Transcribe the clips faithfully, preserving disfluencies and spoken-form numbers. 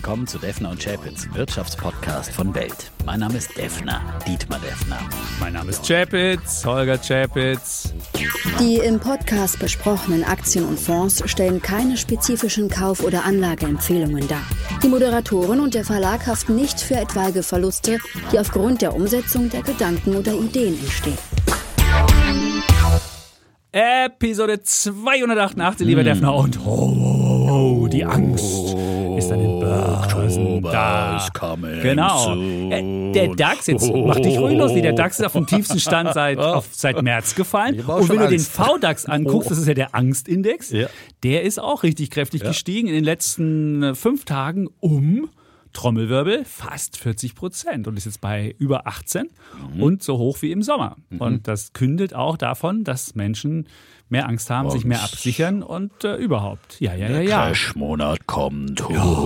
willkommen zu Defner und Chapitz, Wirtschaftspodcast von Welt. Mein Name ist Defner, Dietmar Defner. Mein Name ist Chapitz, Holger Chapitz. Die im Podcast besprochenen Aktien und Fonds stellen keine spezifischen Kauf- oder Anlageempfehlungen dar. Die Moderatoren und der Verlag haften nicht für etwaige Verluste, die aufgrund der Umsetzung der Gedanken oder Ideen entstehen. Episode zweihundertachtundachtzig, lieber mm. Defner. Und ho, ho, ho, die Angst ist an den Börsen da. Genau. Äh, der DAX, jetzt mach dich ruhig los, der DAX ist auf dem tiefsten Stand seit, auf, seit März gefallen. Und wenn du den V DAX anguckst, das ist ja der Angstindex, ja. Der ist auch richtig kräftig ja. gestiegen in den letzten fünf Tagen um Trommelwirbel, fast vierzig Prozent und ist jetzt bei über achtzehn mhm. und so hoch wie im Sommer. Mhm. Und das kündet auch davon, dass Menschen mehr Angst haben, und sich mehr absichern und äh, überhaupt. Ja, ja, ja, ja. Der Crash-Monat kommt.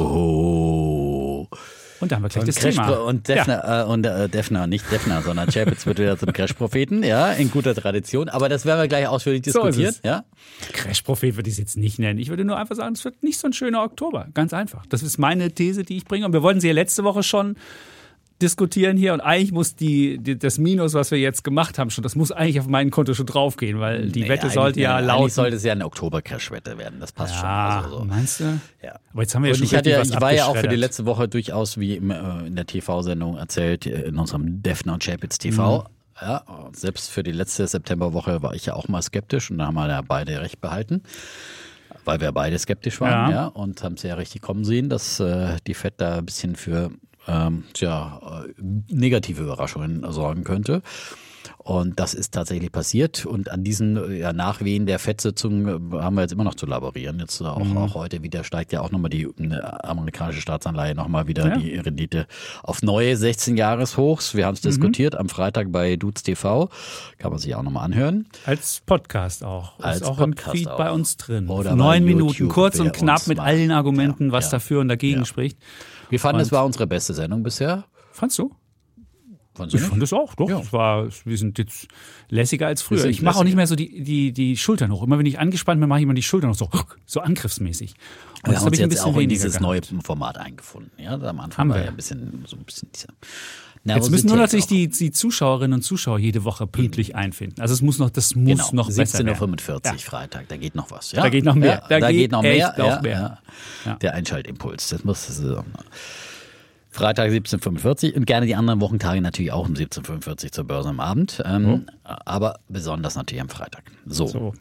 Oh. Und da haben wir gleich und das Crash Thema. Und Defner, ja. äh, und äh, Defner, nicht Defner, sondern Chapitz wird wieder zum Crash-Propheten, ja, in guter Tradition. Aber das werden wir gleich ausführlich diskutieren. So ja? Crash-Prophet würde ich es jetzt nicht nennen. Ich würde nur einfach sagen, es wird nicht so ein schöner Oktober. Ganz einfach. Das ist meine These, die ich bringe. Und wir wollten sie ja letzte Woche schon diskutieren hier und eigentlich muss die, die das Minus, was wir jetzt gemacht haben, schon, das muss eigentlich auf mein Konto schon draufgehen, weil die nee, Wette sollte ja lauten. Eigentlich sollte es ja eine Oktober-Crash-Wette werden, das passt ja, schon. Also so. Meinst du? Ja. Aber jetzt haben wir ja und schon ich, hatte, was ich war ja auch für die letzte Woche durchaus, wie im, äh, in der T V-Sendung erzählt, in unserem Defner und Chapitz T V. Mhm. Ja, selbst für die letzte Septemberwoche war ich ja auch mal skeptisch und da haben wir ja beide recht behalten. Weil wir beide skeptisch waren, ja, ja und haben es ja richtig kommen sehen, dass äh, die Fed da ein bisschen für Ähm, tja, negative Überraschungen sorgen könnte. Und das ist tatsächlich passiert. Und an diesen ja, Nachwehen der Fed-Sitzung haben wir jetzt immer noch zu laborieren. Jetzt auch, mhm. auch heute wieder steigt ja auch nochmal die amerikanische Staatsanleihe nochmal wieder ja. die Rendite auf neue sechzehn-Jahres-Hochs. Wir haben es mhm. diskutiert am Freitag bei Dutz T V. Kann man sich auch nochmal anhören. Als Podcast auch. Als ist auch Podcast im Feed auch. bei uns drin. Oder Neun Minuten, kurz und knapp mit mal. allen Argumenten, ja, was ja. dafür und dagegen ja. spricht. Wir fanden, und es war unsere beste Sendung bisher. Fandst du? Fandst du ich nicht? fand es auch, doch. Ja. Es war, wir sind jetzt lässiger als früher. Ich mache lässiger. auch nicht mehr so die, die, die Schultern hoch. Immer wenn ich angespannt bin, mache ich immer die Schultern hoch, so, so angriffsmäßig. Und wir das haben habe uns ich ein jetzt bisschen auch in dieses gehabt. neue Format eingefunden. Ja, am Anfang haben war wir. ja ein bisschen, so ein bisschen dieser Jetzt müssen nur natürlich die, die Zuschauerinnen und Zuschauer jede Woche pünktlich einfinden. Also es muss noch, das muss genau. noch besser werden. siebzehn Uhr fünfundvierzig ja. Freitag, da geht noch was. Ja? Da geht noch mehr. Ja, da, da geht, geht noch mehr. Noch ja, mehr. Ja. Ja. Der Einschaltimpuls. Das muss das ist, Freitag siebzehn Uhr fünfundvierzig und gerne die anderen Wochentage natürlich auch um siebzehn Uhr fünfundvierzig zur Börse am Abend. Ähm, oh. Aber besonders natürlich am Freitag. So. so.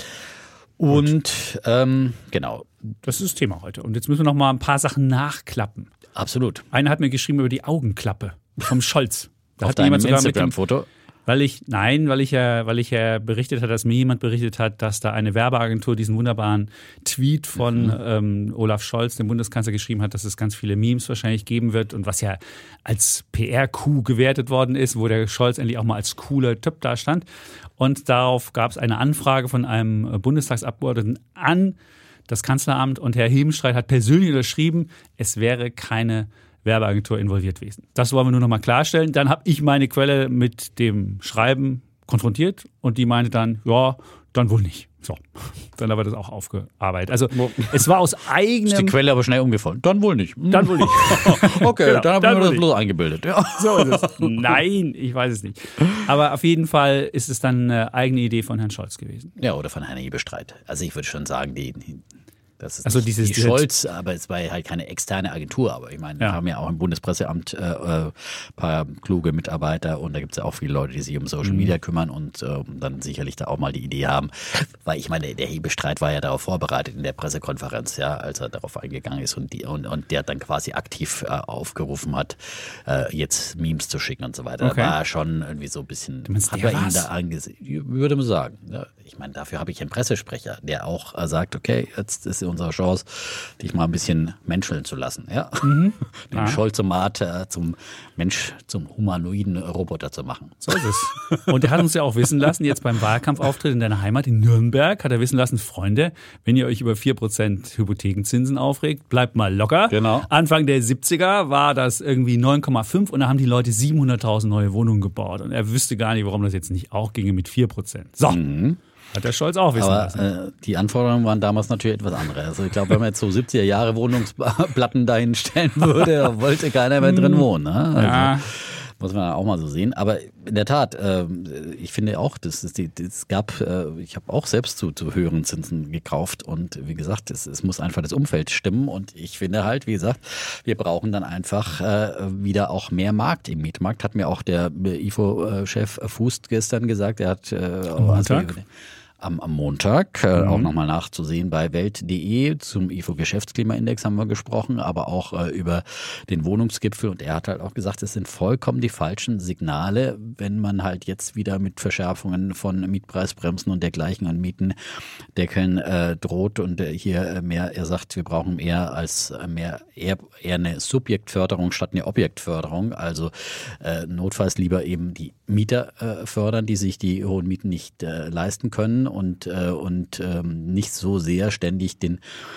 Und ähm, genau. Das ist das Thema heute. Und jetzt müssen wir noch mal ein paar Sachen nachklappen. Absolut. Einer hat mir geschrieben über die Augenklappe vom Scholz. Da Auf hat deinem jemand sogar mit dem Instagram-Foto. Weil ich, nein, weil ich ja, weil ich ja berichtet hat, dass mir jemand berichtet hat, dass da eine Werbeagentur diesen wunderbaren Tweet von mhm. ähm, Olaf Scholz, dem Bundeskanzler, geschrieben hat, dass es ganz viele Memes wahrscheinlich geben wird und was ja als P R-Coup gewertet worden ist, wo der Scholz endlich auch mal als cooler Typ da stand. Und darauf gab es eine Anfrage von einem Bundestagsabgeordneten an das Kanzleramt und Herr Hebenstreit hat persönlich unterschrieben, es wäre keine Werbeagentur involviert gewesen. Das wollen wir nur noch mal klarstellen. Dann habe ich meine Quelle mit dem Schreiben konfrontiert und die meinte dann, ja, dann wohl nicht. So, dann haben wir das auch aufgearbeitet. Also es war aus eigenem... Ist die Quelle aber schnell umgefallen. Dann wohl nicht. Dann wohl nicht. Okay, genau, dann haben wir das nicht. bloß eingebildet. Ja. So ist es. Nein, ich weiß es nicht. Aber auf jeden Fall ist es dann eine eigene Idee von Herrn Scholz gewesen. Ja, oder von Herrn Hebestreit. Also ich würde schon sagen, die... Das ist also nicht dieses, die Scholz, aber es war halt keine externe Agentur. Aber ich meine, wir ja. haben ja auch im Bundespresseamt ein äh, paar kluge Mitarbeiter und da gibt es ja auch viele Leute, die sich um Social Media kümmern und äh, dann sicherlich da auch mal die Idee haben. Weil ich meine, der Hebestreit war ja darauf vorbereitet in der Pressekonferenz, ja, als er darauf eingegangen ist und, die, und, und der dann quasi aktiv äh, aufgerufen hat, äh, jetzt Memes zu schicken und so weiter. Okay. Da war er schon irgendwie so ein bisschen, meinst, hat man ihn da angesehen, würde man sagen. Ja, ich meine, dafür habe ich einen Pressesprecher, der auch äh, sagt, okay, jetzt ist unsere Chance, dich mal ein bisschen menscheln zu lassen. Ja? Mhm. Den ja. Scholzomat äh, zum Mensch, zum humanoiden Roboter zu machen. So ist es. Und er hat uns ja auch wissen lassen, jetzt beim Wahlkampfauftritt in deiner Heimat in Nürnberg, hat er wissen lassen, Freunde, wenn ihr euch über vier Prozent Hypothekenzinsen aufregt, bleibt mal locker. Genau. Anfang der siebziger war das irgendwie neun Komma fünf und da haben die Leute siebenhunderttausend neue Wohnungen gebaut. Und er wüsste gar nicht, warum das jetzt nicht auch ginge mit vier Prozent. So. Mhm. Hat der Scholz auch wissen Aber lassen. äh, die Anforderungen waren damals natürlich etwas andere. Also ich glaube, wenn man jetzt so siebziger Jahre Wohnungsplatten dahin stellen würde, da wollte keiner mehr drin wohnen. Ne? Also, Ja. muss man auch mal so sehen. Aber in der Tat, äh, ich finde auch, das ist die, es gab, äh, ich habe auch selbst zu, zu höheren Zinsen gekauft und wie gesagt, es, es muss einfach das Umfeld stimmen und ich finde halt, wie gesagt, wir brauchen dann einfach äh, wieder auch mehr Markt im Mietmarkt. Hat mir auch der I F O-Chef Fußt gestern gesagt, er hat äh, Am Montag? Also, Am, am Montag, äh, mhm. auch nochmal nachzusehen bei Welt punkt de. Zum I F O-Geschäftsklimaindex haben wir gesprochen, aber auch äh, über den Wohnungsgipfel. Und er hat halt auch gesagt, es sind vollkommen die falschen Signale, wenn man halt jetzt wieder mit Verschärfungen von Mietpreisbremsen und dergleichen an Mietendeckeln äh, droht. Und äh, hier mehr, er sagt, wir brauchen eher als äh, mehr eher, eher eine Subjektförderung statt eine Objektförderung. Also äh, notfalls lieber eben die Mieter äh, fördern, die sich die hohen Mieten nicht äh, leisten können. Und, äh, und ähm, nicht so sehr ständig den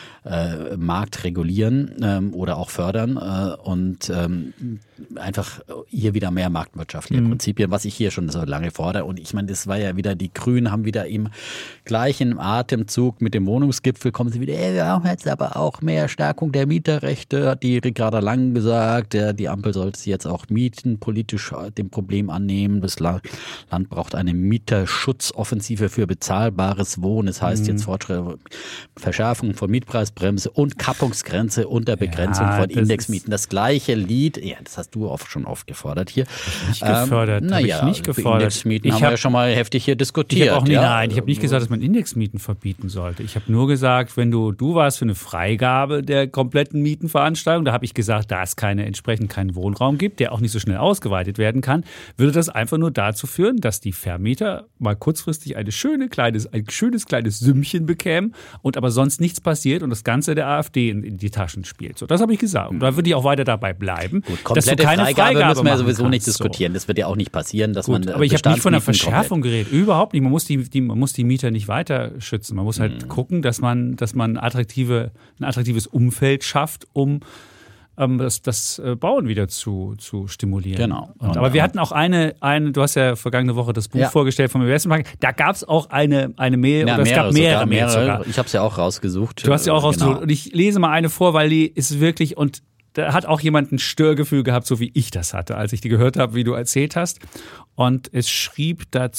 äh, Markt regulieren ähm, oder auch fördern äh, und ähm, einfach hier wieder mehr marktwirtschaftliche mhm. Prinzipien, was ich hier schon so lange fordere. Und ich meine, das war ja wieder, die Grünen haben wieder im gleichen Atemzug mit dem Wohnungsgipfel, kommen sie wieder, ey, wir haben jetzt aber auch mehr Stärkung der Mieterrechte, hat die Ricarda Lang gesagt, der, die Ampel sollte sich jetzt auch Mieten politisch dem Problem annehmen. Das Land braucht eine Mieterschutzoffensive für bezahlbares Wohnen. Das heißt mhm. jetzt Fortschritte, Verschärfung von Mietpreisbremse und Kappungsgrenze unter Begrenzung ja, von das Indexmieten. Das gleiche Lied, ja, das hast du oft schon oft gefordert hier. Nicht gefördert, ähm, naja, habe ich nicht gefordert. Indexmieten ich haben hab, wir ja schon mal heftig hier diskutiert. Ich habe auch nie, ja? nein, ich habe nicht gesagt, dass man Indexmieten verbieten sollte. Ich habe nur gesagt, wenn du, du warst für eine Freigabe der kompletten Mietenveranstaltung, da habe ich gesagt, da es keine, entsprechend keinen Wohnraum gibt, der auch nicht so schnell ausgeweitet werden kann, würde das einfach nur dazu führen, dass die Vermieter mal kurzfristig eine schöne kleines, ein schönes kleines Sümmchen bekämen und aber sonst nichts passiert und das Ganze der AfD in, in die Taschen spielt. So, das habe ich gesagt. Und da würde ich auch weiter dabei bleiben. Gut, komplette dass du keine Freigabe, Freigabe müssen wir ja sowieso kannst, nicht diskutieren. So. Das wird ja auch nicht passieren, dass Gut, man. Aber ich habe nicht von einer Verschärfung komplett. geredet. Überhaupt nicht. Man muss die, die, man muss die Mieter nicht weiter schützen. Man muss halt hm. gucken, dass man, dass man attraktive, ein attraktives Umfeld schafft, um ähm, das, das Bauen wieder zu, zu stimulieren. Genau. Und, und, aber wir hatten auch eine, eine, du hast ja vergangene Woche das Buch ja. vorgestellt vom Investmentbank. Da gab es auch eine, eine Mail, ja, oder es mehrere, gab mehrere, sogar, mehrere. Sogar. Ich habe es ja auch rausgesucht. Du hast ja auch rausgesucht. Genau. Und ich lese mal eine vor, weil die ist wirklich, und da hat auch jemand ein Störgefühl gehabt, so wie ich das hatte, als ich die gehört habe, wie du erzählt hast. Und es schrieb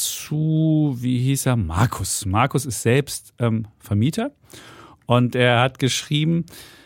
dazu, wie hieß er, Markus. Markus ist selbst ähm, Vermieter und er hat geschrieben,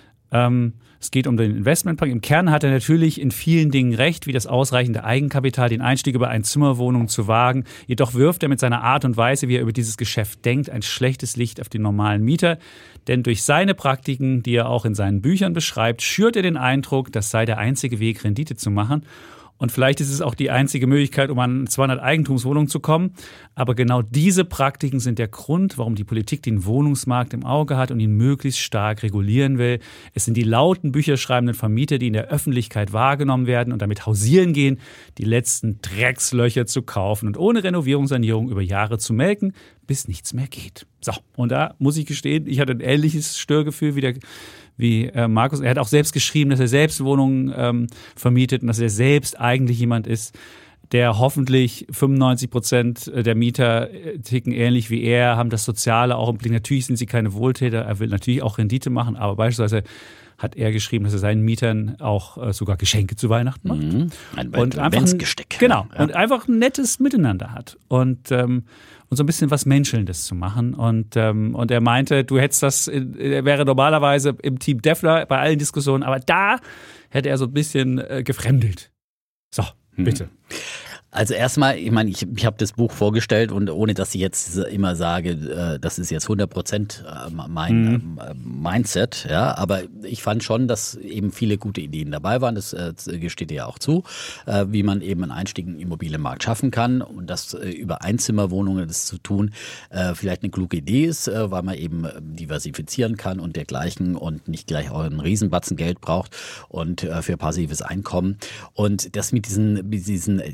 ähm, es geht um den Investmentbank. Im Kern hat er natürlich in vielen Dingen recht, wie das ausreichende Eigenkapital, den Einstieg über Einzimmerwohnungen zu wagen. Jedoch wirft er mit seiner Art und Weise, wie er über dieses Geschäft denkt, ein schlechtes Licht auf den normalen Mieter. Denn durch seine Praktiken, die er auch in seinen Büchern beschreibt, schürt er den Eindruck, das sei der einzige Weg, Rendite zu machen. Und vielleicht ist es auch die einzige Möglichkeit, um an zweihundert Eigentumswohnungen zu kommen. Aber genau diese Praktiken sind der Grund, warum die Politik den Wohnungsmarkt im Auge hat und ihn möglichst stark regulieren will. Es sind die lauten, bücherschreibenden Vermieter, die in der Öffentlichkeit wahrgenommen werden und damit hausieren gehen, die letzten Dreckslöcher zu kaufen und ohne Renovierung, Sanierung über Jahre zu melken, bis nichts mehr geht. So, und da muss ich gestehen, ich hatte ein ähnliches Störgefühl wie der wie äh, Markus. Er hat auch selbst geschrieben, dass er selbst Wohnungen ähm, vermietet und dass er selbst eigentlich jemand ist, der hoffentlich fünfundneunzig Prozent der Mieter ticken ähnlich wie er, haben das Soziale auch im Blick. Natürlich sind sie keine Wohltäter, er will natürlich auch Rendite machen, aber beispielsweise hat er geschrieben, dass er seinen Mietern auch äh, sogar Geschenke zu Weihnachten macht. Mhm. Ein und einfach ein, genau, ja. und einfach ein nettes Miteinander hat. Und ähm, und so ein bisschen was Menschelndes zu machen. Und, ähm, und er meinte, du hättest das, er wäre normalerweise im Team Deffler bei allen Diskussionen, aber da hätte er so ein bisschen äh, gefremdelt. So, bitte. Hm. Also erstmal, ich meine, ich, ich habe das Buch vorgestellt und ohne, dass ich jetzt immer sage, äh, das ist jetzt hundert Prozent mein mhm. äh, Mindset, ja, aber ich fand schon, dass eben viele gute Ideen dabei waren, das äh, gesteht ja auch zu, äh, wie man eben einen Einstieg in den Immobilienmarkt schaffen kann und das äh, über Einzimmerwohnungen das zu tun, äh, vielleicht eine kluge Idee ist, äh, weil man eben diversifizieren kann und dergleichen und nicht gleich auch einen Riesenbatzen Geld braucht und äh, für passives Einkommen und das mit diesen, mit diesen, ich meine,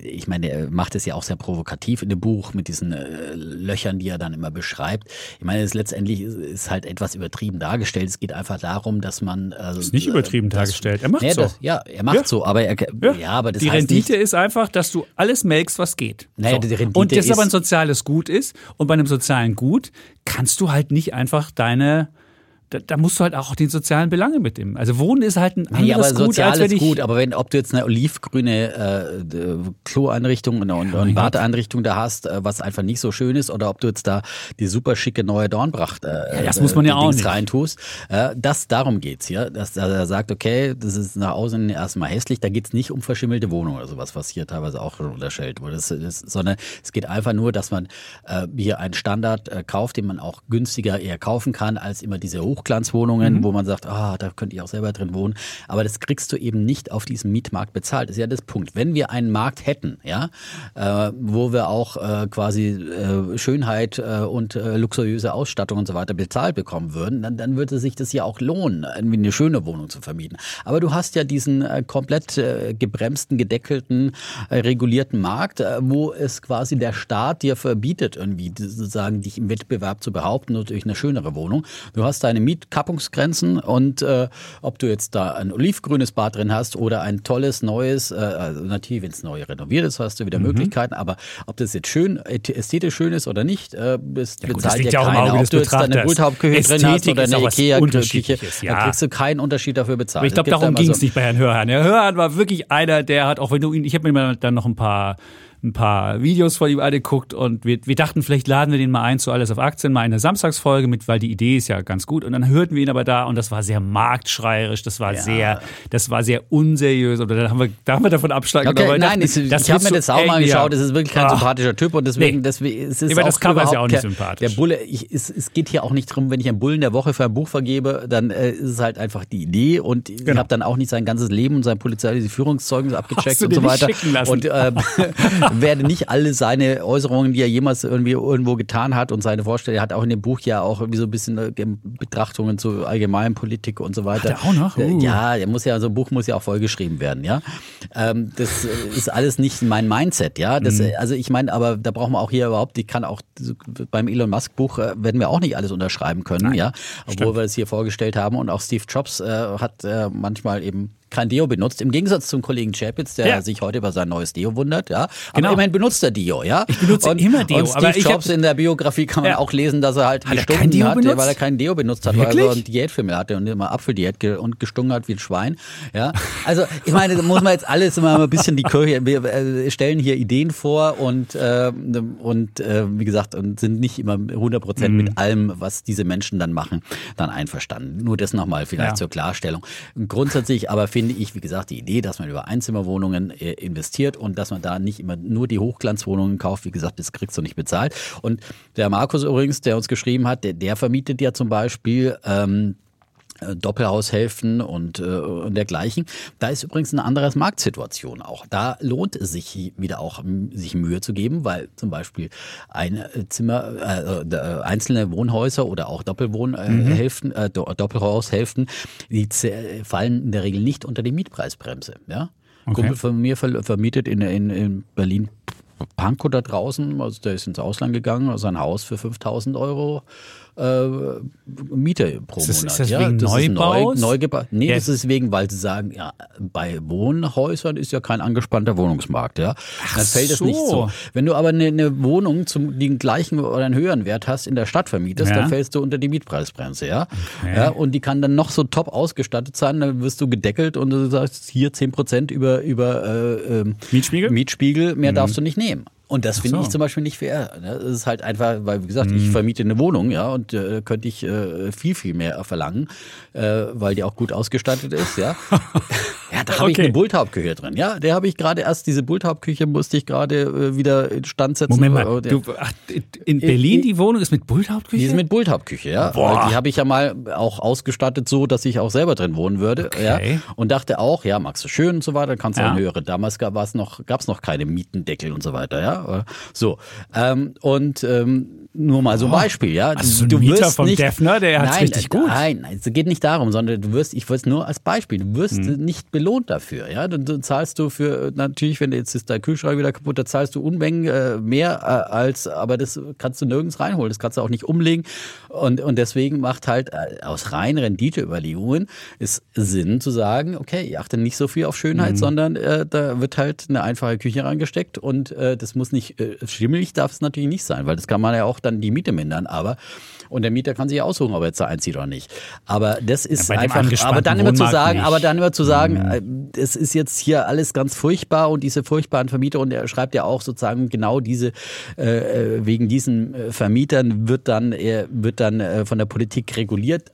der macht es ja auch sehr provokativ in dem Buch mit diesen äh, Löchern, die er dann immer beschreibt. Ich meine, es letztendlich ist, ist halt etwas übertrieben dargestellt. Es geht einfach darum, dass man... Also, ist nicht übertrieben das, dargestellt, er macht nee, so. Das, ja, er macht ja. so, aber er, ja. ja, aber das die heißt Rendite nicht, ist einfach, dass du alles melkst, was geht. Naja, so. die Rendite und das ist aber ein soziales Gut ist und bei einem sozialen Gut kannst du halt nicht einfach deine... Da, da musst du halt auch den sozialen Belange mitnehmen. Also Wohnen ist halt ein anderes ja, aber Gut, soziales als wenn ich... Gut, aber wenn, ob du jetzt eine olivgrüne äh, Kloeinrichtung und eine, eine Badeeinrichtung da hast, äh, was einfach nicht so schön ist, oder ob du jetzt da die super schicke neue Dornbracht äh, ja, das muss man ja auch nicht reintust, äh, das, darum geht's hier, dass er sagt, okay, das ist nach außen erstmal hässlich, da geht's nicht um verschimmelte Wohnungen oder sowas, was hier teilweise auch unterstellt wurde, das, das, sondern es geht einfach nur, dass man äh, hier einen Standard äh, kauft, den man auch günstiger eher kaufen kann, als immer diese Hochglanzwohnungen, mhm. wo man sagt, ah, da könnte ich auch selber drin wohnen. Aber das kriegst du eben nicht auf diesem Mietmarkt bezahlt. Das ist ja das Punkt. Wenn wir einen Markt hätten, ja, äh, wo wir auch äh, quasi äh, Schönheit äh, und äh, luxuriöse Ausstattung und so weiter bezahlt bekommen würden, dann, dann würde sich das ja auch lohnen, irgendwie eine schöne Wohnung zu vermieten. Aber du hast ja diesen äh, komplett äh, gebremsten, gedeckelten, äh, regulierten Markt, äh, wo es quasi der Staat dir verbietet, irgendwie sozusagen dich im Wettbewerb zu behaupten und durch eine schönere Wohnung. Du hast deine Mietkappungsgrenzen und äh, ob du jetzt da ein olivgrünes Bad drin hast oder ein tolles, neues, äh, also natürlich, wenn es neu renoviert ist, hast du wieder mhm. Möglichkeiten, aber ob das jetzt schön, ästhetisch schön ist oder nicht, äh, das ja, bezahlt dir keiner. Ob du jetzt da eine Bulthaubküche drin hast oder eine Ikea-Küche, ja. da kriegst du keinen Unterschied dafür bezahlt. Aber ich glaube, darum ging es nicht bei Herrn Hörhan. Herr Hörhan war wirklich einer, der hat, auch wenn du ihn, ich habe mir dann noch ein paar ein paar Videos von ihm angeguckt und wir, wir dachten, vielleicht laden wir den mal ein zu Alles auf Aktien, mal in eine Samstagsfolge mit, weil die Idee ist ja ganz gut. Und dann hörten wir ihn aber da und das war sehr marktschreierisch, das war ja. sehr, das war sehr unseriös. Oder dann haben wir, da haben wir davon Abschlag okay, genommen. Nein, dachten, ich, ich habe mir das auch mal angeschaut, das ist wirklich kein Ach. sympathischer Typ und deswegen, nee. deswegen es ist aber auch das Cover ist ja auch nicht sympathisch. Der Bulle, ich, es, es geht hier auch nicht drum, wenn ich einen Bullen der Woche für ein Buch vergebe, dann äh, ist es halt einfach die Idee und genau. ich habe dann auch nicht sein ganzes Leben und sein polizeiliches Führungszeugnis abgecheckt und so weiter und äh, werde nicht alle seine Äußerungen, die er jemals irgendwie irgendwo getan hat und seine Vorstellungen, er hat auch in dem Buch ja auch irgendwie so ein bisschen Betrachtungen zu Allgemeinpolitik und so weiter. Hat er auch noch? Uh. Ja, der muss ja, so ein Buch muss ja auch vollgeschrieben werden, ja. Ähm, das ist alles nicht mein Mindset, ja. Das, mhm. Also ich meine, aber da brauchen wir auch hier überhaupt, ich kann auch beim Elon Musk Buch äh, werden wir auch nicht alles unterschreiben können, Nein, ja. Obwohl stimmt. wir das hier vorgestellt haben und auch Steve Jobs äh, hat äh, manchmal eben kein Deo benutzt, im Gegensatz zum Kollegen Chapitz, der ja. sich heute über sein neues Deo wundert, ja. Aber genau. immerhin benutzt er Deo, ja. Ich benutze und, immer Deo. Und Steve aber Jobs in der Biografie kann man ja. auch lesen, dass er halt hat gestunken er hat, benutzt? weil er kein Deo benutzt hat, Wirklich? weil er so ein Diätfilm hatte und immer Apfeldiät ge- und gestunken hat wie ein Schwein, ja. Also ich meine, da muss man jetzt alles immer ein bisschen die Kirche, wir äh, stellen hier Ideen vor und äh, und äh, wie gesagt und sind nicht immer hundert Prozent mhm. mit allem, was diese Menschen dann machen, dann einverstanden. Nur das nochmal vielleicht ja. zur Klarstellung. Grundsätzlich aber finde ich, wie gesagt, die Idee, dass man über Einzimmerwohnungen äh, investiert und dass man da nicht immer nur die Hochglanzwohnungen kauft. Wie gesagt, das kriegst du nicht bezahlt. Und der Markus übrigens, der uns geschrieben hat, der, der vermietet ja zum Beispiel ähm, Doppelhaushälften und, äh, und dergleichen. Da ist übrigens eine andere Marktsituation auch. Da lohnt es sich wieder auch, sich Mühe zu geben, weil zum Beispiel ein Zimmer, äh, einzelne Wohnhäuser oder auch Doppelwohnhälften, äh, Doppelhaushälften, die fallen in der Regel nicht unter die Mietpreisbremse. Ja? Ein okay. Kumpel von mir vermietet in, in, in Berlin Pankow da draußen, also der ist ins Ausland gegangen, also ein Haus für fünftausend Euro äh, Miete pro ist das, Monat. Ist das ja, wegen das Neubaus? Ist neu, Neugeba- nee, yes. das ist wegen, weil sie sagen, ja, bei Wohnhäusern ist ja kein angespannter Wohnungsmarkt. Ja, Ach dann fällt es so. nicht so. Wenn du aber eine, eine Wohnung zum den gleichen oder einen höheren Wert hast in der Stadt vermietest, ja. dann fällst du unter die Mietpreisbremse. Ja? Okay. Ja, und die kann dann noch so top ausgestattet sein, dann wirst du gedeckelt und du sagst, hier zehn Prozent über, über äh, äh, Mietspiegel? Mietspiegel, mehr mhm. darfst du nicht nehmen. Und das finde so. ich zum Beispiel nicht fair. Das ist halt einfach, weil wie gesagt, mm. ich vermiete eine Wohnung, ja, und äh, könnte ich äh, viel, viel mehr verlangen, äh, weil die auch gut ausgestattet ist, ja. Ja, da habe okay. ich eine Bulthaubküche drin, ja. Der habe ich gerade erst, diese Bulthaubküche musste ich gerade äh, wieder instand setzen. Moment mal, du, ach, in Berlin die Wohnung ist mit Bulthaubküche? Die ist mit Bulthaubküche, ja. Boah. Die habe ich ja mal auch ausgestattet so, dass ich auch selber drin wohnen würde, okay. ja. Und dachte auch, ja, magst du schön und so weiter, kannst du ja. auch höhere. Damals gab es noch, gab's noch keine Mietendeckel und so weiter, ja. So, ähm, und ähm, nur mal so ein Beispiel, ja. Du, also du Mieter wirst vom nicht, Defner, der hat's nein, richtig gut. Nein, es geht nicht darum, sondern du wirst, ich will es nur als Beispiel, du wirst hm. nicht belohnt dafür, ja. Du, du zahlst du für, natürlich, wenn jetzt ist der Kühlschrank wieder kaputt, da zahlst du Unmengen äh, mehr äh, als, aber das kannst du nirgends reinholen, das kannst du auch nicht umlegen und, und deswegen macht halt äh, aus reinen Renditeüberlegungen ist Sinn zu sagen, okay, ich achte nicht so viel auf Schönheit, hm. sondern äh, da wird halt eine einfache Küche reingesteckt und äh, das muss nicht, äh, schimmelig darf es natürlich nicht sein, weil das kann man ja auch dann die Miete mindern, aber und der Mieter kann sich ja aussuchen, ob er jetzt da einzieht oder nicht. Aber das ist ja, einfach, aber dann immer zu sagen, nicht. aber dann immer zu sagen, mhm. es ist jetzt hier alles ganz furchtbar und diese furchtbaren Vermieter und er schreibt ja auch sozusagen genau diese, äh, wegen diesen Vermietern wird dann, er wird dann äh, von der Politik reguliert.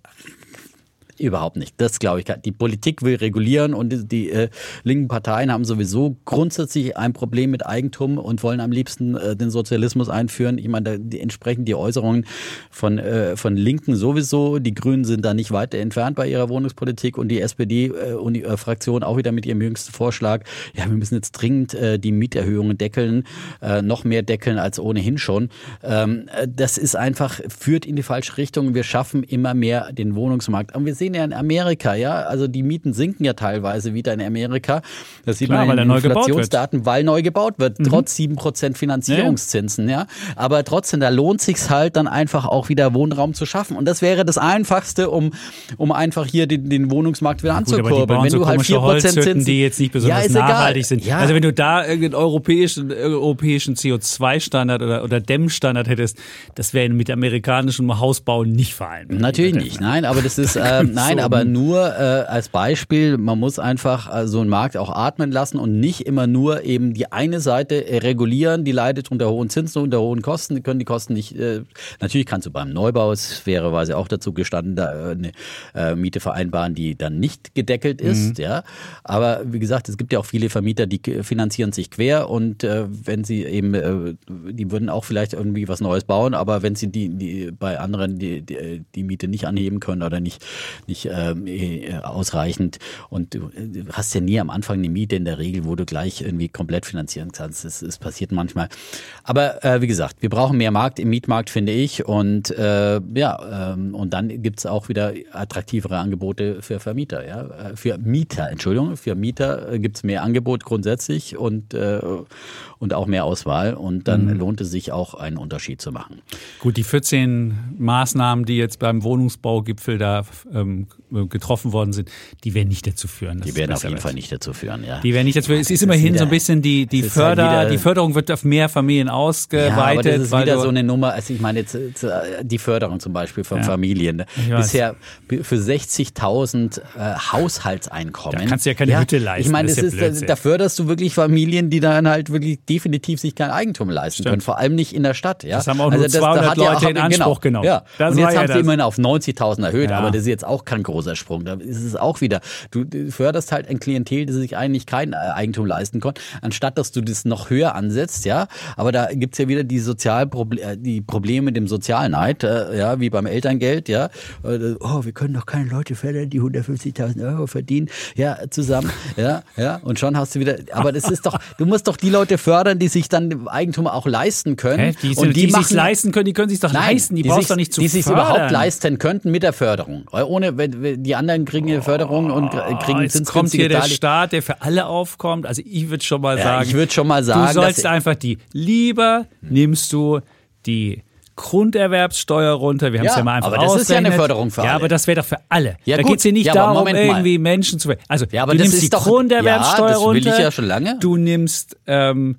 Überhaupt nicht. Das glaube ich. Die Politik will regulieren und die, die äh, linken Parteien haben sowieso grundsätzlich ein Problem mit Eigentum und wollen am liebsten äh, den Sozialismus einführen. Ich meine, da, die, entsprechend die Äußerungen von, äh, von Linken sowieso. Die Grünen sind da nicht weit entfernt bei ihrer Wohnungspolitik und die S P D äh, und die äh, Fraktion auch wieder mit ihrem jüngsten Vorschlag. Ja, wir müssen jetzt dringend äh, die Mieterhöhungen deckeln, äh, noch mehr deckeln als ohnehin schon. Ähm, das ist einfach, führt in die falsche Richtung. Wir schaffen immer mehr den Wohnungsmarkt. Und wir sehen ja in Amerika, ja, also die Mieten sinken ja teilweise wieder in Amerika. Das sieht Klar, man in den weil Inflationsdaten, weil neu gebaut wird, mhm. trotz sieben Prozent Finanzierungszinsen, ja. ja. Aber trotzdem, da lohnt sich's halt dann einfach auch wieder Wohnraum zu schaffen. Und das wäre das Einfachste, um, um einfach hier den, den Wohnungsmarkt wieder anzukurbeln. Wenn so du halt vier Prozent Zinsen, die jetzt nicht besonders ja, nachhaltig sind. Ja. Also wenn du da irgendeinen europäischen, europäischen C O zwei Standard oder, oder Dämmstandard hättest, das wäre mit amerikanischem Hausbau nicht vereinbar. Natürlich nicht, nein, aber das ist, äh, nein, so. aber nur äh, als Beispiel, man muss einfach äh, so einen Markt auch atmen lassen und nicht immer nur eben die eine Seite äh, regulieren, die leidet unter hohen Zinsen, unter hohen Kosten, die können die Kosten nicht, äh, natürlich kannst du beim Neubau, es fairerweise auch dazu gestanden, da äh, eine äh, Miete vereinbaren, die dann nicht gedeckelt ist, mhm. ja, aber wie gesagt, es gibt ja auch viele Vermieter, die finanzieren sich quer und äh, wenn sie eben, äh, die würden auch vielleicht irgendwie was Neues bauen, aber wenn sie die, die bei anderen die, die, die Miete nicht anheben können oder nicht, nicht äh, ausreichend und du hast ja nie am Anfang eine Miete in der Regel, wo du gleich irgendwie komplett finanzieren kannst. Das, das passiert manchmal. Aber äh, wie gesagt, wir brauchen mehr Markt im Mietmarkt, finde ich. Und äh, ja, ähm, und dann gibt's auch wieder attraktivere Angebote für Vermieter, ja, für Mieter, Entschuldigung, für Mieter gibt's mehr Angebot grundsätzlich und äh, und auch mehr Auswahl und dann mhm. lohnt es sich auch einen Unterschied zu machen. Gut, die vierzehn Maßnahmen, die jetzt beim Wohnungsbaugipfel da ähm, getroffen worden sind, die werden nicht dazu führen. Die werden auf jeden wird. Fall nicht dazu führen, ja. Die werden nicht dazu führen. Es ist immerhin wieder, so ein bisschen die, die Förder, halt die Förderung wird auf mehr Familien ausgeweitet. Ja, aber das ist wieder so eine Nummer, also ich meine jetzt die Förderung zum Beispiel von ja. Familien. Bisher für sechzigtausend äh, Haushaltseinkommen. Da kannst du ja keine ja, Hütte leisten. Ich meine, das ist ja ist, da förderst du wirklich Familien, die dann halt wirklich definitiv sich kein Eigentum leisten Stimmt. können, vor allem nicht in der Stadt. Ja? Das haben auch nur also das, zweihundert da Leute ja, in Anspruch genau, genommen. Ja. Das und jetzt ja haben das. sie immerhin auf neunzigtausend erhöht, ja. aber das ist jetzt auch kein großer Sprung. Da ist es auch wieder, du förderst halt ein Klientel, das sich eigentlich kein Eigentum leisten kann, anstatt dass du das noch höher ansetzt, ja. Aber da gibt's ja wieder die Sozialprobleme, die Probleme mit dem Sozialneid, ja, wie beim Elterngeld, ja. Oh, wir können doch keine Leute fördern, die hundertfünfzigtausend Euro verdienen, ja, zusammen, ja, ja. Und schon hast du wieder, aber das ist doch, du musst doch die Leute fördern, die sich dann Eigentum auch leisten können. Hä? Die, und die, die machen, sich leisten können, die können sich doch nein, leisten, die, die brauchst sich, doch nicht zu Die sich fördern. überhaupt leisten könnten mit der Förderung. Ohne, wenn die anderen kriegen eine Förderung und kriegen oh, jetzt kommt hier der Staat, der für alle aufkommt. Also ich würde schon mal ja, sagen, ich würde schon mal sagen, du sollst einfach die, lieber nimmst du die Grunderwerbssteuer runter. Wir haben es ja, ja mal einfach aber das ist ja eine Förderung für alle. Ja, aber das wäre doch für alle. Ja, da geht es hier nicht ja, darum, irgendwie Menschen zu... Also ja, aber du das nimmst ist die doch, Grunderwerbssteuer ja, das will runter. Ich ja schon lange. Du nimmst... Ähm,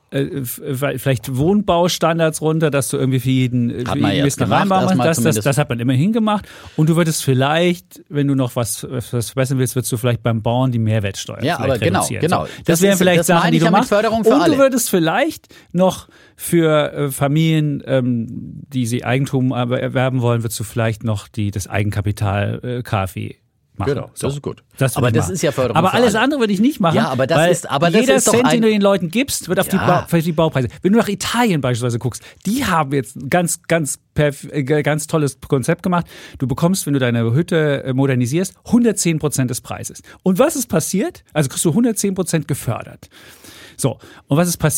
vielleicht Wohnbaustandards runter, dass du irgendwie für jeden hat man Mist nach reinbauen musst. Das, das, das hat man immerhin gemacht. Und du würdest vielleicht, wenn du noch was, was verbessern willst, würdest du vielleicht beim Bauern die Mehrwertsteuer ja, aber genau, reduzieren. genau. So, das, das wären vielleicht Sachen, die du machst. Förderung für Und alle. du würdest vielleicht noch für äh, Familien, ähm, die sie Eigentum erwerben wollen, würdest du vielleicht noch die, das Eigenkapital äh, K f W machen. Genau, das so. ist gut. Das aber das machen. Ist ja Förderung. Aber für alles alle. andere würde ich nicht machen. Ja, aber das weil ist, aber das jeder ist doch Cent, ein den du den Leuten gibst, wird auf, ja. die, ba- auf die Baupreise. Wenn du nach Italien beispielsweise guckst, die haben jetzt ein ganz, ganz, perf- ganz tolles Konzept gemacht. Du bekommst, wenn du deine Hütte modernisierst, hundertzehn Prozent des Preises. Und was ist passiert? Also kriegst du hundertzehn Prozent gefördert. So, und was ist passiert?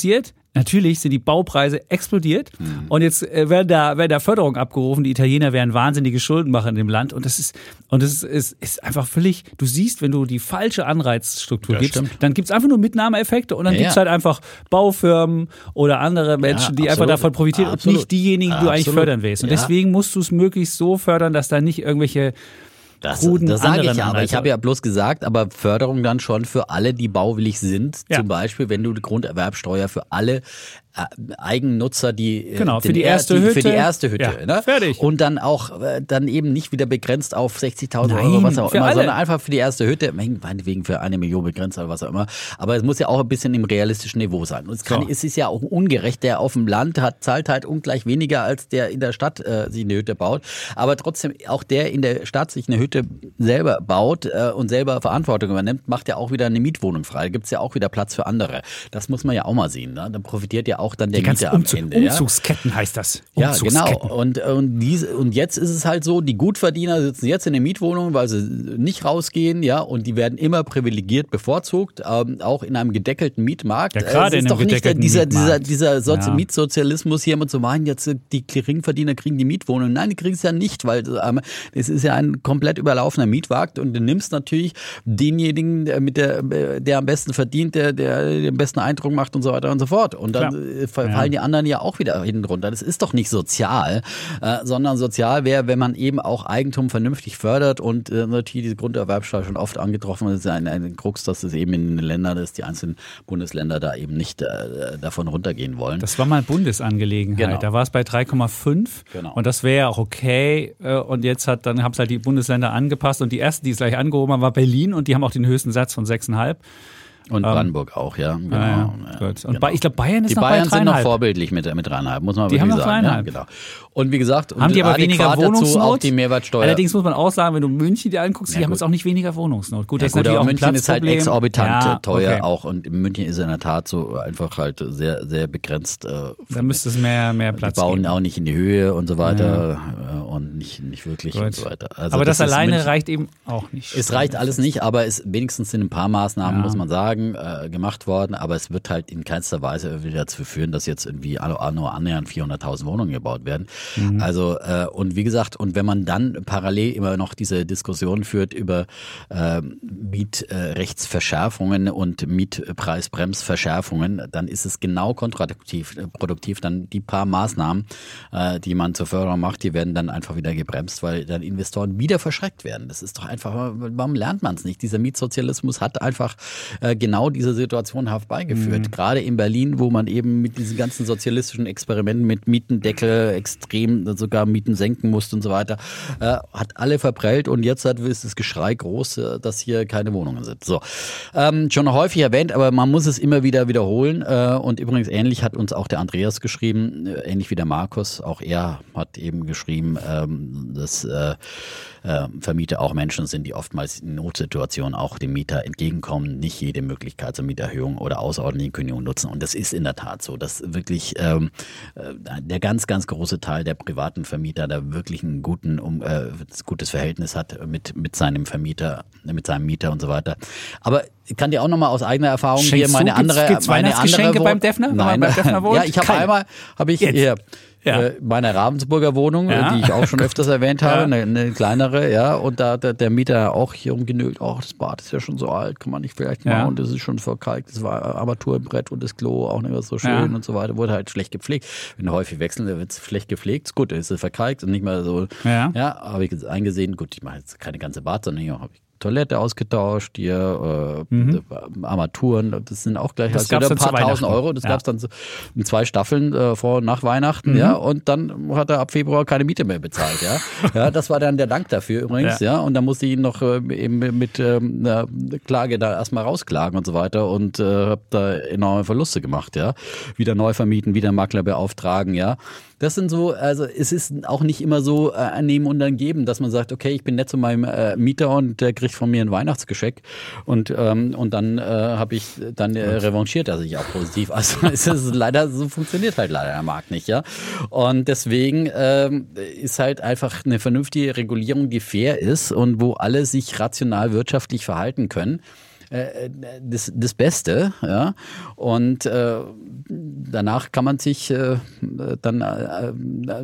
Natürlich sind die Baupreise explodiert mhm. und jetzt äh, werden da, werden da Förderungen abgerufen. Die Italiener werden wahnsinnige Schuldenmacher in dem Land und das ist, und das ist, ist, ist einfach völlig, du siehst, wenn du die falsche Anreizstruktur ja, gibst, stimmt. dann gibt's einfach nur Mitnahmeeffekte und dann ja, gibt's ja. halt einfach Baufirmen oder andere Menschen, ja, die absolut. einfach davon profitieren ja, und nicht diejenigen, die du eigentlich absolut. fördern willst. Und ja. deswegen musst du es möglichst so fördern, dass da nicht irgendwelche Das, kruden das sage anderen ich ja, aber ich Anreize. habe ja bloß gesagt, aber Förderung dann schon für alle, die bauwillig sind. Ja. Zum Beispiel, wenn du die Grunderwerbsteuer für alle äh, Eigennutzer, die äh, Genau, für den die erste er, die, Hütte. für die erste Hütte, Ja, ne? fertig. Und dann auch äh, dann eben nicht wieder begrenzt auf sechzigtausend Nein, Euro, was auch für immer, alle. sondern einfach für die erste Hütte, meinetwegen für eine Million begrenzt oder was auch immer. Aber es muss ja auch ein bisschen im realistischen Niveau sein. Und es, kann, So. es ist ja auch ungerecht, der auf dem Land hat, zahlt halt ungleich weniger, als der in der Stadt äh, sich eine Hütte baut. Aber trotzdem, auch der in der Stadt sich eine Hütte selber baut äh, und selber Verantwortung übernimmt, macht ja auch wieder eine Mietwohnung frei. Da gibt es ja auch wieder Platz für andere. Das muss man ja auch mal sehen. Ne? Dann profitiert ja auch dann der die ganzen Mieter am Umzug, Ende. Ja? Umzugsketten heißt das. Ja, Umzugsketten. genau. Und, und, diese, und jetzt ist es halt so, die Gutverdiener sitzen jetzt in der Mietwohnung, weil sie nicht rausgehen, ja, und die werden immer privilegiert bevorzugt, ähm, auch in einem gedeckelten Mietmarkt. Ja, gerade es ist in einem doch nicht der, gedeckelten dieser, dieser, Mietmarkt. dieser Sozi- Ja. Mietsozialismus hier immer zu meinen, jetzt die Geringverdiener kriegen die Mietwohnung. Nein, die kriegen es ja nicht, weil ähm, es ist ja ein komplett überlaufener Mietmarkt und du nimmst natürlich denjenigen, der, mit der, der am besten verdient, der, der den besten Eindruck macht und so weiter und so fort. Und dann Klar. fallen Ja. die anderen ja auch wieder hinten runter. Das ist doch nicht sozial, äh, sondern sozial wäre, wenn man eben auch Eigentum vernünftig fördert und äh, natürlich diese Grunderwerbsteuer schon oft angetroffen ist, ein, ein Krux, dass es eben in den Ländern ist, die einzelnen Bundesländer da eben nicht äh, davon runtergehen wollen. Das war mal Bundesangelegenheit. Genau. Da war es bei drei Komma fünf Genau. und das wäre ja auch okay. äh, Und jetzt hat dann haben es halt die Bundesländer angepasst und die ersten, die es gleich angehoben haben, war Berlin und die haben auch den höchsten Satz von sechs Komma fünf. Und Brandenburg auch, ja. Genau. Ah, ja. Ja, Gut. Und genau. bei, ich glaube, Bayern ist Die noch Bayern bei sind noch dreieinhalb. vorbildlich mit, mit dreieinhalb, muss man Die wirklich haben noch sagen. dreieinhalb. Ja, genau. Und wie gesagt, Haben die aber weniger adäquat dazu Wohnungsnot? auch die Mehrwertsteuer. Allerdings muss man auch sagen, wenn du München dir anguckst, Ja, die haben gut. jetzt auch nicht weniger Wohnungsnot. Gut, Ja, das ist gut, natürlich aber auch ein München ist halt Platzproblem. exorbitant Ja, teuer okay. auch und München ist in der Tat so einfach halt sehr, sehr begrenzt. Äh, Da müsste es mehr, mehr Platz die bauen geben. auch nicht in die Höhe und so weiter äh, und nicht, nicht wirklich Gut. und so weiter. Also aber das, ist alleine München- reicht eben auch nicht. Es reicht alles nicht, aber es wenigstens sind ein paar Maßnahmen, Ja. muss man sagen, äh, gemacht worden. Aber es wird halt in keinster Weise wieder dazu führen, dass jetzt irgendwie nur annähernd vierhunderttausend Wohnungen gebaut werden. Mhm. Also äh, und wie gesagt, und wenn man dann parallel immer noch diese Diskussion führt über äh, Mietrechtsverschärfungen und Mietpreisbremsverschärfungen, dann ist es genau kontraproduktiv. Produktiv. Dann die paar Maßnahmen, äh, die man zur Förderung macht, die werden dann einfach wieder gebremst, weil dann Investoren wieder verschreckt werden. Das ist doch einfach, warum lernt man es nicht? Dieser Mietsozialismus hat einfach äh, genau diese Situation herbeigeführt. Mhm. Gerade in Berlin, wo man eben mit diesen ganzen sozialistischen Experimenten mit Mietendeckel extrem sogar Mieten senken musste und so weiter, äh, hat alle verprellt und jetzt hat, ist das Geschrei groß, äh, dass hier keine Wohnungen sind. So, ähm, schon häufig erwähnt, aber man muss es immer wieder wiederholen. Äh, und übrigens ähnlich hat uns auch der Andreas geschrieben, äh, ähnlich wie der Markus. Auch er hat eben geschrieben, ähm, dass äh, äh, Vermieter auch Menschen sind, die oftmals in Notsituationen auch dem Mieter entgegenkommen, nicht jede Möglichkeit zur Mieterhöhung oder außerordentliche Kündigung nutzen. Und das ist in der Tat so, dass wirklich ähm, der ganz, ganz große Teil der privaten Vermieter da wirklich ein guten, um, äh, gutes Verhältnis hat mit, mit seinem Vermieter, mit seinem Mieter und so weiter. Aber ich kann dir auch nochmal aus eigener Erfahrung Schenkst hier meine du? andere, Gibt's meine Weihnachtsgeschenke andere beim Defner, wenn man Nein, beim Defner wohnt? ja, ich habe Keine. einmal, habe ich Jetzt. hier Ja. äh, meine Ravensburger Wohnung, Ja. die ich auch schon öfters erwähnt habe, Ja. eine, eine kleinere, ja, und da hat der, der Mieter auch hier umgenölt, oh, das Bad ist ja schon so alt, kann man nicht vielleicht mal, Ja. und das ist schon verkalkt, das war Armaturenbrett und das Klo auch nicht mehr so schön Ja. und so weiter, wurde halt schlecht gepflegt. Wenn du häufig wechseln, dann wird es schlecht gepflegt, ist gut, dann ist es verkalkt und nicht mehr so, Ja. ja, habe ich jetzt eingesehen, gut, ich mache jetzt keine ganze Bad, sondern hier habe ich Toilette ausgetauscht, hier äh, Mhm. Armaturen, das sind auch gleich Das halt gab's wieder ein dann zu paar tausend Weihnachten. Euro. Das Ja. gab's dann so in zwei Staffeln äh, vor und nach Weihnachten, Mhm. ja. Und dann hat er ab Februar keine Miete mehr bezahlt, ja. Ja, das war dann der Dank dafür übrigens, ja. Ja. Und dann musste ich ihn noch äh, eben mit ähm, einer Klage da erstmal rausklagen und so weiter und äh, habe da enorme Verluste gemacht, ja. Wieder neu vermieten, wieder Makler beauftragen, ja. Das sind so, also es ist auch nicht immer so äh, ein Nehmen und ein Geben, dass man sagt, okay, ich bin nett zu meinem äh, Mieter und der kriegt von mir ein Weihnachtsgeschenk und ähm, und dann äh, habe ich dann äh, revanchiert er sich auch positiv. Also es ist leider, so funktioniert halt leider der Markt nicht, ja. Und deswegen ähm, ist halt einfach eine vernünftige Regulierung, die fair ist und wo alle sich rational wirtschaftlich verhalten können. äh, das, das Beste, ja. Und äh, danach kann man sich äh, dann äh,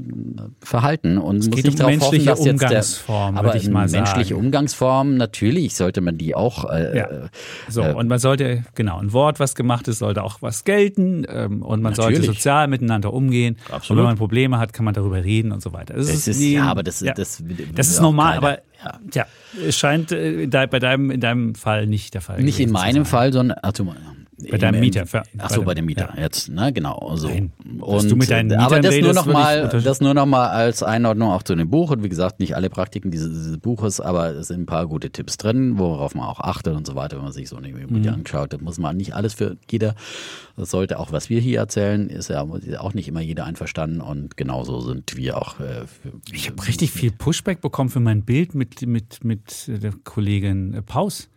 verhalten und es muss geht nicht um darauf hoffen, dass jetzt der, Umgangsform, aber würde ich mal menschliche sagen. Umgangsform, natürlich sollte man die auch. Äh, ja. So, äh, und man sollte, genau, ein Wort, was gemacht ist, sollte auch was gelten ähm, und man natürlich. sollte sozial miteinander umgehen. Absolut. Und wenn man Probleme hat, kann man darüber reden und so weiter. Das, das ist, ist, nie, ja, aber das, ja. das, das ist auch normal, keiner. aber ja. Tja, es scheint äh, in de, bei deinem, in deinem Fall nicht der Fall. Nicht in meinem Fall, sondern also, bei deinem Mieter. Ach so, bei dem Mieter ja. jetzt, ne, genau. So. Nein, und du mit deinen Mietern aber das redest, nur noch mal, ich, das nur noch mal als Einordnung auch zu dem Buch und wie gesagt nicht alle Praktiken dieses, dieses Buches, aber es sind ein paar gute Tipps drin, worauf man auch achtet und so weiter, wenn man sich so eine Immobilie mhm. anschaut. Das muss man nicht alles für jeder. Das sollte auch, was wir hier erzählen, ist ja auch nicht immer jeder einverstanden und genauso sind wir auch. Äh, für, ich habe richtig viel Pushback bekommen für mein Bild mit mit mit der Kollegin Paus.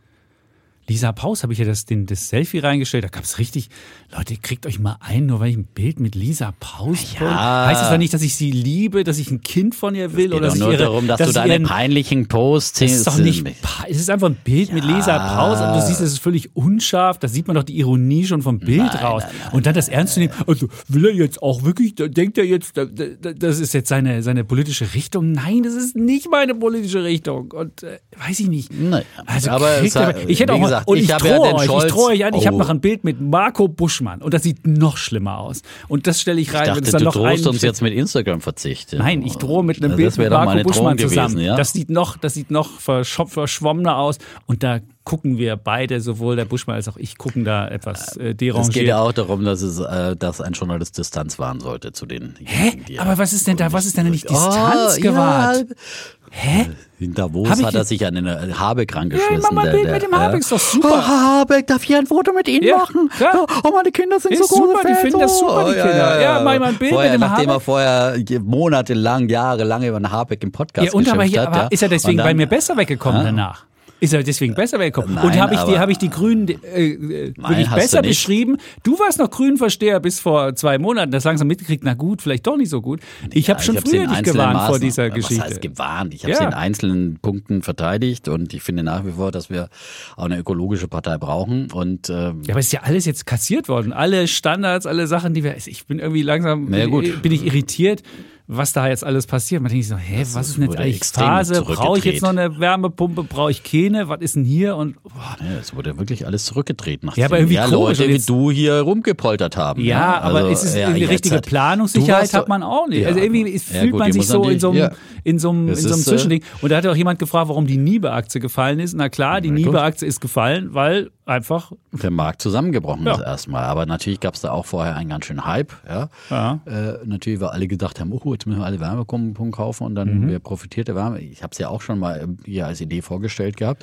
Lisa Paus habe ich ja das, den, das Selfie reingestellt. Da gab es richtig, Leute, kriegt euch mal ein, nur weil ich ein Bild mit Lisa Paus ja. bin. Heißt das doch nicht, dass ich sie liebe, dass ich ein Kind von ihr will? Es geht oder dass nur ich ihre, darum, dass, dass du deine ihren, peinlichen Posts... Das ist doch nicht, es ist einfach ein Bild ja. mit Lisa Paus und du siehst, es ist völlig unscharf. Da sieht man doch die Ironie schon vom Bild nein, raus. Nein, nein, und dann das ernst zu nehmen, also will er jetzt auch wirklich, denkt er jetzt, das ist jetzt seine, seine politische Richtung? Nein, das ist nicht meine politische Richtung. Und äh, weiß ich nicht. Nein. Also aber es, aber, ich hätte auch gesagt, und ich, ich drohe ja euch, Scholz, ich drohe euch an, ich oh. habe noch ein Bild mit Marco Buschmann und das sieht noch schlimmer aus. Und das stelle ich rein. Ich dachte, wenn es dann du noch drohst einen uns jetzt mit Instagram verzichten. Nein, ich drohe mit einem das Bild mit Marco Buschmann gewesen, zusammen. Ja? Das sieht noch, das sieht noch verschwommener aus und da gucken wir beide, sowohl der Buschmann als auch ich, gucken da etwas äh, derangiert. Es geht ja auch darum, dass es, äh, dass ein Journalist Distanz wahren sollte zu den. Hä? Die Aber was ist denn da? Was ist denn nicht Distanz oh, gewahrt? Ja. Hä? In Davos hat er sich an den Habeck rangeschmissen. Ja, mach mal ein Bild mit dem Habeck, ist doch super. Oh, Habeck, darf ich ein Foto mit Ihnen ja, machen? Ja. Oh, meine Kinder sind ist so große super, Fans. Die finden das super, die oh, Kinder. Ja, ja, ja, mach mal ein Bild vorher, mit dem nachdem Habeck. er vorher monatelang, jahrelang über den Habeck im Podcast ja, und aber, hier, hat. aber Ja. ist er deswegen dann, bei mir besser weggekommen ja. danach? Ist er deswegen besser weggekommen? Nein, und habe ich, die, aber- hab ich die Grünen äh, Nein, wirklich hast besser du nicht. beschrieben? Du warst noch Grünversteher bis vor zwei Monaten, das langsam mitgekriegt, na gut, vielleicht doch nicht so gut. Ich habe Ja, schon ich hab's früher in dich einzelnen gewarnt vor Maßen- dieser was Geschichte. heißt gewarnt? Ich habe es Ja. in einzelnen Punkten verteidigt und ich finde nach wie vor, dass wir auch eine ökologische Partei brauchen und ähm, Ja, aber es ist ja alles jetzt kassiert worden. Alle Standards, alle Sachen, die wir. Ich bin irgendwie langsam Na ja, gut. bin ich irritiert, was da jetzt alles passiert. Man denkt sich so, hä, was ist denn jetzt wurde eigentlich extrem Phase? Brauche ich jetzt noch zurückgedreht. eine Wärmepumpe? Brauche ich keine? Was ist denn hier? Und boah. ja, es wurde wirklich alles zurückgedreht, nachdem Ja, aber irgendwie ja, komisch. Leute Und wie jetzt- du hier rumgepoltert haben. Ja, aber Also, es ist ja, irgendwie jetzt richtige hat- Du Planungssicherheit warst hat doch- man auch nicht. Ja, also irgendwie es ja, fühlt gut, man die sich muss so in natürlich- so einem, ja. in so einem, in Das so einem ist, äh, Zwischending. Und da hat auch jemand gefragt, warum die Nibe-Aktie gefallen ist. Na klar, die Na gut. Nibe-Aktie ist gefallen, weil einfach, der Markt zusammengebrochen Ja. ist erstmal. Aber natürlich gab es da auch vorher einen ganz schönen Hype. Ja. ja, Äh, natürlich, weil alle gedacht haben, oh, jetzt müssen wir alle Wärmepumpen kaufen und dann Mhm. wer profitiert der Wärme. Ich habe es ja auch schon mal ähm, hier als Idee vorgestellt gehabt.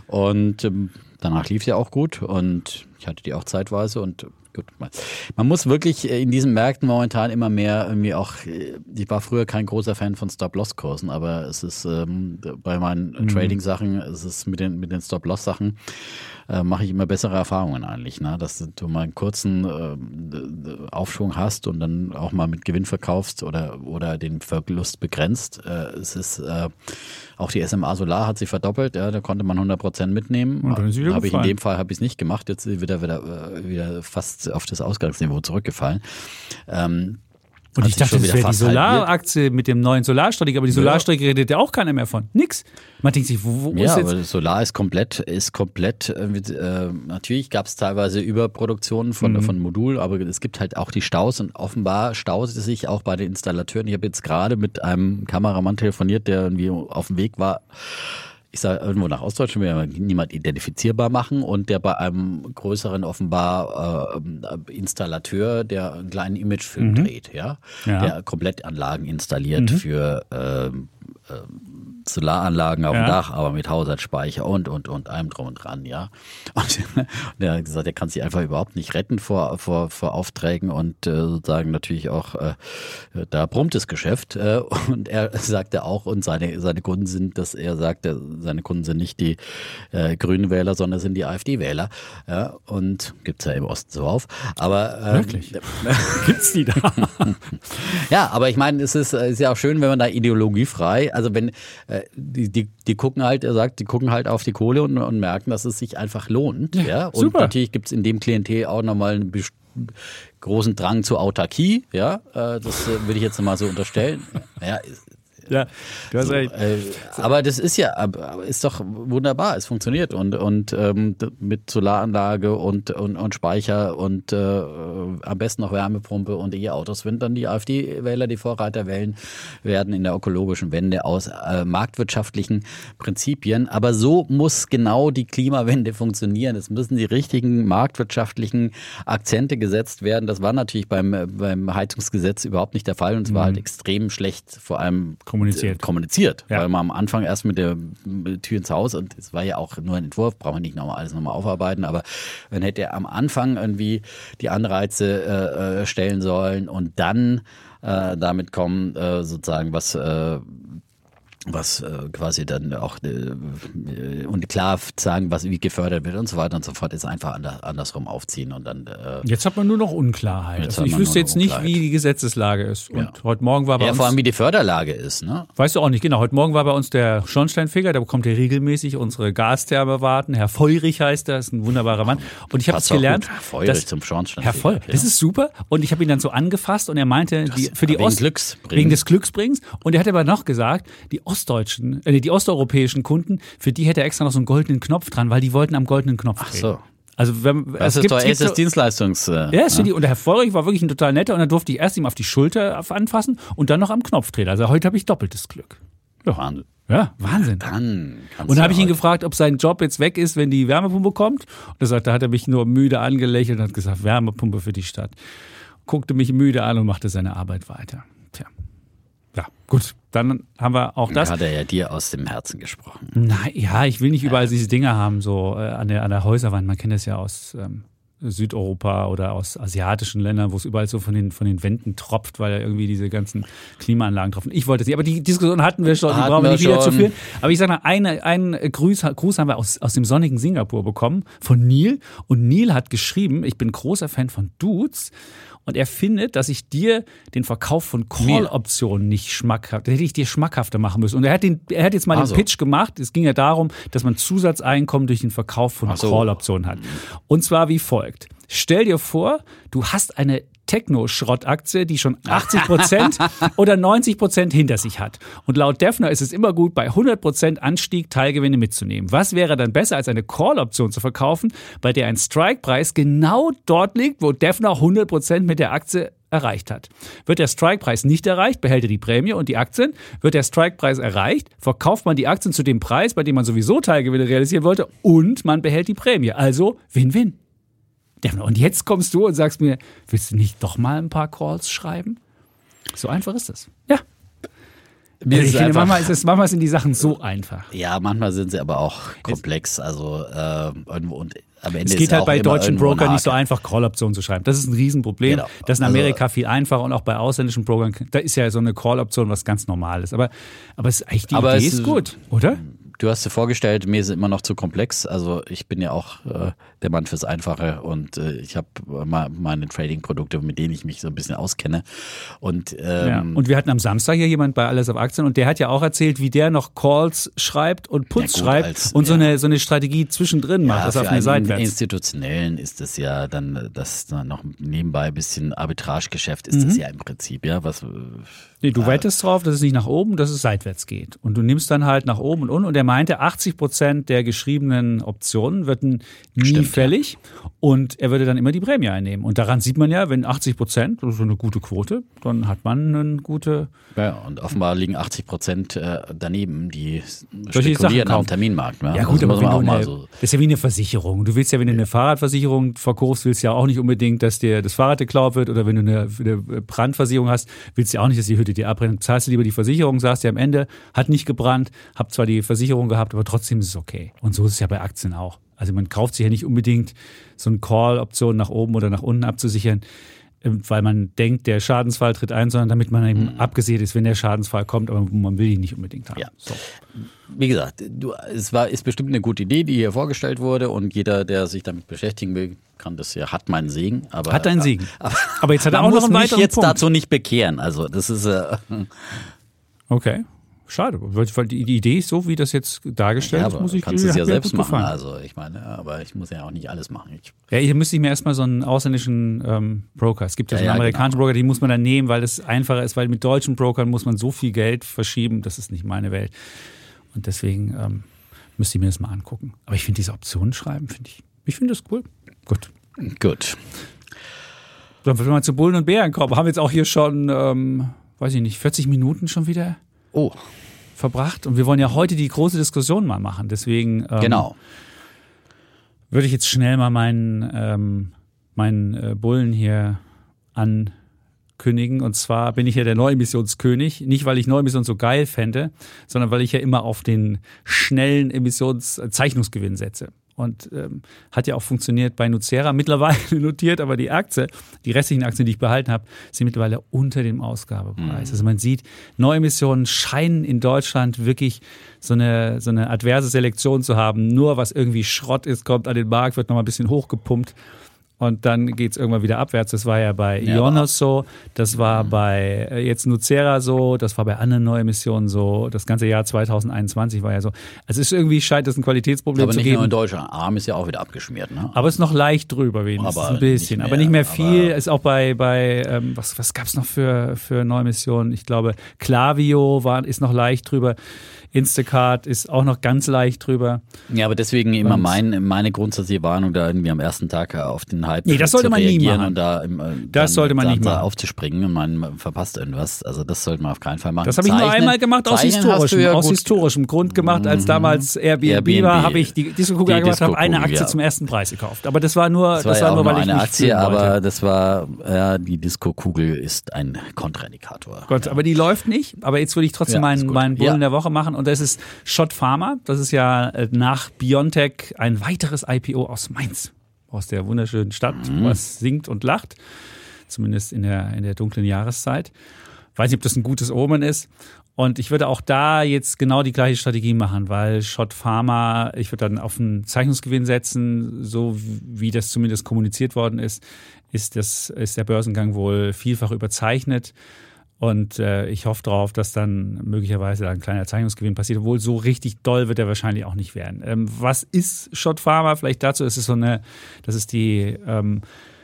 Und ähm, danach lief es ja auch gut und ich hatte die auch zeitweise und gut. Man muss wirklich in diesen Märkten momentan immer mehr irgendwie auch, ich war früher kein großer Fan von Stop-Loss-Kursen, aber es ist ähm, bei meinen Mhm. Trading-Sachen, es ist mit den, mit den Stop-Loss-Sachen, äh, mache ich immer bessere Erfahrungen eigentlich, ne? Dass du mal einen kurzen äh, Aufschwung hast und dann auch mal mit Gewinn verkaufst oder, oder den Verlust begrenzt. Äh, es ist äh, auch die S M A Solar hat sich verdoppelt, ja, da konnte man hundert Prozent mitnehmen. Und dann ist sie wieder Habe ich in gefallen. dem Fall habe ich es nicht gemacht, jetzt wieder, wieder, wieder fast auf das Ausgangsniveau zurückgefallen. Ähm, Und hat ich sich dachte, schon das wieder wäre die fast halbiert. Solaraktie mit dem neuen Solarstrateg, aber die Solarstrateg redet ja auch keiner mehr von. Nix. Man denkt sich, wo, wo Ja, ist jetzt... aber Solar ist komplett, ist komplett, äh, mit, äh, natürlich gab es teilweise Überproduktionen von, Mhm. von Modul, aber es gibt halt auch die Staus und offenbar staut es sich auch bei den Installateuren. Ich habe jetzt gerade mit einem Kameramann telefoniert, der irgendwie auf dem Weg war, ich sage irgendwo nach Ostdeutschland, will ja niemand identifizierbar machen und der bei einem größeren offenbar äh, Installateur, der einen kleinen Imagefilm Mhm. dreht, ja, Ja. der Komplettanlagen installiert Mhm. für ähm, ähm, Solaranlagen auf Ja. dem Dach, aber mit Haushaltsspeicher und, und, und allem drum und dran, ja. Und der hat gesagt, er kann sich einfach überhaupt nicht retten vor, vor, vor Aufträgen und äh, sozusagen natürlich auch, äh, da brummt das Geschäft. Äh, und er sagte auch, und seine, seine Kunden sind, dass er sagte, seine Kunden sind nicht die äh, Grünen Wähler, sondern sind die AfD-Wähler. Ja, und gibt's ja im Osten so auf. Aber ähm, Wirklich? Gibt's die da? ja, aber ich meine, es ist, ist ja auch schön, wenn man da ideologiefrei dabei. Also wenn äh, die, die, die gucken halt, er sagt, die gucken halt auf die Kohle und, und merken, dass es sich einfach lohnt. Ja, ja? Und super. natürlich gibt es in dem Klientel auch nochmal einen best- großen Drang zur Autarkie. Ja, äh, das äh, würde ich jetzt mal so unterstellen. Ja, Ja, du hast so, recht. äh, aber das ist ja, ist doch wunderbar, es funktioniert und, und ähm, mit Solaranlage und, und, und Speicher und äh, am besten noch Wärmepumpe und E-Autos, wenn dann die AfD-Wähler die Vorreiter wählen werden in der ökologischen Wende aus äh, marktwirtschaftlichen Prinzipien. Aber so muss genau die Klimawende funktionieren. Es müssen die richtigen marktwirtschaftlichen Akzente gesetzt werden. Das war natürlich beim, beim Heizungsgesetz überhaupt nicht der Fall und es war Mhm. halt extrem schlecht, vor allem Kommuniziert. kommuniziert, Ja. weil man am Anfang erst mit der Tür ins Haus und es war ja auch nur ein Entwurf, brauchen wir nicht nochmal alles nochmal aufarbeiten, aber man hätte am Anfang irgendwie die Anreize äh, stellen sollen und dann äh, damit kommen, äh, sozusagen was äh, was äh, quasi dann auch äh, und klar sagen, was wie gefördert wird und so weiter und so fort, ist einfach anders, andersrum aufziehen und dann äh, Jetzt hat man nur noch Unklarheit. Jetzt Also hat ich man wüsste nur noch jetzt nicht, Unklarheit. wie die Gesetzeslage ist. Und Ja. heute Morgen war bei ja, uns... vor allem wie die Förderlage ist, ne? Weißt du auch nicht, genau. Heute Morgen war bei uns der Schornsteinfeger, der bekommt ja regelmäßig unsere Gastherme warten. Herr Feurich heißt er, ist ein wunderbarer Mann. Und ich habe Passt jetzt auch gelernt, gut. Feurig dass, zum Schornstein. Herr Voll, das ist super. Und ich habe ihn dann so angefasst und er meinte, die, für die wegen Ost, Glücksbringen. wegen des Glücksbringens. Und er hat aber noch gesagt, die ostdeutschen, äh, die osteuropäischen Kunden, für die hätte er extra noch so einen goldenen Knopf dran, weil die wollten am goldenen Knopf drehen. Ach so. Also wenn, Das es ist gibt, doch es gibt ist das so, Dienstleistungs... Äh, ja, ist für die, und der Herr Feurich war wirklich ein total netter und dann durfte ich erst ihm auf die Schulter anfassen und dann noch am Knopf drehen. Also heute habe ich doppeltes Glück. Ja, Wahnsinn. ja Wahnsinn. Dann kannst Und du dann habe ich ihn auch- gefragt, ob sein Job jetzt weg ist, wenn die Wärmepumpe kommt. Und er sagte, da hat er mich nur müde angelächelt und hat gesagt, Wärmepumpe für die Stadt. Guckte mich müde an und machte seine Arbeit weiter. Tja. Ja, gut. Dann haben wir auch das. Da hat er ja dir aus dem Herzen gesprochen. Nein, ja, ich will nicht überall diese Dinge haben, so äh, an, der, an der Häuserwand. Man kennt das ja aus ähm, Südeuropa oder aus asiatischen Ländern, wo es überall so von den, von den Wänden tropft, weil ja irgendwie diese ganzen Klimaanlagen tropfen. Ich wollte es nicht, aber die Diskussion hatten wir schon, die Hatten brauchen wir wir nicht wieder zu schon. führen. Aber ich sage mal, eine, einen Gruß, Gruß haben wir aus, aus dem sonnigen Singapur bekommen von Neil. Und Neil hat geschrieben, ich bin großer Fan von Dudes. Und er findet, dass ich dir den Verkauf von Call-Optionen nicht schmackhaft, hätte ich dir schmackhafter machen müssen. Und er hat, den, er hat jetzt mal Ach den so. Pitch gemacht. Es ging ja darum, dass man Zusatzeinkommen durch den Verkauf von Ach so. Call-Optionen hat. Und zwar wie folgt. Stell dir vor, du hast eine Techno-Schrottaktie, die schon achtzig Prozent oder neunzig Prozent hinter sich hat. Und laut Defner ist es immer gut, bei hundert Prozent Anstieg Teilgewinne mitzunehmen. Was wäre dann besser, als eine Call-Option zu verkaufen, bei der ein Strike-Preis genau dort liegt, wo Defner hundert Prozent mit der Aktie erreicht hat. Wird der Strike-Preis nicht erreicht, behält er die Prämie und die Aktien. Wird der Strike-Preis erreicht, verkauft man die Aktien zu dem Preis, bei dem man sowieso Teilgewinne realisieren wollte und man behält die Prämie. Also Win-Win. Und jetzt kommst du und sagst mir, willst du nicht doch mal ein paar Calls schreiben? So einfach ist das. Ja. Mir ich ist finde, einfach- manchmal, ist es, manchmal sind die Sachen so einfach. Ja, manchmal sind sie aber auch komplex. Also äh, irgendwo und am Ende Es ist geht halt auch bei immer deutschen irgendwo ein Brokern nicht so Haken. einfach, Call-Optionen zu schreiben. Das ist ein Riesenproblem. Genau. Das ist in Also- Amerika viel einfacher und auch bei ausländischen Brokern, da ist ja so eine Call-Option was ganz Normales. Aber, aber es ist eigentlich die Aber Idee es ist ist- gut, oder? Du hast dir vorgestellt, mir ist es immer noch zu komplex. Also ich bin ja auch äh, der Mann fürs Einfache und äh, ich habe mal meine Trading-Produkte, mit denen ich mich so ein bisschen auskenne. Und, ähm, Ja. Und wir hatten am Samstag hier jemand bei Alles auf Aktien und der hat ja auch erzählt, wie der noch Calls schreibt und Puts Ja, gut, schreibt als- und so, ja. eine, so eine Strategie zwischendrin macht, ja, das für auf eine einen Seitwärts. Institutionellen ist das ja dann, das dann noch nebenbei ein bisschen Arbitragegeschäft ist das ja im Prinzip, ja, was. äh, Nee, du wettest drauf, dass es nicht nach oben, dass es seitwärts geht. Und du nimmst dann halt nach oben und unten. Und er meinte, achtzig Prozent der geschriebenen Optionen würden nie Stimmt, fällig. Und er würde dann immer die Prämie einnehmen. Und daran sieht man ja, wenn achtzig Prozent, das ist so eine gute Quote, dann hat man eine gute... Ja, und offenbar liegen achtzig Prozent äh, daneben, die Solche Sachen spekulieren am kaufen. Terminmarkt. Ja, Ja gut, also aber muss wenn man du auch mal eine, so. das ist ja wie eine Versicherung. Du willst ja, wenn du eine Fahrradversicherung verkaufst, willst du ja auch nicht unbedingt, dass dir das Fahrrad geklaut wird. Oder wenn du eine, eine Brandversicherung hast, willst du ja auch nicht, dass die Hütte dir abbrennt. Zahlst du lieber die Versicherung, sagst ja am Ende, hat nicht gebrannt, hab zwar die Versicherung gehabt, aber trotzdem ist es okay. Und so ist es ja bei Aktien auch. Also man kauft sich ja nicht unbedingt so eine Call-Option nach oben oder nach unten abzusichern, weil man denkt, der Schadensfall tritt ein, sondern damit man eben abgesehen ist, wenn der Schadensfall kommt, aber man will ihn nicht unbedingt haben. Ja. So. Wie gesagt, du, es war, ist bestimmt eine gute Idee, die hier vorgestellt wurde und jeder, der sich damit beschäftigen will, kann das ja, hat meinen Segen. Aber, Hat einen Segen. Aber, Aber jetzt hat er man auch noch muss einen mich weiteren jetzt Punkt. dazu nicht bekehren. Also das ist, äh, Okay. Schade, weil die Idee ist so, wie das jetzt dargestellt ja, ist, muss ich kannst du es ja selbst machen. Gefallen. Also ich meine, aber ich muss ja auch nicht alles machen. Ich ja, hier müsste ich mir erstmal so einen ausländischen ähm, Broker. Es gibt ja, ja so einen ja, amerikanischen genau. Broker, die muss man dann nehmen, weil das einfacher ist, weil mit deutschen Brokern muss man so viel Geld verschieben, das ist nicht meine Welt. Und deswegen ähm, müsste ich mir das mal angucken. Aber ich finde diese Optionen schreiben, finde ich, ich finde das cool. Gut. Gut. Dann wollen wir mal zu Bullen und Bären kommen. Haben wir jetzt auch hier schon, ähm, weiß ich nicht, vierzig Minuten schon wieder Oh. verbracht. Und wir wollen ja heute die große Diskussion mal machen. Deswegen ähm, Genau. würde ich jetzt schnell mal meinen, ähm, meinen äh, Bullen hier ankündigen. Und zwar bin ich ja der Neuemissionskönig. Nicht, weil ich Neuemission so geil fände, sondern weil ich ja immer auf den schnellen Emissionszeichnungsgewinn setze. Und ähm, hat ja auch funktioniert bei Nucera, mittlerweile notiert, aber die Aktie, die restlichen Aktien, die ich behalten habe, sind mittlerweile unter dem Ausgabepreis. Mhm. Also man sieht, Neuemissionen scheinen in Deutschland wirklich so eine, so eine adverse Selektion zu haben. Nur was irgendwie Schrott ist, kommt an den Markt, wird nochmal ein bisschen hochgepumpt. Und dann geht es irgendwann wieder abwärts. Das war ja bei ja, Ionos so, das war mhm. bei äh, jetzt Nucera so, das war bei anderen Neuemissionen so, das ganze Jahr zwanzig einundzwanzig war ja so. Also es ist irgendwie scheint es ein Qualitätsproblem aber zu nicht geben. nur in Deutschland. Arm ist ja auch wieder abgeschmiert, ne? Aber es ist noch leicht drüber wenigstens, aber ein bisschen. nicht mehr, aber nicht mehr viel. aber Ist auch bei, bei ähm, was, was gab es noch für, für Neuemissionen? Ich glaube, Klaviyo war, ist noch leicht drüber. Instacart ist auch noch ganz leicht drüber. Ja, aber deswegen immer mein, meine grundsätzliche Warnung, da irgendwie am ersten Tag auf den Hype nee, das zu sollte man nie reagieren machen. und da im, das dann, sollte man dann nicht da machen. aufzuspringen und man verpasst irgendwas. Also das sollte man auf keinen Fall machen. Das habe ich nur einmal gemacht aus Zeichnen historischem, ja aus gut. historischem Grund gemacht, als damals Airbnb, Airbnb war, habe ich die Disco-Kugel angemacht, habe eine Aktie ja. zum ersten Preis gekauft. Aber das war nur, das war, das ja war nur, nur weil ich eine mich Aktie, fühlen aber wollte. das war, ja, die Disco-Kugel ist ein Kontraindikator. Gott, ja. aber die läuft nicht. Aber jetzt würde ich trotzdem Ja, meinen, ist gut. meinen Bullen Ja. der Woche machen. Und das ist Schott Pharma. Das ist ja nach BioNTech ein weiteres I P O aus Mainz. Aus der wunderschönen Stadt, Mhm. wo es singt und lacht. Zumindest in der, in der dunklen Jahreszeit. Weiß nicht, ob das ein gutes Omen ist. Und ich würde auch da jetzt genau die gleiche Strategie machen, weil Schott Pharma, ich würde dann auf einen Zeichnungsgewinn setzen, so wie das zumindest kommuniziert worden ist, ist, das, ist der Börsengang wohl vielfach überzeichnet. Und äh, ich hoffe darauf, dass dann möglicherweise ein kleiner Zeichnungsgewinn passiert. Obwohl so richtig doll wird er wahrscheinlich auch nicht werden. Ähm, was ist Schott Pharma? Vielleicht dazu ist es so eine, das ist die ähm,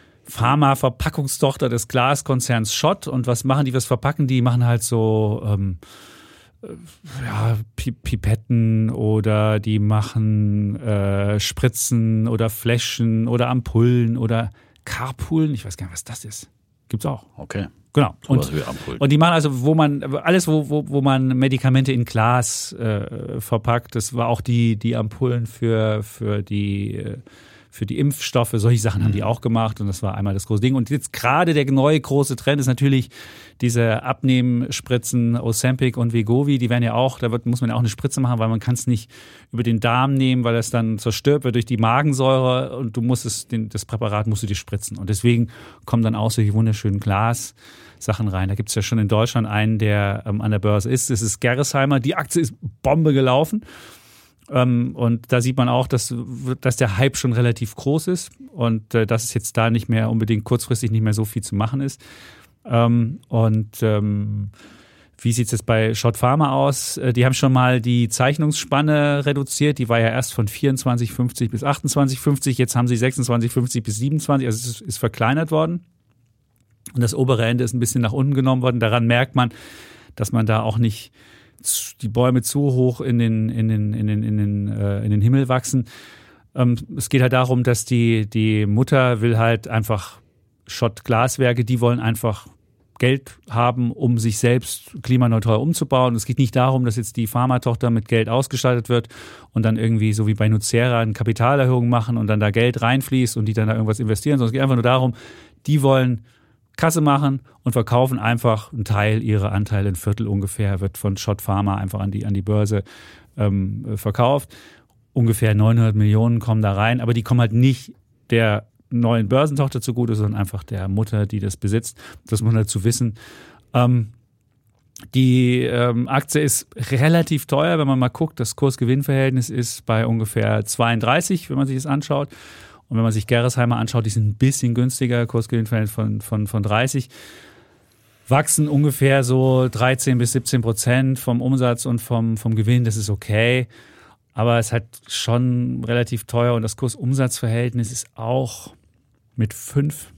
Pharma-Verpackungstochter des Glaskonzerns Schott. Und was machen die, was verpacken die? Die machen halt so ähm, ja, Pipetten oder die machen äh, Spritzen oder Fläschchen oder Ampullen oder Carpullen. Ich weiß gar nicht, was das ist. Gibt's auch. Okay. Genau. Und, und, und die machen also, wo man, alles, wo, wo, wo man Medikamente in Glas äh, verpackt, das war auch die, die Ampullen für, für die, für die Impfstoffe, solche Sachen mhm. haben die auch gemacht und das war einmal das große Ding. Und jetzt gerade der neue große Trend ist natürlich diese Abnehmspritzen Ozempic und Wegovy, die werden ja auch, da wird, muss man ja auch eine Spritze machen, weil man kann es nicht über den Darm nehmen, weil das dann zerstört wird durch die Magensäure und du musst es, den, das Präparat musst du dir spritzen. Und deswegen kommen dann auch solche wunderschönen Glas-Sachen rein. Da gibt es ja schon in Deutschland einen, der ähm, an der Börse ist. Das ist Gerresheimer. Die Aktie ist Bombe gelaufen. Ähm, und da sieht man auch, dass, dass der Hype schon relativ groß ist und äh, dass es jetzt da nicht mehr unbedingt kurzfristig nicht mehr so viel zu machen ist. Ähm, und ähm, wie sieht es jetzt bei Schott Pharma aus? Äh, die haben schon mal die Zeichnungsspanne reduziert. Die war ja erst von vierundzwanzig fünfzig bis achtundzwanzig fünfzig. Jetzt haben sie sechsundzwanzig fünfzig bis siebenundzwanzig. Also es ist, ist verkleinert worden. Und das obere Ende ist ein bisschen nach unten genommen worden. Daran merkt man, dass man da auch nicht die Bäume zu hoch in den, in den, in den, in den, äh, in den Himmel wachsen. Ähm, es geht halt darum, dass die, die Mutter will halt einfach Schott Glaswerke, die wollen einfach Geld haben, um sich selbst klimaneutral umzubauen. Es geht nicht darum, dass jetzt die Pharmatochter mit Geld ausgestattet wird und dann irgendwie so wie bei Nucera eine Kapitalerhöhung machen und dann da Geld reinfließt und die dann da irgendwas investieren, sondern es geht einfach nur darum, die wollen Kasse machen und verkaufen einfach einen Teil ihrer Anteile, ein Viertel ungefähr, wird von Schott Pharma einfach an die, an die Börse ähm, verkauft. Ungefähr neunhundert Millionen kommen da rein, aber die kommen halt nicht der neuen Börsentochter zugute, sondern einfach der Mutter, die das besitzt. Das muss man dazu wissen. Ähm, die ähm, Aktie ist relativ teuer, wenn man mal guckt. Das Kurs-Gewinn-Verhältnis ist bei ungefähr zweiunddreißig, wenn man sich das anschaut. Und wenn man sich Gerresheimer anschaut, die sind ein bisschen günstiger, Kursgewinnverhältnis von, von, von dreißig. wachsen ungefähr so dreizehn bis siebzehn Prozent vom Umsatz und vom, vom Gewinn. Das ist okay. Aber es ist halt schon relativ teuer und das Kurs-Umsatz-Verhältnis ist auch mit fünf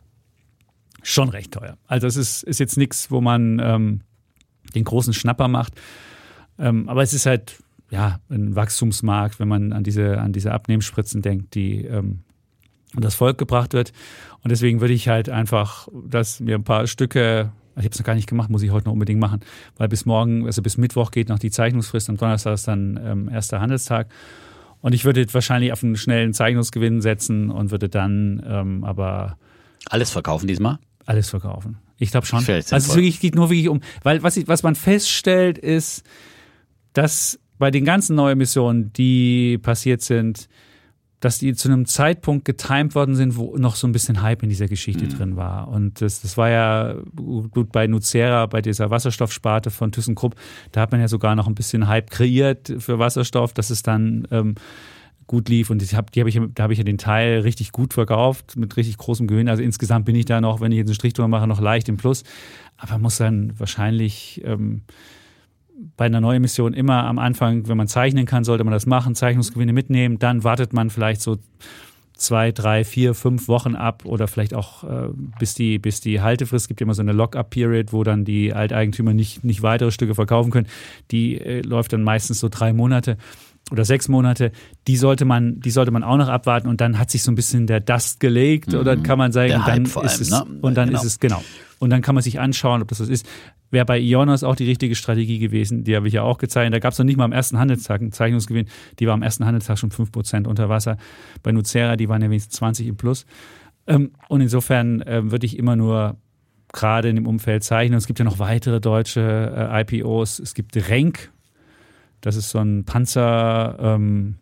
schon recht teuer. Also es ist, ist jetzt nichts, wo man ähm, den großen Schnapper macht. Ähm, aber es ist halt ja ein Wachstumsmarkt, wenn man an diese, an diese Abnehmspritzen denkt, die ähm, und das Volk gebracht wird. Und deswegen würde ich halt einfach, dass mir ein paar Stücke, ich habe es noch gar nicht gemacht, muss ich heute noch unbedingt machen, weil bis morgen, also bis Mittwoch geht noch die Zeichnungsfrist, am Donnerstag ist dann ähm, erster Handelstag. Und ich würde wahrscheinlich auf einen schnellen Zeichnungsgewinn setzen und würde dann ähm, aber alles verkaufen diesmal? Alles verkaufen. Ich glaube schon. Also es ist wirklich, geht nur wirklich um, weil was, ich, was man feststellt ist, dass bei den ganzen Neuemissionen, die passiert sind, dass die zu einem Zeitpunkt getimed worden sind, wo noch so ein bisschen Hype in dieser Geschichte mhm. drin war. Und das, das war ja gut bei Nucera, bei dieser Wasserstoffsparte von ThyssenKrupp, da hat man ja sogar noch ein bisschen Hype kreiert für Wasserstoff, dass es dann ähm, gut lief. Und ich hab, die hab ich, da habe ich ja den Teil richtig gut verkauft, mit richtig großem Gewinn. Also insgesamt bin ich da noch, wenn ich jetzt einen Strich drüber mache, noch leicht im Plus. Aber muss dann wahrscheinlich ähm, bei einer Neuemission immer am Anfang, wenn man zeichnen kann, sollte man das machen, Zeichnungsgewinne mitnehmen, dann wartet man vielleicht so zwei, drei, vier, fünf Wochen ab oder vielleicht auch äh, bis die, bis die Haltefrist, es gibt ja immer so eine Lock-up-Period, wo dann die Alteigentümer nicht, nicht weitere Stücke verkaufen können, die äh, läuft dann meistens so drei Monate oder sechs Monate, die sollte man, die sollte man auch noch abwarten und dann hat sich so ein bisschen der Dust gelegt mhm. oder kann man sagen, der und dann Hype vor ist allem, es, ne? und dann genau. ist es, genau. Und dann kann man sich anschauen, ob das was ist. Wäre bei Ionos auch die richtige Strategie gewesen, die habe ich ja auch gezeigt. Da gab es noch nicht mal am ersten Handelstag einen Zeichnungsgewinn, die war am ersten Handelstag schon fünf Prozent unter Wasser. Bei Nucera, die waren ja wenigstens zwanzig im Plus. Und insofern würde ich immer nur gerade in dem Umfeld zeichnen. Es gibt ja noch weitere deutsche I P Os. Es gibt Renk, das ist so ein Panzer, ähm,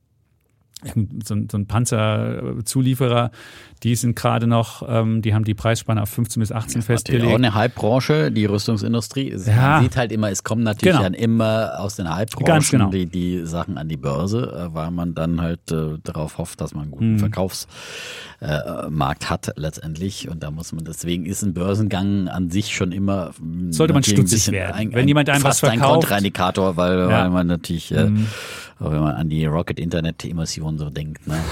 so ein, so ein Panzerzulieferer, die sind gerade noch, ähm, die haben die Preisspanne auf fünfzehn bis achtzehn ja, festgelegt. Auch eine Hype-Branche, die Rüstungsindustrie. Es, ja. Man sieht halt immer, es kommen natürlich genau. dann immer aus den Hype-Branchen genau. die, die Sachen an die Börse, weil man dann halt äh, darauf hofft, dass man einen guten mhm. Verkaufsmarkt äh, hat letztendlich. Und da muss man, deswegen ist ein Börsengang an sich schon immer sollte man stutzig werden. Ein, Wenn ein, jemand einem was verkauft. Fast ein Kontraindikator, weil, ja. weil man natürlich, äh, mhm. wenn man an die Rocket-Internet-Immersion so denkt. Ne?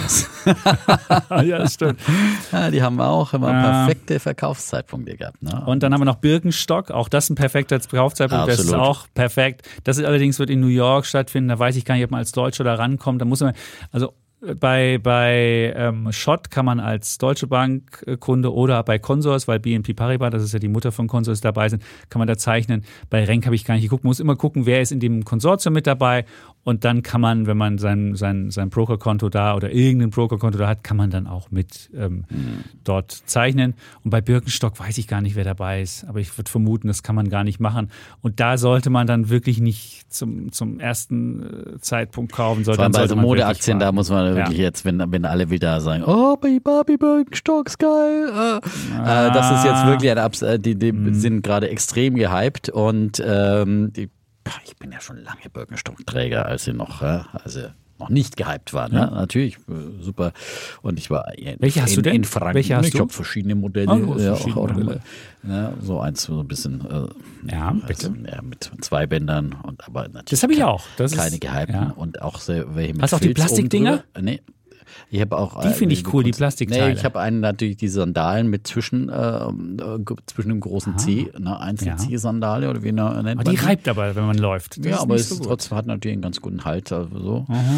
Ja, das stimmt. Ja, die haben auch immer Ja. perfekte Verkaufszeitpunkte gehabt. Ne? Und dann haben wir noch Birkenstock, auch das ein perfekter Verkaufszeitpunkt, das ist Absolut. auch perfekt. Das ist allerdings wird in New York stattfinden, da weiß ich gar nicht, ob man als Deutscher da rankommt. Da muss man, also bei, bei ähm, Schott kann man als Deutsche Bank-Kunde oder bei Consors, weil B N P Paribas, das ist ja die Mutter von Consors, dabei sind, kann man da zeichnen. Bei Renk habe ich gar nicht geguckt. Man muss immer gucken, wer ist in dem Konsortium mit dabei. Und dann kann man, wenn man sein, sein, sein Brokerkonto da oder irgendein Brokerkonto da hat, kann man dann auch mit ähm, mhm. dort zeichnen. Und bei Birkenstock weiß ich gar nicht, wer dabei ist. Aber ich würde vermuten, das kann man gar nicht machen. Und da sollte man dann wirklich nicht zum, zum ersten Zeitpunkt kaufen. Sollte, Vor allem bei sollte so man Modeaktien, da muss man wirklich Ja. jetzt, wenn, wenn alle wieder sagen, oh, Baby Barbie Birkenstocks, geil. Äh, ah. äh, das ist jetzt wirklich ein Abs- äh, die, die mhm. sind gerade extrem gehypt und ähm, die, ich bin ja schon lange Birkenstock-Träger, als sie noch, äh, als sie noch nicht gehypt waren. Ja. Ne? Natürlich, äh, super. Und ich war in, Welche hast in, du denn? in Franken. Welche hast ich habe verschiedene Modelle. Oh, ja, verschiedene auch, Modelle. Ja, so eins so ein bisschen äh, Ja, bitte. also, ja, mit zwei Bändern und aber natürlich Das habe ich auch. Das keine ist, gehypten ja. und auch sehr, welche mit Hast du auch die Filz oben Plastikdinger? drüber. Nee. Ich habe auch Die finde ich cool, die Plastikteile. Nee, ich habe einen natürlich die Sandalen mit zwischen äh, zwischen dem großen C, ne, Einzel-C-Sandale oder wie nennt man Aber die die? reibt aber, wenn man läuft. Das Ja, ist aber nicht es so gut. trotzdem hat natürlich einen ganz guten Halt. Also so. Mhm.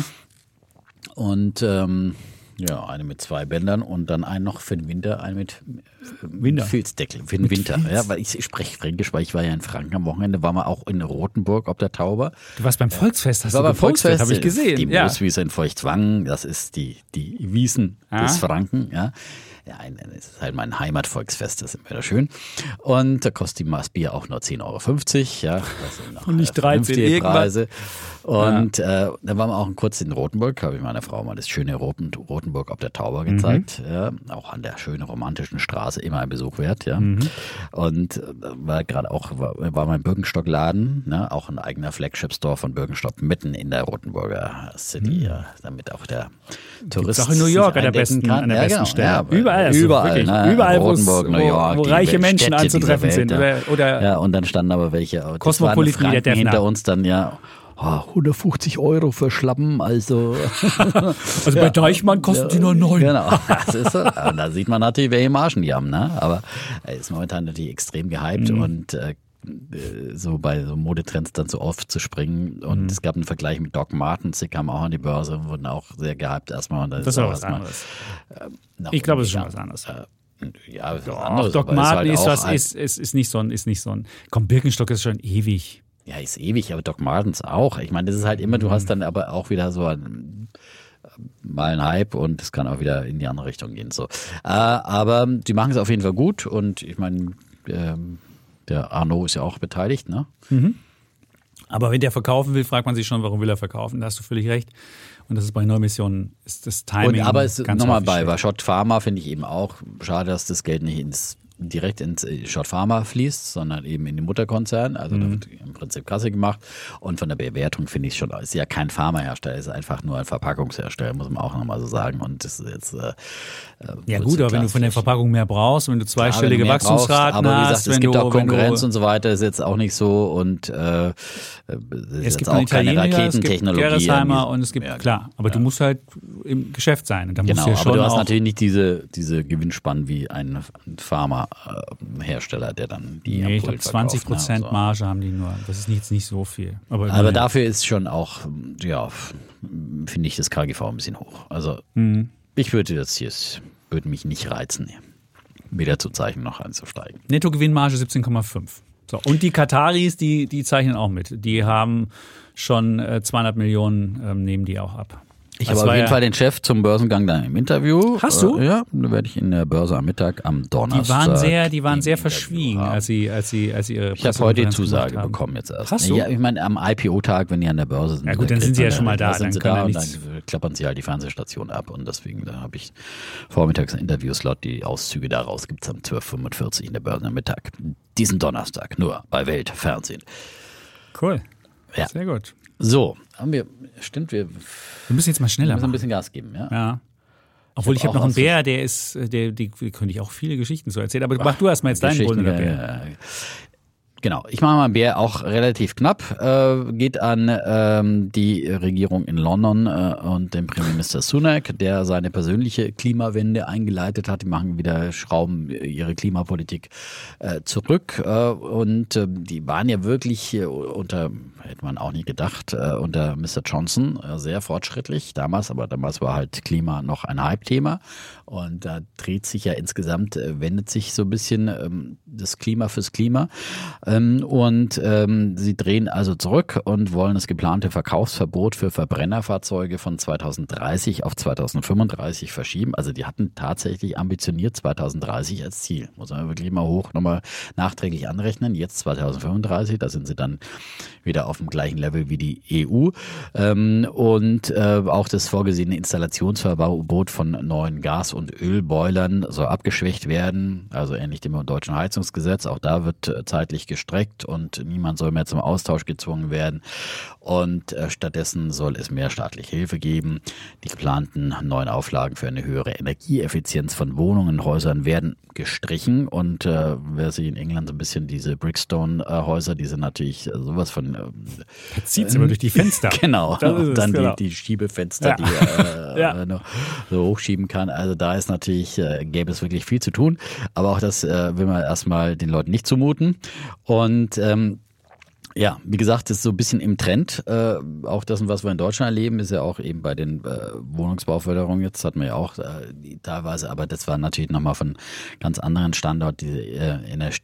Und ähm, ja, eine mit zwei Bändern und dann einen noch für den Winter, einen mit Winter. Filzdeckel für den Mit Winter. Filz. Ja, weil ich, ich spreche Fränkisch, weil ich war ja in Franken am Wochenende, waren wir auch in Rotenburg ob der Tauber. Du warst beim Volksfest, hast war du beim gepostet, habe ich gesehen. Die ja. Mooswiese in Feuchtwangen, das ist die, die Wiesen Ah. des Franken, ja. Ja, ein, das ist halt mein Heimatvolksfest, das ist immer wieder schön. Und da kostet die Maß Bier auch nur zehn Euro fünfzig, ja. Das sind noch Und nicht äh, dreizehn vernünftige Preise. irgendwas. Und äh, dann waren wir auch kurz in Rotenburg, habe ich meiner Frau mal das schöne Roten, Rotenburg ob der Tauber gezeigt. Mhm. Ja, auch an der schönen romantischen Straße, immer ein Besuch wert, ja. Mhm. Und äh, war gerade auch, war, war mein Birkenstock-Laden, ne, auch ein eigener Flagship-Store von Birkenstock mitten in der Rotenburger City, mhm. ja, damit auch der Tourist auch in New York sich an der besten, eindecken kann. an der Ja, besten genau. Stelle. Ja, überall, also überall, wirklich, ne? überall, Rotenburg, wo, New York, wo die reiche Welt- Menschen Städte anzutreffen dieser sind. Welt, Oder, oder ja, und dann standen aber welche. Das Kosmopoliten waren wie der Franken Defner. hinter uns dann, ja. Oh, hundertfünfzig Euro für Schlappen, also. Also bei Deichmann kosten die nur neun. Genau, das ist so. Und da sieht man natürlich, welche Margen die haben, ne? Aber er ist momentan natürlich extrem gehypt Mhm. und äh, so bei so Modetrends dann so aufzuspringen. Und Mhm. es gab einen Vergleich mit Doc Martens, die kamen auch an die Börse und wurden auch sehr gehypt erstmal. Und Das ist aber was erstmal, anderes. äh, nach Ich glaube, es ist oben schon was gegangen. anderes. Äh, Ja, was Doch, anderes. Doc aber Marten ist, halt was, auch ist, ist, ist nicht so ein, ist nicht so ein. Komm, Birkenstock ist schon ewig. Ja, ist ewig, aber Doc Martens auch. Ich meine, das ist halt immer, du hast dann aber auch wieder so ein, mal einen Hype und es kann auch wieder in die andere Richtung gehen. So. Äh, aber die machen es auf jeden Fall gut und ich meine, ähm, der Arnaud ist ja auch beteiligt, ne? Aber wenn der verkaufen will, fragt man sich schon, warum will er verkaufen? Da hast du völlig recht. Und das ist bei Neumissionen, ist das Timing Und aber es ganz nochmal häufig bei, schlecht. bei Schott Pharma finde ich eben auch schade, dass das Geld nicht ins direkt ins Schott Pharma fließt, sondern eben in den Mutterkonzern. Also da wird im Prinzip Kasse gemacht. Und von der Bewertung finde ich schon, ist ja kein Pharmahersteller, ist einfach nur ein Verpackungshersteller, muss man auch nochmal so sagen. Und das ist jetzt äh, Ja gut, aber wenn du von der Verpackung mehr brauchst, wenn du zweistellige Klar, wenn du mehr Wachstumsraten brauchst, aber wie hast, gesagt, es wenn gibt du, auch Konkurrenz wenn du, und so weiter, ist jetzt auch nicht so und äh, es ist es jetzt gibt auch einen keine Italiener, es gibt Raketentechnologie. Gerresheimer irgendwie. und es gibt, Ja, klar, aber ja. du musst halt im Geschäft sein. Und da musst Genau, du ja schon aber du hast auch, natürlich nicht diese, diese Gewinnspannen wie ein Pharmahersteller, der dann die nee, ich Ampullen glaube zwanzig verkauft, Prozent ne, so. Marge haben die nur. Das ist jetzt nicht so viel. Aber, Aber immerhin. dafür ist schon auch, ja, finde ich das K G V ein bisschen hoch. Also Mhm. ich würde das hier, würde mich nicht reizen, weder zu zeichnen noch einzusteigen. Nettogewinnmarge siebzehn Komma fünf. So, und die Kataris, die, die zeichnen auch mit. Die haben schon äh, zweihundert Millionen, ähm, nehmen die auch ab. Ich Das habe auf war jeden ja- Fall den Chef zum Börsengang dann im Interview. Hast du? Äh, ja, da werde ich in der Börse am Mittag am Donnerstag. Die waren sehr, die waren ein sehr Interview verschwiegen, haben. als sie, als sie, als sie ihre Ich habe heute die Pressekonferenz Zusage gemacht haben. bekommen jetzt erst. Hast du? Ja, ich meine, am I P O-Tag, wenn die an der Börse sind. Ja gut, dann kriegt sind sie man ja schon mal da, sind dann sie kann da ja und nichts- dann klappern sie halt die Fernsehstation ab und deswegen, da habe ich vormittags einen Interviewslot, die Auszüge daraus gibt es am zwölf Uhr fünfundvierzig in der Börse am Mittag. Diesen Donnerstag, nur bei Welt Fernsehen. Cool. Ja. Sehr gut. So, haben wir, stimmt, wir Wir müssen jetzt mal schneller müssen ein machen. bisschen Gas geben, ja. Ja. Obwohl ich, hab habe noch auch einen aus- Bär, der ist, der, die, die könnte ich auch viele Geschichten so erzählen. Aber mach du erst mal jetzt deinen Geschichten, Goldener ja, Bär. ja. Genau, ich mache mal ein Bär auch relativ knapp, äh, geht an ähm, die Regierung in London äh, und den Premierminister Sunak, der seine persönliche Klimawende eingeleitet hat. Die machen wieder, schrauben ihre Klimapolitik äh, zurück äh, und äh, die waren ja wirklich äh, unter, hätte man auch nie gedacht, äh, unter Mister Johnson äh, sehr fortschrittlich damals, aber damals war halt Klima noch ein Hype-Thema und da dreht sich ja insgesamt, äh, wendet sich so ein bisschen ähm, das Klima fürs Klima. Ähm, und ähm, sie drehen also zurück und wollen das geplante Verkaufsverbot für Verbrennerfahrzeuge von zweitausenddreißig auf zweitausendfünfunddreißig verschieben. Also die hatten tatsächlich ambitioniert zweitausenddreißig als Ziel. Muss man wirklich mal hoch nochmal nachträglich anrechnen. Jetzt zweitausendfünfunddreißig, da sind sie dann wieder auf dem gleichen Level wie die E U. Ähm, und äh, auch das vorgesehene Installationsverbot von neuen Gas- und Ölboilern soll abgeschwächt werden. Also ähnlich dem deutschen Heizungsgesetz. Auch da wird äh, zeitlich gestreckt und niemand soll mehr zum Austausch gezwungen werden. Und äh, stattdessen soll es mehr staatliche Hilfe geben. Die geplanten neuen Auflagen für eine höhere Energieeffizienz von Wohnungen und Häusern werden gestrichen. Und äh, wer sich in England so ein bisschen diese Brickstone-Häuser, die sind natürlich äh, sowas von... Äh, Jetzt zieht es aber durch die Fenster. Genau, Das ist es, und dann genau. die, die Schiebefenster, Ja. die er äh, Ja. noch so hochschieben kann. Also da ist natürlich, äh, gäbe es wirklich viel zu tun. Aber auch das äh, will man erstmal den Leuten nicht zumuten. Und ähm, ja, wie gesagt, das ist so ein bisschen im Trend. Äh, auch das, was wir in Deutschland erleben, ist ja auch eben bei den äh, Wohnungsbauförderungen jetzt, hat man ja auch äh, die, teilweise, aber das war natürlich nochmal von ganz anderen Standort, diese äh,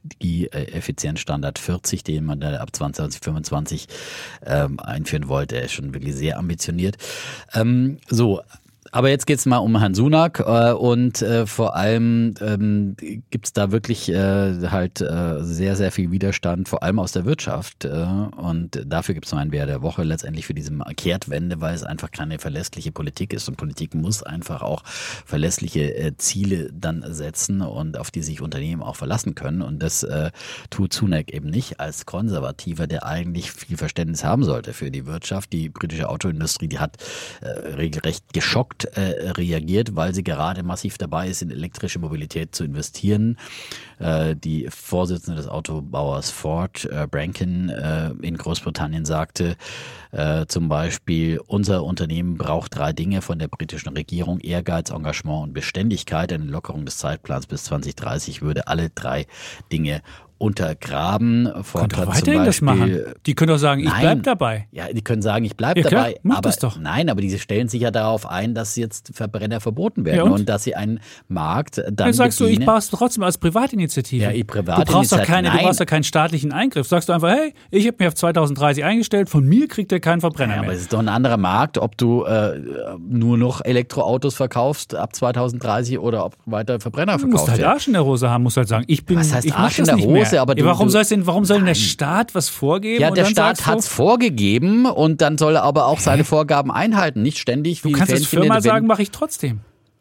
Energieeffizienzstandard vierzig, den man da ab zwanzig fünfundzwanzig ähm, einführen wollte, der ist schon wirklich sehr ambitioniert. Ähm, so, aber jetzt geht's mal um Herrn Sunak äh, und äh, vor allem ähm, gibt's da wirklich äh, halt äh, sehr, sehr viel Widerstand, vor allem aus der Wirtschaft. Äh, und dafür gibt's noch einen Bär der Woche letztendlich für diese Kehrtwende, weil es einfach keine verlässliche Politik ist. Und Politik muss einfach auch verlässliche äh, Ziele dann setzen und auf die sich Unternehmen auch verlassen können. Und das äh, tut Sunak eben nicht als Konservativer, der eigentlich viel Verständnis haben sollte für die Wirtschaft. Die britische Autoindustrie, die hat äh, regelrecht geschockt geschockt äh, reagiert, weil sie gerade massiv dabei ist, in elektrische Mobilität zu investieren. Äh, die Vorsitzende des Autobauers Ford, äh, Brankin, äh, in Großbritannien sagte äh, zum Beispiel, unser Unternehmen braucht drei Dinge von der britischen Regierung: Ehrgeiz, Engagement und Beständigkeit. Eine Lockerung des Zeitplans bis zwanzig dreißig würde alle drei Dinge untergraben. Könnt ihr weiterhin das machen? Die können doch sagen, ich nein, bleib dabei. Ja, die können sagen, ich bleib ja, klar, dabei. mach aber das doch. Nein, aber die stellen sich ja darauf ein, dass jetzt Verbrenner verboten werden ja, und? und dass sie einen Markt dann Dann sagst bedienen. du, ich baue es trotzdem als Privatinitiative. Ja, ich Privatinitiative. Du brauchst doch keine, du brauchst doch keinen staatlichen Eingriff. Sagst du einfach, hey, ich habe mich auf zwanzig dreißig eingestellt, von mir kriegt ihr keinen Verbrenner ja, mehr. aber es ist doch ein anderer Markt, ob du äh, nur noch Elektroautos verkaufst ab zwanzig dreißig oder ob weiter Verbrenner verkaufst. Du musst halt Arsch in der Hose haben, musst halt sagen, ich bin, was heißt ich Arsch mach das in der nicht Hose? mehr. Aber ja, du, warum du, soll denn, warum soll denn der Staat was vorgeben? Ja, und der dann Staat sagst du, hat es vorgegeben und dann soll er aber auch seine Vorgaben einhalten, nicht ständig. Wie Du kannst als Firma wenn, sagen, mache ich trotzdem.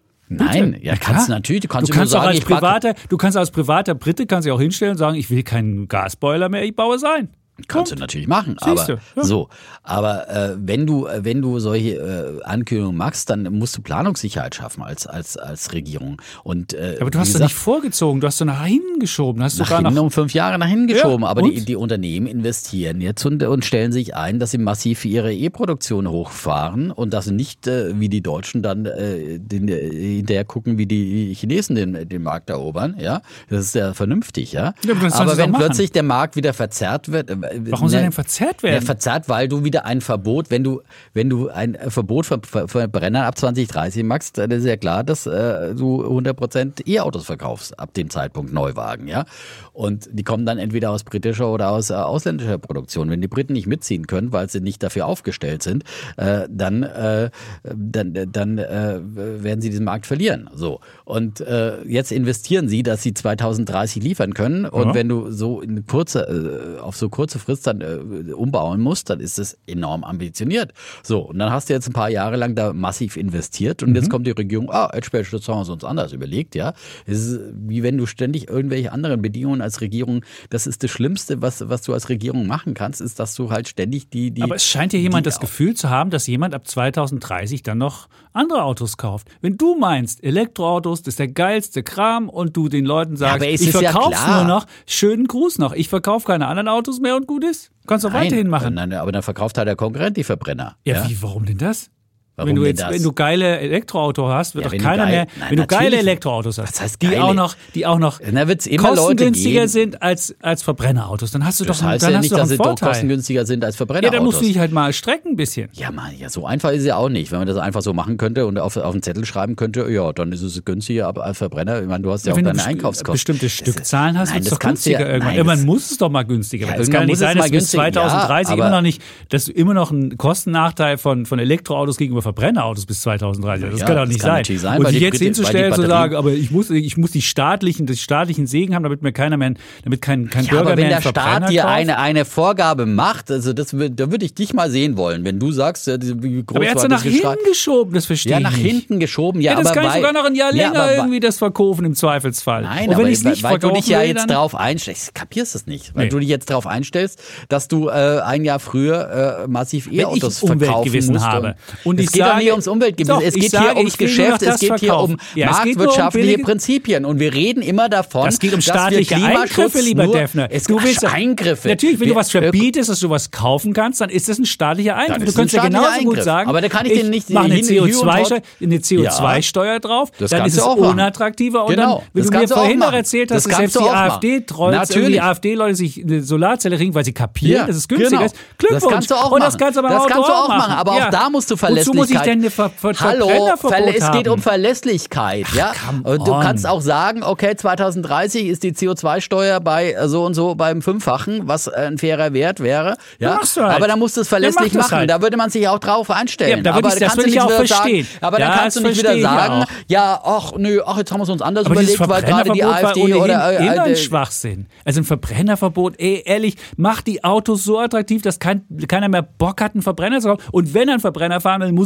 Nein, Bitte. ja, kannst du natürlich. Du kannst, du kannst nur auch sagen, als ich pack- privater, du kannst als privater Brite kannst dich auch hinstellen und sagen, ich will keinen Gasboiler mehr, ich baue es ein. Kannst Punkt. du natürlich machen, Siehst aber du, ja. so. Aber äh, wenn du wenn du solche äh, Ankündigungen machst, dann musst du Planungssicherheit schaffen als als als Regierung. Und äh, Aber du wie hast doch gesagt, nicht vorgezogen, du hast doch nach hinten geschoben, hast nach sogar hinten noch um fünf Jahre nach hinten geschoben. Ja, aber und? die, die Unternehmen investieren jetzt und, und stellen sich ein, dass sie massiv ihre E-Produktion hochfahren und dass sie nicht äh, wie die Deutschen dann äh, den, äh, hinterher gucken, wie die Chinesen den, den Markt erobern. Ja, das ist ja vernünftig. Ja, Ja, aber das sollen aber sie wenn doch machen. plötzlich der Markt wieder verzerrt wird, äh, Warum soll ne, denn verzerrt werden? Ja, verzerrt, weil du wieder ein Verbot, wenn du, wenn du ein Verbot für, für, für Brenner ab zwanzig dreißig machst, dann ist ja klar, dass äh, du hundert Prozent E-Autos verkaufst ab dem Zeitpunkt Neuwagen, ja. Und die kommen dann entweder aus britischer oder aus äh, ausländischer Produktion. Wenn die Briten nicht mitziehen können, weil sie nicht dafür aufgestellt sind, äh, dann, äh, dann, dann äh, werden sie diesen Markt verlieren. So. Und äh, jetzt investieren sie, dass sie zwanzig dreißig liefern können. Und Ja. wenn du so in kurze, äh, auf so kurze Frist dann äh, umbauen musst, dann ist es enorm ambitioniert. So, und dann hast du jetzt ein paar Jahre lang da massiv investiert und Mhm. jetzt kommt die Regierung, ah, jetzt haben wir uns anders anders überlegt, ja. Es ist wie wenn du ständig irgendwelche anderen Bedingungen als Regierung, das ist das Schlimmste, was, was du als Regierung machen kannst, ist, dass du halt ständig die, die Aber es scheint ja jemand die, das Gefühl zu haben, dass jemand ab zwanzig dreißig dann noch andere Autos kauft. Wenn du meinst, Elektroautos, das ist der geilste Kram und du den Leuten sagst, aber es ich ist ja verkauf's klar. nur noch, schönen Gruß noch, ich verkaufe keine anderen Autos mehr und gut ist. Kannst du auch weiterhin machen. Nein, aber dann verkauft halt der Konkurrent die Verbrenner. Ja, wie, warum denn das? Warum wenn du denn jetzt, das? wenn du geile Elektroauto hast, wird Ja, doch wenn du keiner geil- mehr, Nein, wenn du geile natürlich. Elektroautos hast, Was heißt die geile? auch noch, die auch noch Na, wird's immer Leute kostengünstiger geben. sind als, als Verbrennerautos, dann hast du Das doch, heißt dann ja hast nicht, du doch dass einen sie doch Vorteil. kostengünstiger sind als Ja, Verbrennerautos. dann musst du dich halt mal strecken ein bisschen. Ja, Mann, ja, so einfach ist es ja auch nicht. Wenn man das einfach so machen könnte und auf, auf einen Zettel schreiben könnte, ja, dann ist es günstiger aber als Verbrenner. Ich meine, du hast ja auch Wenn du deine besti- Einkaufskosten. bestimmte Das Stückzahlen ist- hast, nein, wird es das doch kannst du ja- günstiger irgendwann. nein, Irgendwann das- muss es doch mal günstiger Ja, werden. Es irgendwann kann ja nicht muss es sein, mal dass bis günstig- ja, zwanzig dreißig aber- immer noch nicht, dass du immer noch einen Kostennachteil von, von Elektroautos gegenüber Verbrennerautos bis zwanzig dreißig. Das Ja, kann doch das nicht kann sein. natürlich sein, Und weil sich die jetzt Brite- hinzustellen weil die zu Batterie- sagen, aber ich muss, ich muss die staatlichen, das staatlichen Segen haben, damit mir keiner mehr, damit kein, kein Ja, Bürger aber wenn mehr der einen Verbrenner Staat dir kauft. eine, eine Vorgabe macht, also das, wür- da würde ich dich mal sehen wollen, wenn du sagst, ja, diese- wie groß Aber er hat war es das nach Geschrei? hinten geschoben, das verstehe Ja, ich nach nicht. hinten geschoben, ja, Ja, das aber kann ich bei, sogar noch ein Jahr ja, länger aber bei- irgendwie das verkaufen im Zweifelsfall. Nein, Und aber wenn ich nicht weil, weil du dich verkaufen ja will, jetzt dann drauf einstellst, kapierst es nicht, weil Nee. du dich jetzt drauf einstellst, dass du äh, ein Jahr früher äh, massiv Wenn ich E-Autos verkaufen Umweltgewissen musst. habe. Und es ich geht doch sage- nicht ums Umweltgewissen, Doch, es ich geht sage, hier ums ich will nur Geschäft, noch es das geht hier verkaufen. um Ja, es geht nur um marktwirtschaftliche billige- Prinzipien und wir reden immer davon, Das geht um dass wir staatliche Klimaschutz Eingriffe, lieber nur, Defner. Es Du willst Eingriffe. Natürlich, wenn Wir- du was verbietest, dass du was kaufen kannst, dann ist das ein staatlicher Eingriff. Dann Du ist es könntest ja ein genauso staatlicher gut Eingriff. sagen, Aber da kann ich den nicht mache eine hin- C O hin und zwei her- Steuer, eine C O zwei Steuer drauf, Das dann kannst ist du es auch machen. unattraktiver und Genau, dann, wie das du mir kannst du auch vorhin noch machen. erzählt hast, Das dass kannst selbst du die auch machen. AfD-Trolls, irgendwie Natürlich. AfD-Leute sich eine Solarzelle kriegen, weil sie kapieren, Ja, dass es günstiger genau. ist. Glückwunsch. Das kannst du auch und das machen. kannst du beim Das Auto kannst du auch auch machen, aber auch da musst du Wozu muss ich Verlässlichkeit- denn eine Ver Ver Hallo, Verbrennerverbot Verlä- es geht haben? um Verlässlichkeit, ja. come Und du on. kannst auch sagen, okay, zwanzig dreißig ist die C O zwei Steuer bei äh, so und so beim Fünffachen, was äh, ein fairer Wert wäre, ja. machst du halt. Aber dann musst du es Ja, verlässlich mach das machen. halt. Da würde man sich auch drauf einstellen. Ja, da würde aber ich- das kannst würde du ich nicht auch wieder verstehen. Sagen, aber Ja, dann kannst das du nicht wieder verstehe ich sagen, auch. ja, ach nö, ach jetzt haben wir es uns anders Aber dieses überlegt, weil gerade die Verbrennerverbot AfD war ohnehin oder äh, immer ein äh, Schwachsinn. Also ein Verbrennerverbot, ey, ehrlich, macht die Autos so attraktiv, dass kein, keiner mehr Bock hat, einen Verbrenner zu kaufen. Und wenn er einen Verbrenner fahren will, muss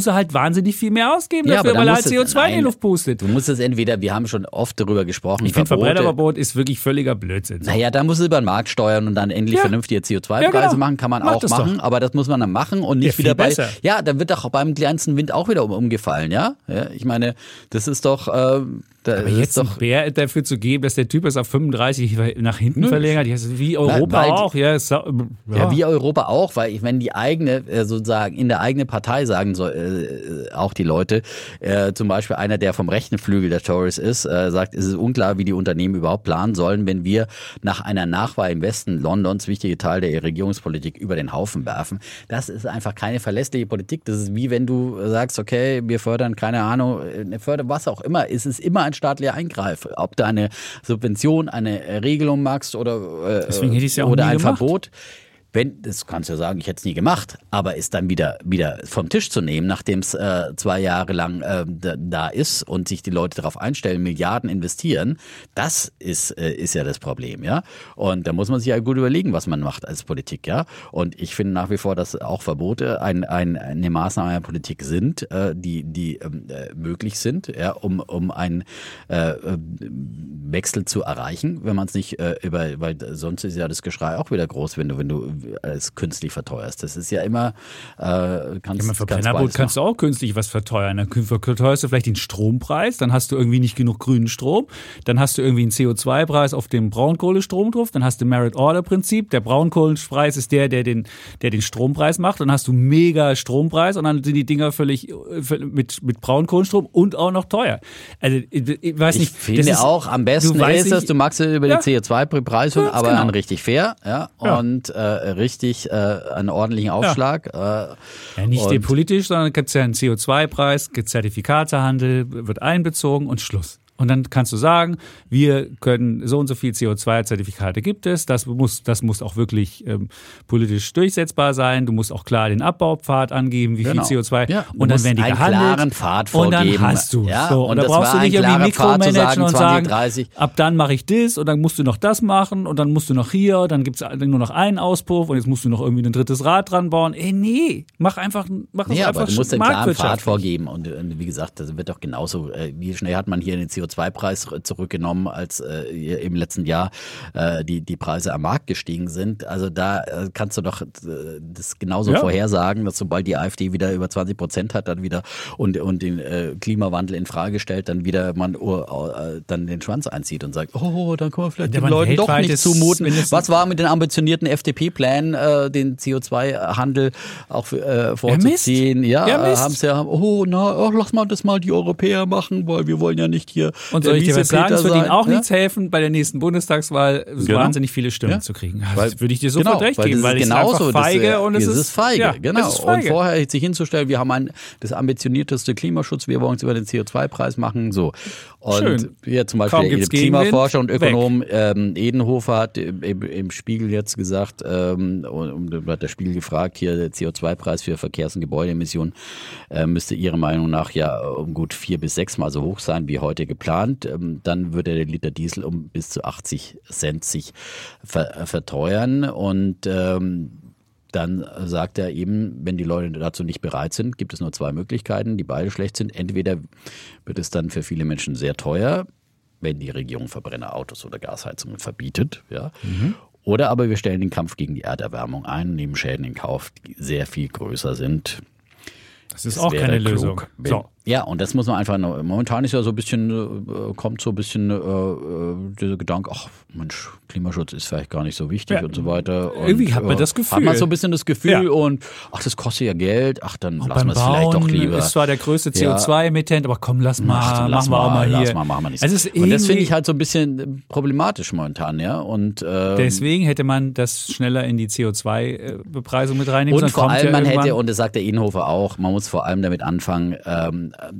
muss er halt wahnsinnig viel mehr ausgeben Ja, dafür, aber weil dann er halt musst C O du- zwei in die nein, Luft pustet. Du musst es entweder, wir haben schon oft darüber gesprochen, Ich finde, Verbote. Verbrennerverbot ist wirklich völliger Blödsinn. So. Naja, da muss es über den Markt steuern und dann endlich Ja. vernünftige C O zwei Preise Ja, genau. machen, kann man Macht auch das machen, doch. aber das muss man dann machen und nicht Ja, viel wieder bei. besser. Ja, dann wird doch beim kleinsten Wind auch wieder um, umgefallen, ja? ja? Ich meine, das ist doch. Äh, da, Aber das jetzt ist doch ein Bär dafür zu geben, dass der Typ es auf fünfunddreißig nach hinten Nö. verlängert, ja, wie Europa weil die- auch. Ja, ist, ja. Ja, wie Europa auch, weil ich, wenn die eigene, äh, sozusagen in der eigenen Partei sagen soll, äh, auch die Leute, äh, zum Beispiel einer, der vom rechten Flügel der Tories ist, äh, sagt, es ist unklar, wie die Unternehmen überhaupt planen sollen, wenn wir nach einer Nachwahl im Westen Londons wichtige Teile der Regierungspolitik über den Haufen werfen. Das ist einfach keine verlässliche Politik. Das ist wie wenn du sagst, okay, wir fördern, keine Ahnung, eine Förder, was auch immer. Es ist immer ein staatlicher Eingreif. Ob du eine Subvention, eine Regelung magst oder, äh, Deswegen hätte ich es ja auch oder nie ein gemacht. Verbot. Wenn, das kannst du ja sagen, ich hätte es nie gemacht, aber es dann wieder, wieder vom Tisch zu nehmen, nachdem es äh, zwei Jahre lang äh, da, da ist und sich die Leute darauf einstellen, Milliarden investieren, das ist, äh, ist ja das Problem, ja. Und da muss man sich ja gut überlegen, was man macht als Politik, ja. Und ich finde nach wie vor, dass auch Verbote ein, ein, eine Maßnahme der Politik sind, äh, die, die äh, möglich sind, ja, um, um einen äh, Wechsel zu erreichen, wenn man es nicht äh, über, weil sonst ist ja das Geschrei auch wieder groß, wenn du, wenn du als künstlich verteuerst. Das ist ja immer äh, kannst, Ja, kannst Verbrennerboot beides kannst du auch künstlich was verteuern. Dann verteuerst du vielleicht den Strompreis, dann hast du irgendwie nicht genug grünen Strom, dann hast du irgendwie einen C O zwei Preis auf dem Braunkohlestrom drauf, dann hast du Merit-Order-Prinzip. Der Braunkohlenpreis ist der, der den, der den Strompreis macht. Dann hast du mega Strompreis und dann sind die Dinger völlig mit, mit Braunkohlenstrom und auch noch teuer. Also ich, ich weiß Ich nicht. finde das ist, auch, am besten weißt ist es, nicht- du magst es über Ja. die C O zwei Bepreisung, Ganz aber genau. dann richtig fair, ja, Ja. und äh, richtig äh, einen ordentlichen Aufschlag. Äh, Ja, nicht und- sehr politisch, sondern gibt es ja einen C O zwei Preis, Zertifikatehandel, wird einbezogen und Schluss. Und dann kannst du sagen, wir können so und so viel C O zwei Zertifikate gibt es, das muss, das muss auch wirklich ähm, politisch durchsetzbar sein, du musst auch klar den Abbaupfad angeben, wie Genau. viel C O zwei Ja, du und dann musst werden die einen gehandelt klaren Pfad und dann vorgeben. hast du Ja, so. und Und da das brauchst war du nicht ein irgendwie klarer Pfad zu mikromanagen sagen, und zwanzig, sagen, dreißig. ab dann mache ich das und dann musst du noch das machen und dann musst du noch hier, dann gibt es nur noch einen Auspuff und jetzt musst du noch irgendwie ein drittes Rad dran bauen. Ey, nee, mach einfach, mach das Ja, einfach aber du musst einen klaren Pfad marktwirtschaftlich. vorgeben. Und, und wie gesagt, das wird doch genauso. Äh, wie schnell hat man hier den C O zwei Preis zurückgenommen, als äh, im letzten Jahr äh, die, die Preise am Markt gestiegen sind. Also da äh, kannst du doch äh, das genauso Ja. vorhersagen, dass sobald die AfD wieder über zwanzig Prozent hat, dann wieder und, und den äh, Klimawandel in Frage stellt, dann wieder man uh, äh, dann den Schwanz einzieht und sagt, oh, dann können wir vielleicht Ja, den man Leuten doch nicht weltweites zumuten. mindestens- Was war mit den ambitionierten F D P-Plänen, äh, den C O zwei Handel auch äh, vorzuziehen? Ja, Ja, Mist. haben sie ja, oh, na, oh, lass mal das mal die Europäer machen, weil wir wollen ja nicht hier Und der soll ich dir was sagen, Miesepeter es wird ihnen sein, auch ja? nichts helfen, bei der nächsten Bundestagswahl so Genau. wahnsinnig viele Stimmen Ja. zu kriegen. Das Weil- würde ich dir sofort genau, recht weil geben, das weil ist es genauso, ist einfach feige das, äh, und es es ist, ist feige, ja, genau. Es ist feige. Und vorher sich hinzustellen, wir haben ein, das ambitionierteste Klimaschutz, wir wollen uns über den C O zwei Preis machen, so. Und Schön. hier zum Kaum Beispiel der gibt's Gegenwind, Klimaforscher und weg. Ökonom ähm, Edenhofer hat im, im, im Spiegel jetzt gesagt, ähm, und, und hat der Spiegel gefragt, hier der C O zwei Preis für Verkehrs- und Gebäudeemissionen äh, müsste ihrer Meinung nach ja um gut vier bis sechs Mal so hoch sein wie heute geplant. Ähm, dann würde der Liter Diesel um bis zu achtzig Cent sich ver, verteuern und ähm, dann sagt er eben, wenn die Leute dazu nicht bereit sind, gibt es nur zwei Möglichkeiten, die beide schlecht sind. Entweder wird es dann für viele Menschen sehr teuer, wenn die Regierung Verbrennerautos oder Gasheizungen verbietet, ja. Mhm. Oder aber wir stellen den Kampf gegen die Erderwärmung ein, nehmen Schäden in Kauf, die sehr viel größer sind. Das ist Es auch wäre keine klug, Lösung. wenn- So. Ja, und das muss man einfach, noch- momentan ist ja so ein bisschen, äh, kommt so ein bisschen äh, äh, dieser Gedanke, ach Mensch, Klimaschutz ist vielleicht gar nicht so wichtig Ja, und so weiter. Und, irgendwie hat man äh, das Gefühl. Hat man so ein bisschen das Gefühl Ja. und ach, das kostet ja Geld, ach, dann Und lassen beim wir es vielleicht doch Bauen lieber. ist zwar der größte C O zwei Emittent, aber komm, lass mal, Ach, dann lass machen wir auch mal hier. Lass mal, machen wir nicht. Es ist und das finde irgendwie- ich halt so ein bisschen problematisch momentan, ja. Und ähm, Deswegen hätte man das schneller in die C O zwei Bepreisung mit reinnehmen Und sollen. vor Kommt allem, ja man irgendwann. hätte, und das sagt der Edenhofer auch, man muss vor allem damit anfangen, ähm,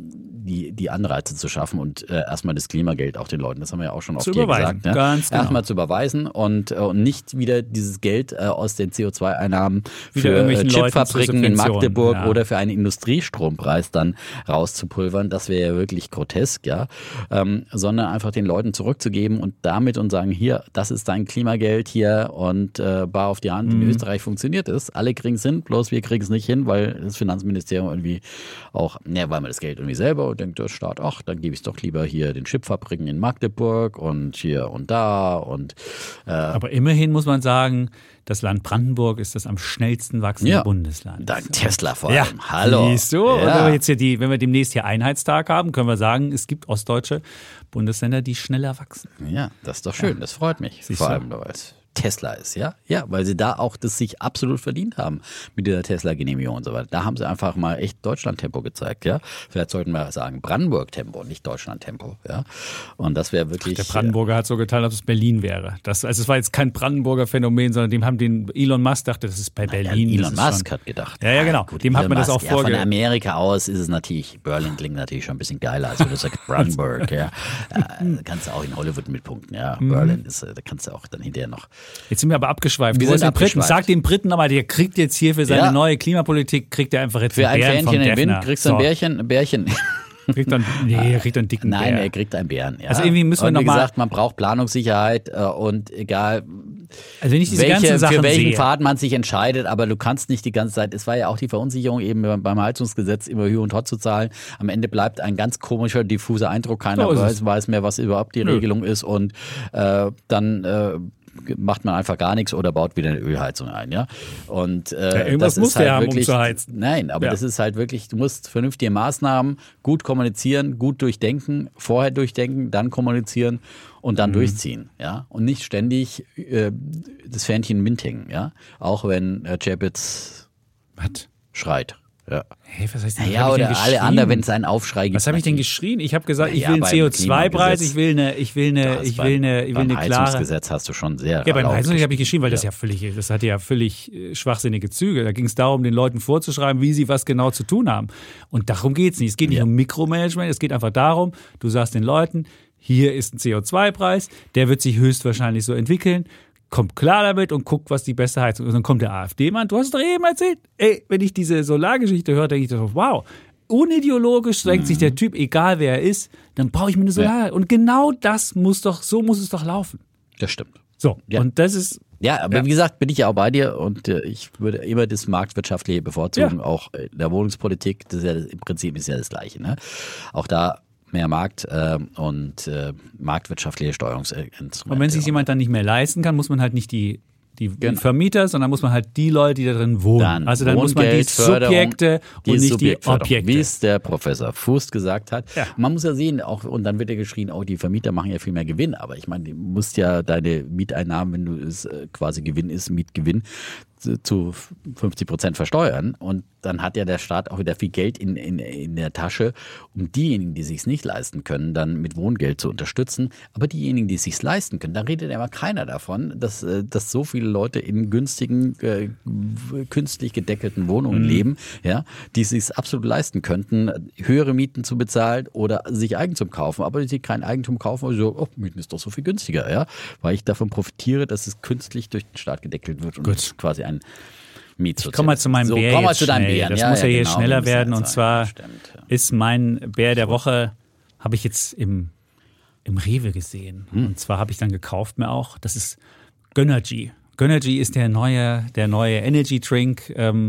die, die Anreize zu schaffen und äh, erstmal das Klimageld auch den Leuten, das haben wir ja auch schon oft zu hier überweisen, gesagt, ne? ganz genau. Erstmal zu überweisen und, äh, und nicht wieder dieses Geld äh, aus den C O zwei Einnahmen Wieder für äh, irgendwelchen Leuten Chipfabriken zur in Subvention, Magdeburg ja. oder für einen Industriestrompreis dann rauszupulvern. Das wäre ja wirklich grotesk, ja. Ähm, sondern einfach den Leuten zurückzugeben und damit und sagen, hier, das ist dein Klimageld hier und äh, bar auf die Hand. Mhm. In Österreich funktioniert es. Alle kriegen es hin, bloß wir kriegen es nicht hin, weil das Finanzministerium irgendwie auch, ne, weil man das Geld irgendwie selber und denkt, der Staat, ach, dann gebe ich es doch lieber hier den Chipfabriken in Magdeburg und hier und da und äh, Aber immerhin muss man sagen, das Land Brandenburg ist das am schnellsten wachsende ja, Bundesland. dank Tesla vor Ja, allem. Hallo. Siehst du? Ja. Und wenn wir jetzt hier die, wenn wir demnächst hier Einheitstag haben, können wir sagen, es gibt ostdeutsche Bundesländer, die schneller wachsen. Ja, das ist doch schön, das freut mich. Siehst Vor du? allem, weil es Tesla ist, ja? Ja, weil sie da auch das sich absolut verdient haben mit dieser Tesla-Genehmigung und so weiter. Da haben sie einfach mal echt Deutschland-Tempo gezeigt, ja? Vielleicht sollten wir sagen Brandenburg-Tempo, nicht Deutschland-Tempo, ja? Und das wäre wirklich... Der Brandenburger hat so getan, als ob es Berlin wäre. Das, also es war jetzt kein Brandenburger Phänomen, sondern dem haben den Elon Musk dachte, das ist bei Berlin. Ja, das Elon ist Musk schon, hat gedacht. Ja, ja, genau. Gut, dem Elon hat man das Musk, auch ja, von vorge... Amerika aus ist es natürlich, Berlin klingt natürlich schon ein bisschen geiler, als wenn du sagst Brandenburg, ja. Äh, kannst du auch in Hollywood mitpunkten, ja. Mhm. Berlin ist, da kannst du auch dann hinterher noch... Jetzt sind wir aber abgeschweift. Wir Du wolltest sind den Briten, abgeschweift. sag den Briten aber, der kriegt jetzt hier für seine Ja. neue Klimapolitik, kriegt er einfach jetzt Für ein Bären vom Fähnchen in den Defner. Wind kriegst du ein So. Bärchen, ein Bärchen. Kriegt dann, nee, er kriegt dann einen dicken Nein, Bär. er kriegt einen Bären. Ja. Also irgendwie müssen wir und noch wie mal- gesagt, man braucht Planungssicherheit äh, und egal, Also wenn ich diese welche, ganzen Sachen für welchen sehe. Pfad man sich entscheidet, aber du kannst nicht die ganze Zeit, es war ja auch die Verunsicherung eben beim Heizungsgesetz immer Hü und Hott zu zahlen. Am Ende bleibt ein ganz komischer, diffuser Eindruck, keiner So ist weiß, es. weiß mehr, was überhaupt die Nö. Regelung ist und äh, dann äh, macht man einfach gar nichts oder baut wieder eine Ölheizung ein, ja. Und äh, Ja, irgendwas das muss ist der halt haben, um wirklich, zu heizen. Nein, aber Ja. das ist halt wirklich, du musst vernünftige Maßnahmen, gut kommunizieren, gut durchdenken, vorher durchdenken, dann kommunizieren und Mhm. dann durchziehen, ja. Und nicht ständig äh, das Fähnchen im Wind hängen, ja. Auch wenn Herr Chapitz Was? schreit, ja. Hey, was heißt denn, was Ja, hab ich oder denn alle geschrien? anderen, wenn es einen Aufschrei gibt. Was habe ich denn natürlich. geschrien? Ich habe gesagt, Na ich ja, will einen beim C O zwei Preis, Klimagesetz. ich will eine, ich will eine, Das ich beim- will eine, ich will beim eine klare. Heizungsgesetz hast du schon sehr Ja, beim laut Heizungsgesetz habe ich geschrieben, weil das Ja. ja völlig, das hatte ja völlig äh, schwachsinnige Züge. Da ging es darum, den Leuten vorzuschreiben, wie sie was genau zu tun haben. Und darum geht es nicht. Es geht nicht Ja. um Mikromanagement, es geht einfach darum, du sagst den Leuten, hier ist ein C O zwei Preis, der wird sich höchstwahrscheinlich so entwickeln. Kommt klar damit und guckt, was die beste Heizung ist. Und dann kommt der AfD-Mann, du hast es doch eben erzählt. Ey, wenn ich diese Solargeschichte höre, denke ich doch, wow, unideologisch denkt Mhm. sich der Typ, egal wer er ist, dann brauche ich mir eine Solar. Und genau das muss doch, so muss es doch laufen. Das stimmt. So, Ja. und das ist, Ja, aber Ja. wie gesagt, bin ich ja auch bei dir und äh, ich würde immer das Marktwirtschaftliche bevorzugen, Ja. auch in der Wohnungspolitik, das ist ja das, im Prinzip ist ja das Gleiche. Ne? Auch da mehr Markt äh, und äh, marktwirtschaftliche Steuerungsinstrumente. und wenn sich jemand dann nicht mehr leisten kann, muss man halt nicht die, die, die Genau. Vermieter, sondern muss man halt die Leute, die da drin wohnen. Dann also dann muss man die Wohngeldförderung, Subjekte die und nicht die Subjektförderung, Objekte. wie es der Professor Fußt gesagt hat. Ja. Man muss ja sehen, auch und dann wird ja geschrien, auch die Vermieter machen ja viel mehr Gewinn. Aber ich meine, du musst ja deine Mieteinnahmen, wenn du es äh, quasi Gewinn ist, Mietgewinn, zu- zu fünfzig Prozent versteuern. Und dann hat ja der Staat auch wieder viel Geld in, in, in der Tasche, um diejenigen, die sich es nicht leisten können, dann mit Wohngeld zu unterstützen. Aber diejenigen, die es sich leisten können, da redet ja immer keiner davon, dass, äh, dass so viele Leute in günstigen, äh, künstlich gedeckelten Wohnungen Mhm. leben, ja, die es sich absolut leisten könnten, höhere Mieten zu bezahlen oder sich Eigentum kaufen. Aber die sich kein Eigentum kaufen, also so, oh, Mieten ist doch so viel günstiger, ja, weil ich davon profitiere, dass es künstlich durch den Staat gedeckelt wird und Gut. quasi ein Mietsozialismus. Komm mal zu meinem so, Bär komm mal jetzt zu deinem schnell. Bären. Das ja, muss ja, ja hier genau, schneller wir müssen werden. ja Und sein. zwar Stimmt, ja. ist mein Bär der Woche, habe ich jetzt im, im Rewe gesehen. Hm. Und zwar habe ich dann gekauft mir auch, das ist Gönnergy. Gönnergy ist der neue, der neue Energy Drink ähm,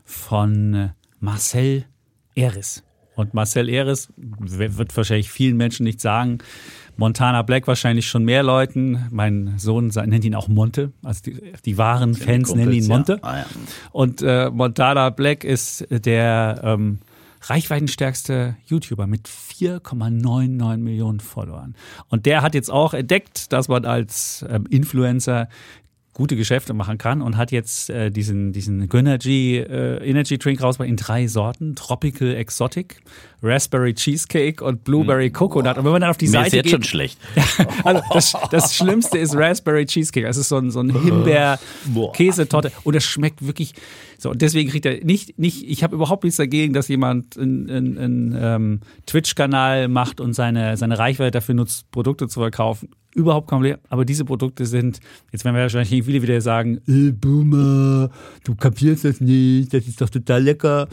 von äh, Marcel Eris. Und Marcel Eris wird wahrscheinlich vielen Menschen nicht sagen. Montana Black wahrscheinlich schon mehr Leuten. Mein Sohn nennt ihn auch Monte. Also die, die wahren Fans nennen ihn Kumpels, Monte. Ja. Ah, ja. Und äh, Montana Black ist der ähm, reichweitenstärkste YouTuber mit vier Komma neunundneunzig Millionen Followern. Und der hat jetzt auch entdeckt, dass man als ähm, Influencer gute Geschäfte machen kann und hat jetzt äh, diesen, diesen Gönnergy äh, Energy Drink rausgebracht in drei Sorten. Tropical Exotic, Raspberry Cheesecake und Blueberry Coconut. Und wenn man dann auf die Mir Seite ist jetzt geht, schon schlecht. also das, das Schlimmste ist Raspberry Cheesecake. Es ist so ein, so ein Himbeer-Käsetorte und das schmeckt wirklich so. Und deswegen kriegt er nicht, nicht ich habe überhaupt nichts dagegen, dass jemand einen, einen, einen ähm, Twitch-Kanal macht und seine, seine Reichweite dafür nutzt, Produkte zu verkaufen. Überhaupt kein Problem. Aber diese Produkte sind, jetzt werden wir wahrscheinlich viele wieder sagen, äh, Boomer, du kapierst das nicht, das ist doch total lecker.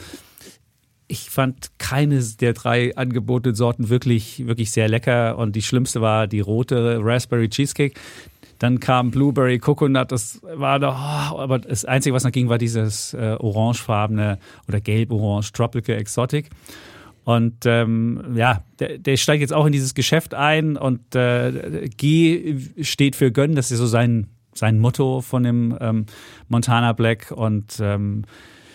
Ich fand keine der drei angebotenen Sorten wirklich, wirklich sehr lecker. Und die schlimmste war die rote Raspberry Cheesecake. Dann kam Blueberry Coconut, das war noch, oh, aber das Einzige, was noch ging, war dieses äh, orangefarbene oder gelb-orange Tropical Exotic. Und ähm, ja, der, der steigt jetzt auch in dieses Geschäft ein und äh, G steht für Gönnen, das ist so sein, sein Motto von dem ähm, Montana Black und ähm,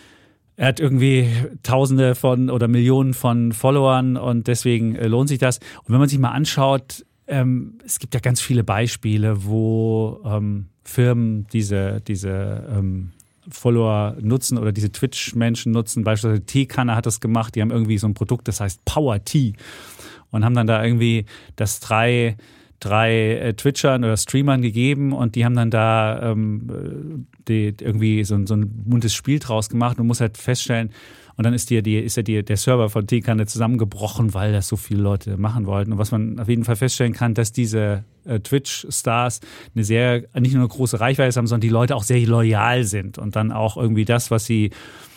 er hat irgendwie Tausende von oder Millionen von Followern und deswegen äh, lohnt sich das. Und wenn man sich mal anschaut, ähm, es gibt ja ganz viele Beispiele, wo ähm, Firmen diese, diese ähm, Follower nutzen oder diese Twitch-Menschen nutzen. Beispielsweise Teekanne hat das gemacht. Die haben irgendwie so ein Produkt, das heißt Power Tea und haben dann da irgendwie das drei, drei äh, Twitchern oder Streamern gegeben und die haben dann da ähm, die, irgendwie so, so ein buntes Spiel draus gemacht. Man muss halt feststellen, und dann ist, die, die, ist ja die, der Server von Teekanne zusammengebrochen, weil das so viele Leute machen wollten. Und was man auf jeden Fall feststellen kann, dass diese äh, Twitch-Stars eine sehr, nicht nur eine große Reichweite haben, sondern die Leute auch sehr loyal sind und dann auch irgendwie das, was sie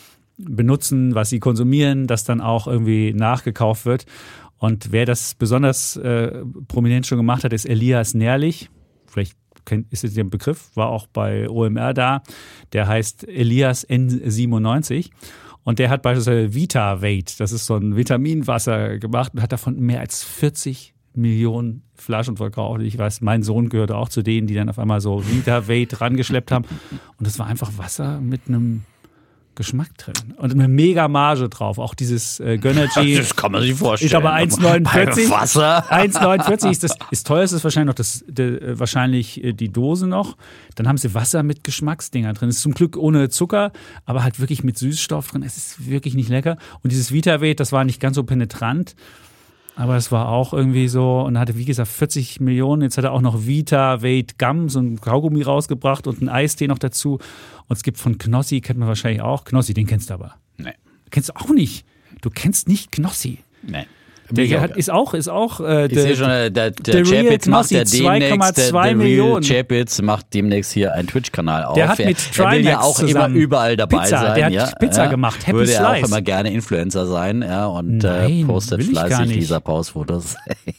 benutzen, was sie konsumieren, das dann auch irgendwie nachgekauft wird. Und wer das besonders äh, prominent schon gemacht hat, ist Elias Nährlich. Vielleicht ist es der Begriff, war auch bei O M R da. Der heißt Elias N siebenundneunzig. Und der hat beispielsweise VitaVate, das ist so ein Vitaminwasser gemacht und hat davon mehr als vierzig Millionen Flaschen verkauft. Ich weiß, mein Sohn gehörte auch zu denen, die dann auf einmal so VitaVate rangeschleppt haben. Und das war einfach Wasser mit einem Geschmack drin. Und eine mega Marge drauf. Auch dieses äh, Gönnergy. Das kann man sich vorstellen. Ist aber eins neunundvierzig. Wasser. eins neunundvierzig ist das, ist teuer, ist das wahrscheinlich noch das, de, wahrscheinlich die Dose noch. Dann haben sie Wasser mit Geschmacksdinger drin. Es ist zum Glück ohne Zucker, aber halt wirklich mit Süßstoff drin. Es ist wirklich nicht lecker. Und dieses VitaVate, das war nicht ganz so penetrant. Aber es war auch irgendwie so, und hatte, wie gesagt, vierzig Millionen. Jetzt hat er auch noch VitaVate Gum, so ein Kaugummi rausgebracht und einen Eistee noch dazu. Und es gibt von Knossi, kennt man wahrscheinlich auch. Knossi, den kennst du aber. Nee. Kennst du auch nicht. Du kennst nicht Knossi. Nee. Der hat, ist auch, ist auch, äh, ich sehe schon, der, der, der Chapitz macht ja demnächst, der, der Real Chapitz macht demnächst hier einen Twitch-Kanal auf. Der hat mit er, er will ja auch zusammen immer überall dabei Pizza, sein. Der hat ja, Pizza ja, gemacht, Happy Würde Slice. er auch immer gerne Influencer sein, ja, und Nein, äh, postet will ich gar fleißig nicht. Lisa Paus-Fotos.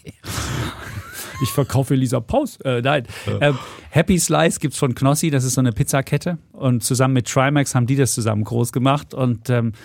Ich verkaufe Lisa Paus. Äh, nein. Ja. Ähm, Happy Slice gibt's von Knossi, das ist so eine Pizzakette. Und zusammen mit Trimax haben die das zusammen groß gemacht. Und ähm,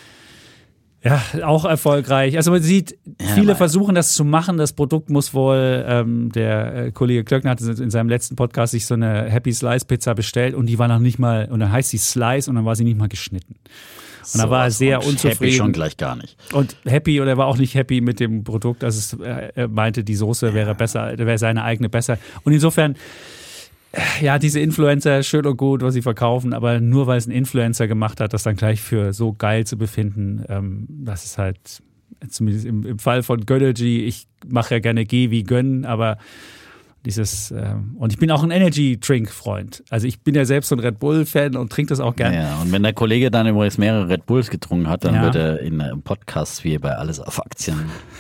ja, auch erfolgreich. Also man sieht, ja, viele versuchen das zu machen. Das Produkt muss wohl, ähm, der äh, Kollege Klöckner hat in seinem letzten Podcast sich so eine Happy Slice Pizza bestellt und die war noch nicht mal, und dann heißt sie Slice und dann war sie nicht mal geschnitten. Und da so, war er sehr unzufrieden. Happy schon gleich gar nicht. Und happy, oder er war auch nicht happy mit dem Produkt. Also es, er meinte, die Soße wäre besser, wäre seine eigene besser. Und insofern, ja, diese Influencer, schön und gut, was sie verkaufen, aber nur weil es ein Influencer gemacht hat, das dann gleich für so geil zu befinden, ähm, das ist halt, zumindest im, im Fall von Gönnergy, ich mache ja gerne G wie Gönnen, aber dieses, ähm, und ich bin auch ein Energy-Drink-Freund. Also ich bin ja selbst so ein Red Bull-Fan und trinke das auch gerne. Ja, und wenn der Kollege dann übrigens mehrere Red Bulls getrunken hat, dann ja. wird er in einem Podcast wie bei Alles auf Aktien.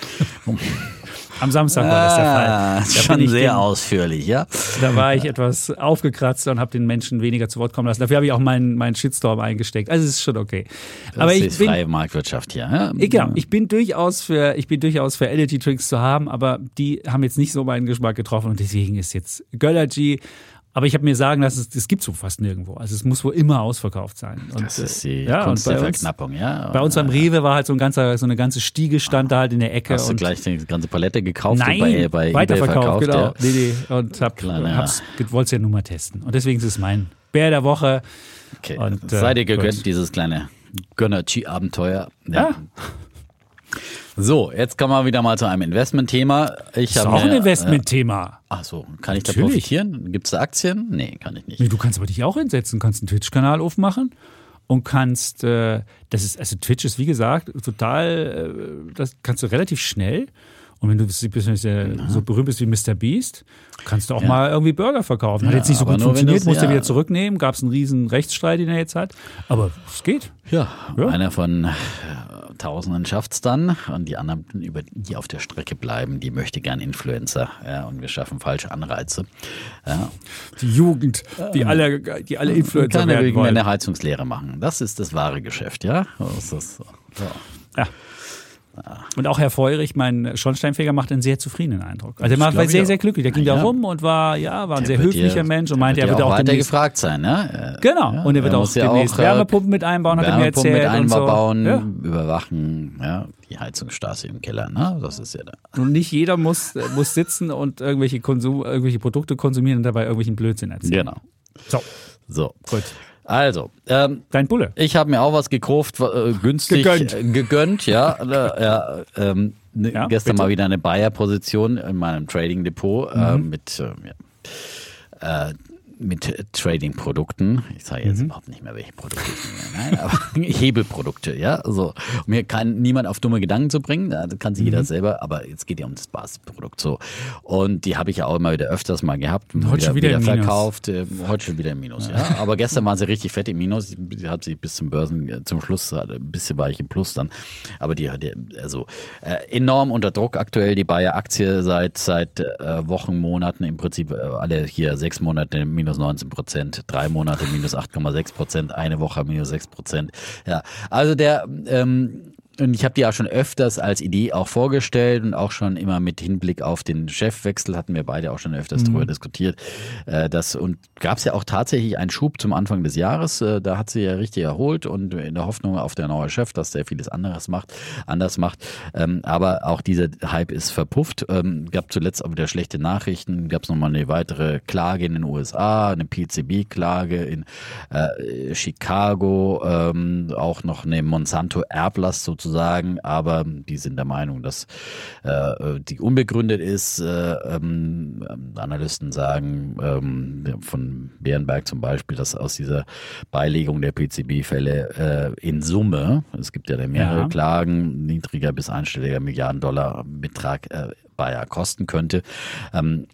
Am Samstag war das der Fall. Ah, Da schon bin ich sehr den, ausführlich, ja. Da war ich etwas aufgekratzt und habe den Menschen weniger zu Wort kommen lassen. Dafür habe ich auch meinen, meinen Shitstorm eingesteckt. Also es ist schon okay. Das Aber ich ist bin, freie Marktwirtschaft hier. Ja? Ich, genau, ich bin durchaus für, ich bin durchaus für Energy Drinks zu haben, aber die haben jetzt nicht so meinen Geschmack getroffen und deswegen ist jetzt Gönnergy. Aber ich habe mir sagen lassen, es gibt so fast nirgendwo. Also es muss wohl immer ausverkauft sein. Und, das ist die ja, Kunst und der bei uns, Verknappung, ja. Bei uns am Rewe war halt so, ein ganzer, so eine ganze Stiege stand da halt in der Ecke. Hast und du gleich die ganze Palette gekauft nein, und bei, bei weiterverkauft, eBay verkauft? Genau. Ja. Nee, nee. Und hab, Kleiner. hab's, wollte es ja nur mal testen. Und deswegen ist es mein Bär der Woche. Okay. Und, Seid ihr äh, gegönnt, gut. dieses kleine Gönnergy-Abenteuer. Ja. So, jetzt kommen wir wieder mal zu einem Investmentthema. Ich Das ist habe auch ein mir, Investmentthema. Äh, ach so, kann ich da Natürlich. profitieren? Gibt es da Aktien? Nee, kann ich nicht. Nee, du kannst aber dich auch hinsetzen, kannst einen Twitch-Kanal aufmachen und kannst, äh, das ist, also Twitch ist wie gesagt total, äh, das kannst du relativ schnell. Und wenn du bist, bist, so berühmt bist wie Mister Beast, kannst du auch Ja. mal irgendwie Burger verkaufen. Hat Ja, jetzt nicht so aber gut nur, wenn funktioniert, du's- musste ja. wieder zurücknehmen, gab es einen riesen Rechtsstreit, den er jetzt hat. Aber es geht. Ja, Ja. einer von äh, Tausenden schafft's dann und die anderen, über die auf der Strecke bleiben, die möchte gern Influencer. Ja, und wir schaffen falsche Anreize. Ja. Die Jugend, die alle, die alle Influencer Keiner werden will mehr wollen. eine Heizungslehre machen. Das ist das wahre Geschäft, ja? Das ist so. So. Ja. Und auch Herr Feurich, mein Schornsteinfeger, macht einen sehr zufriedenen Eindruck. Also er Das war glaub ich sehr, auch. sehr glücklich. Der ging Ja, da ja. rum und war, ja, war ein sehr Der wird höflicher ja- Mensch und der meinte, wird er wird ja auch auch weiter demnächst, gefragt sein, ne? genau, Ja, und er wird er auch muss ja demnächst auch, äh, Wärmepumpen mit einbauen, hat er mir Wärmepumpen erzählt. mit und so. einbauen, Ja. überwachen, ja, die Heizungsstraße im Keller, ne? Das ist ja da. Und nicht jeder muss, muss sitzen und irgendwelche, Konsum, irgendwelche Produkte konsumieren und dabei irgendwelchen Blödsinn erzählen. Genau. So, So. gut. Also, ähm, Dein Bulle. ich habe mir auch was gekauft, äh, günstig Gegönnt. äh, gegönnt, ja. Äh, ja ähm, ne, Ja, gestern bitte. mal wieder eine Buyer-Position in meinem Trading-Depot äh, Mhm. mit, äh, ja, äh, mit Trading-Produkten. Ich sage jetzt Mhm. überhaupt nicht mehr, welche Produkte ich nehme. Nein, aber Hebelprodukte, ja. So. Um mir kann niemand auf dumme Gedanken zu bringen, das kann sich Mhm. jeder selber, aber jetzt geht ja um das Basisprodukt so. Und die habe ich ja auch immer wieder öfters mal gehabt, Und heute schon wieder im Minus. verkauft. Äh, heute schon wieder im Minus, ja. Aber gestern waren sie richtig fett im Minus. Ich habe sie bis zum Börsen, zum Schluss, ein bisschen war ich im Plus dann. Aber die, die also äh, enorm unter Druck aktuell, die Bayer-Aktie seit, seit äh, Wochen, Monaten, im Prinzip äh, alle hier sechs Monate minus neunzehn Prozent, drei Monate minus acht Komma sechs Prozent, eine Woche minus sechs Prozent. Ja, also der, ähm, und ich habe die ja schon öfters als Idee auch vorgestellt und auch schon immer mit Hinblick auf den Chefwechsel hatten wir beide auch schon öfters Mhm. drüber diskutiert. Äh, das, und gab es ja auch tatsächlich einen Schub zum Anfang des Jahres. Äh, da hat sie ja richtig erholt und in der Hoffnung auf der neue Chef, dass der vieles anderes macht, anders macht. Ähm, aber auch dieser Hype ist verpufft. Ähm, gab zuletzt auch wieder schlechte Nachrichten. Gab es nochmal eine weitere Klage in den U S A, eine P C B-Klage in äh, Chicago, ähm, auch noch eine Monsanto-Erblast sozusagen. Sozusagen, aber die sind der Meinung, dass äh, die unbegründet ist. Äh, ähm, Analysten sagen ähm, von Bärenberg zum Beispiel, dass aus dieser Beilegung der P C B-Fälle äh, in Summe, es gibt ja mehrere Ja. Klagen, niedriger bis einstelliger Milliarden-Dollar-Betrag äh, Bayer kosten könnte. Ähm,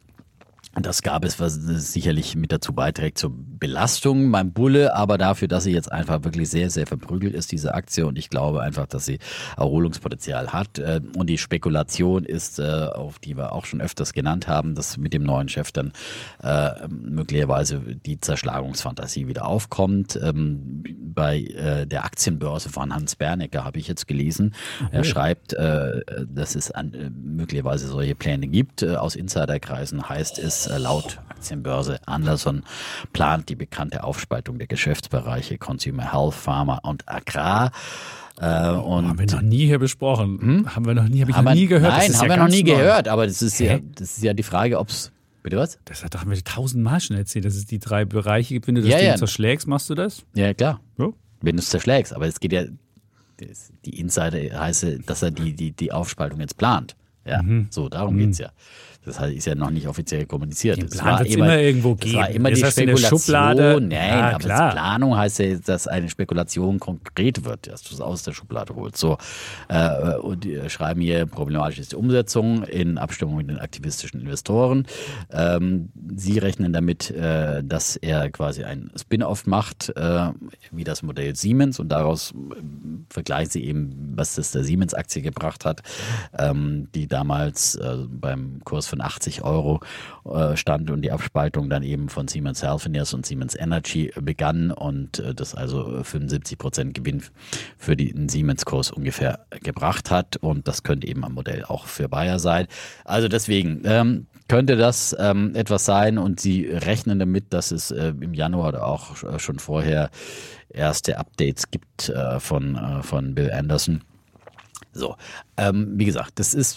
Das gab es, was sicherlich mit dazu beiträgt zur Belastung beim Bulle, aber dafür, dass sie jetzt einfach wirklich sehr, sehr verprügelt ist, diese Aktie. Und ich glaube einfach, dass sie Erholungspotenzial hat. Und die Spekulation ist, auf die wir auch schon öfters genannt haben, dass mit dem neuen Chef dann äh, möglicherweise die Zerschlagungsfantasie wieder aufkommt. Ähm, bei äh, der Aktienbörse von Hans Bernecker habe ich jetzt gelesen. Okay. Er schreibt, äh, dass es an, äh, möglicherweise solche Pläne gibt. Äh, aus Insiderkreisen heißt es, laut Aktienbörse Anderson plant die bekannte Aufspaltung der Geschäftsbereiche Consumer Health, Pharma und Agrar. Äh, und Haben wir noch nie hier besprochen. Hm? Haben wir noch nie, habe ich noch aber, nie gehört. Nein, das ist haben ja wir noch ganz nie neu. gehört, aber das ist, ja, Hä? das ist ja die Frage, ob es. Bitte was? Das hat- haben wir tausendmal schon erzählt, dass es die drei Bereiche gibt. Wenn du das Ja, Ding ja. zerschlägst, machst du das? Ja, klar. Ja. Wenn du es zerschlägst. Aber es geht ja, das- die Insider heißt, dass er die, die, die Aufspaltung jetzt plant. Ja, so, darum geht's ja. Das ist ja noch nicht offiziell kommuniziert. Den Das Plan war wird's immer irgendwo das war geben. immer Ist die das in der Spekulation. Schublade? Nein, Ja, aber klar. das Planung heißt ja, dass eine Spekulation konkret wird, dass du es aus der Schublade holst. So, äh, und die schreiben hier, problematisch ist die Umsetzung in Abstimmung mit den aktivistischen Investoren. Ähm, sie rechnen damit, äh, dass er quasi ein Spin-off macht, äh, wie das Modell Siemens, und daraus äh, vergleichen sie eben, was das der Siemens-Aktie gebracht hat, ähm, die damals äh, beim Kurs von achtzig Euro äh, stand und die Abspaltung dann eben von Siemens Healthineers und Siemens Energy begann und äh, das also fünfundsiebzig Prozent Gewinn für den Siemens-Kurs ungefähr gebracht hat, und das könnte eben ein Modell auch für Bayer sein. Also deswegen ähm, könnte das ähm, etwas sein, und sie rechnen damit, dass es äh, im Januar oder auch äh, schon vorher erste Updates gibt äh, von, äh, von Bill Anderson. So, ähm, wie gesagt, das ist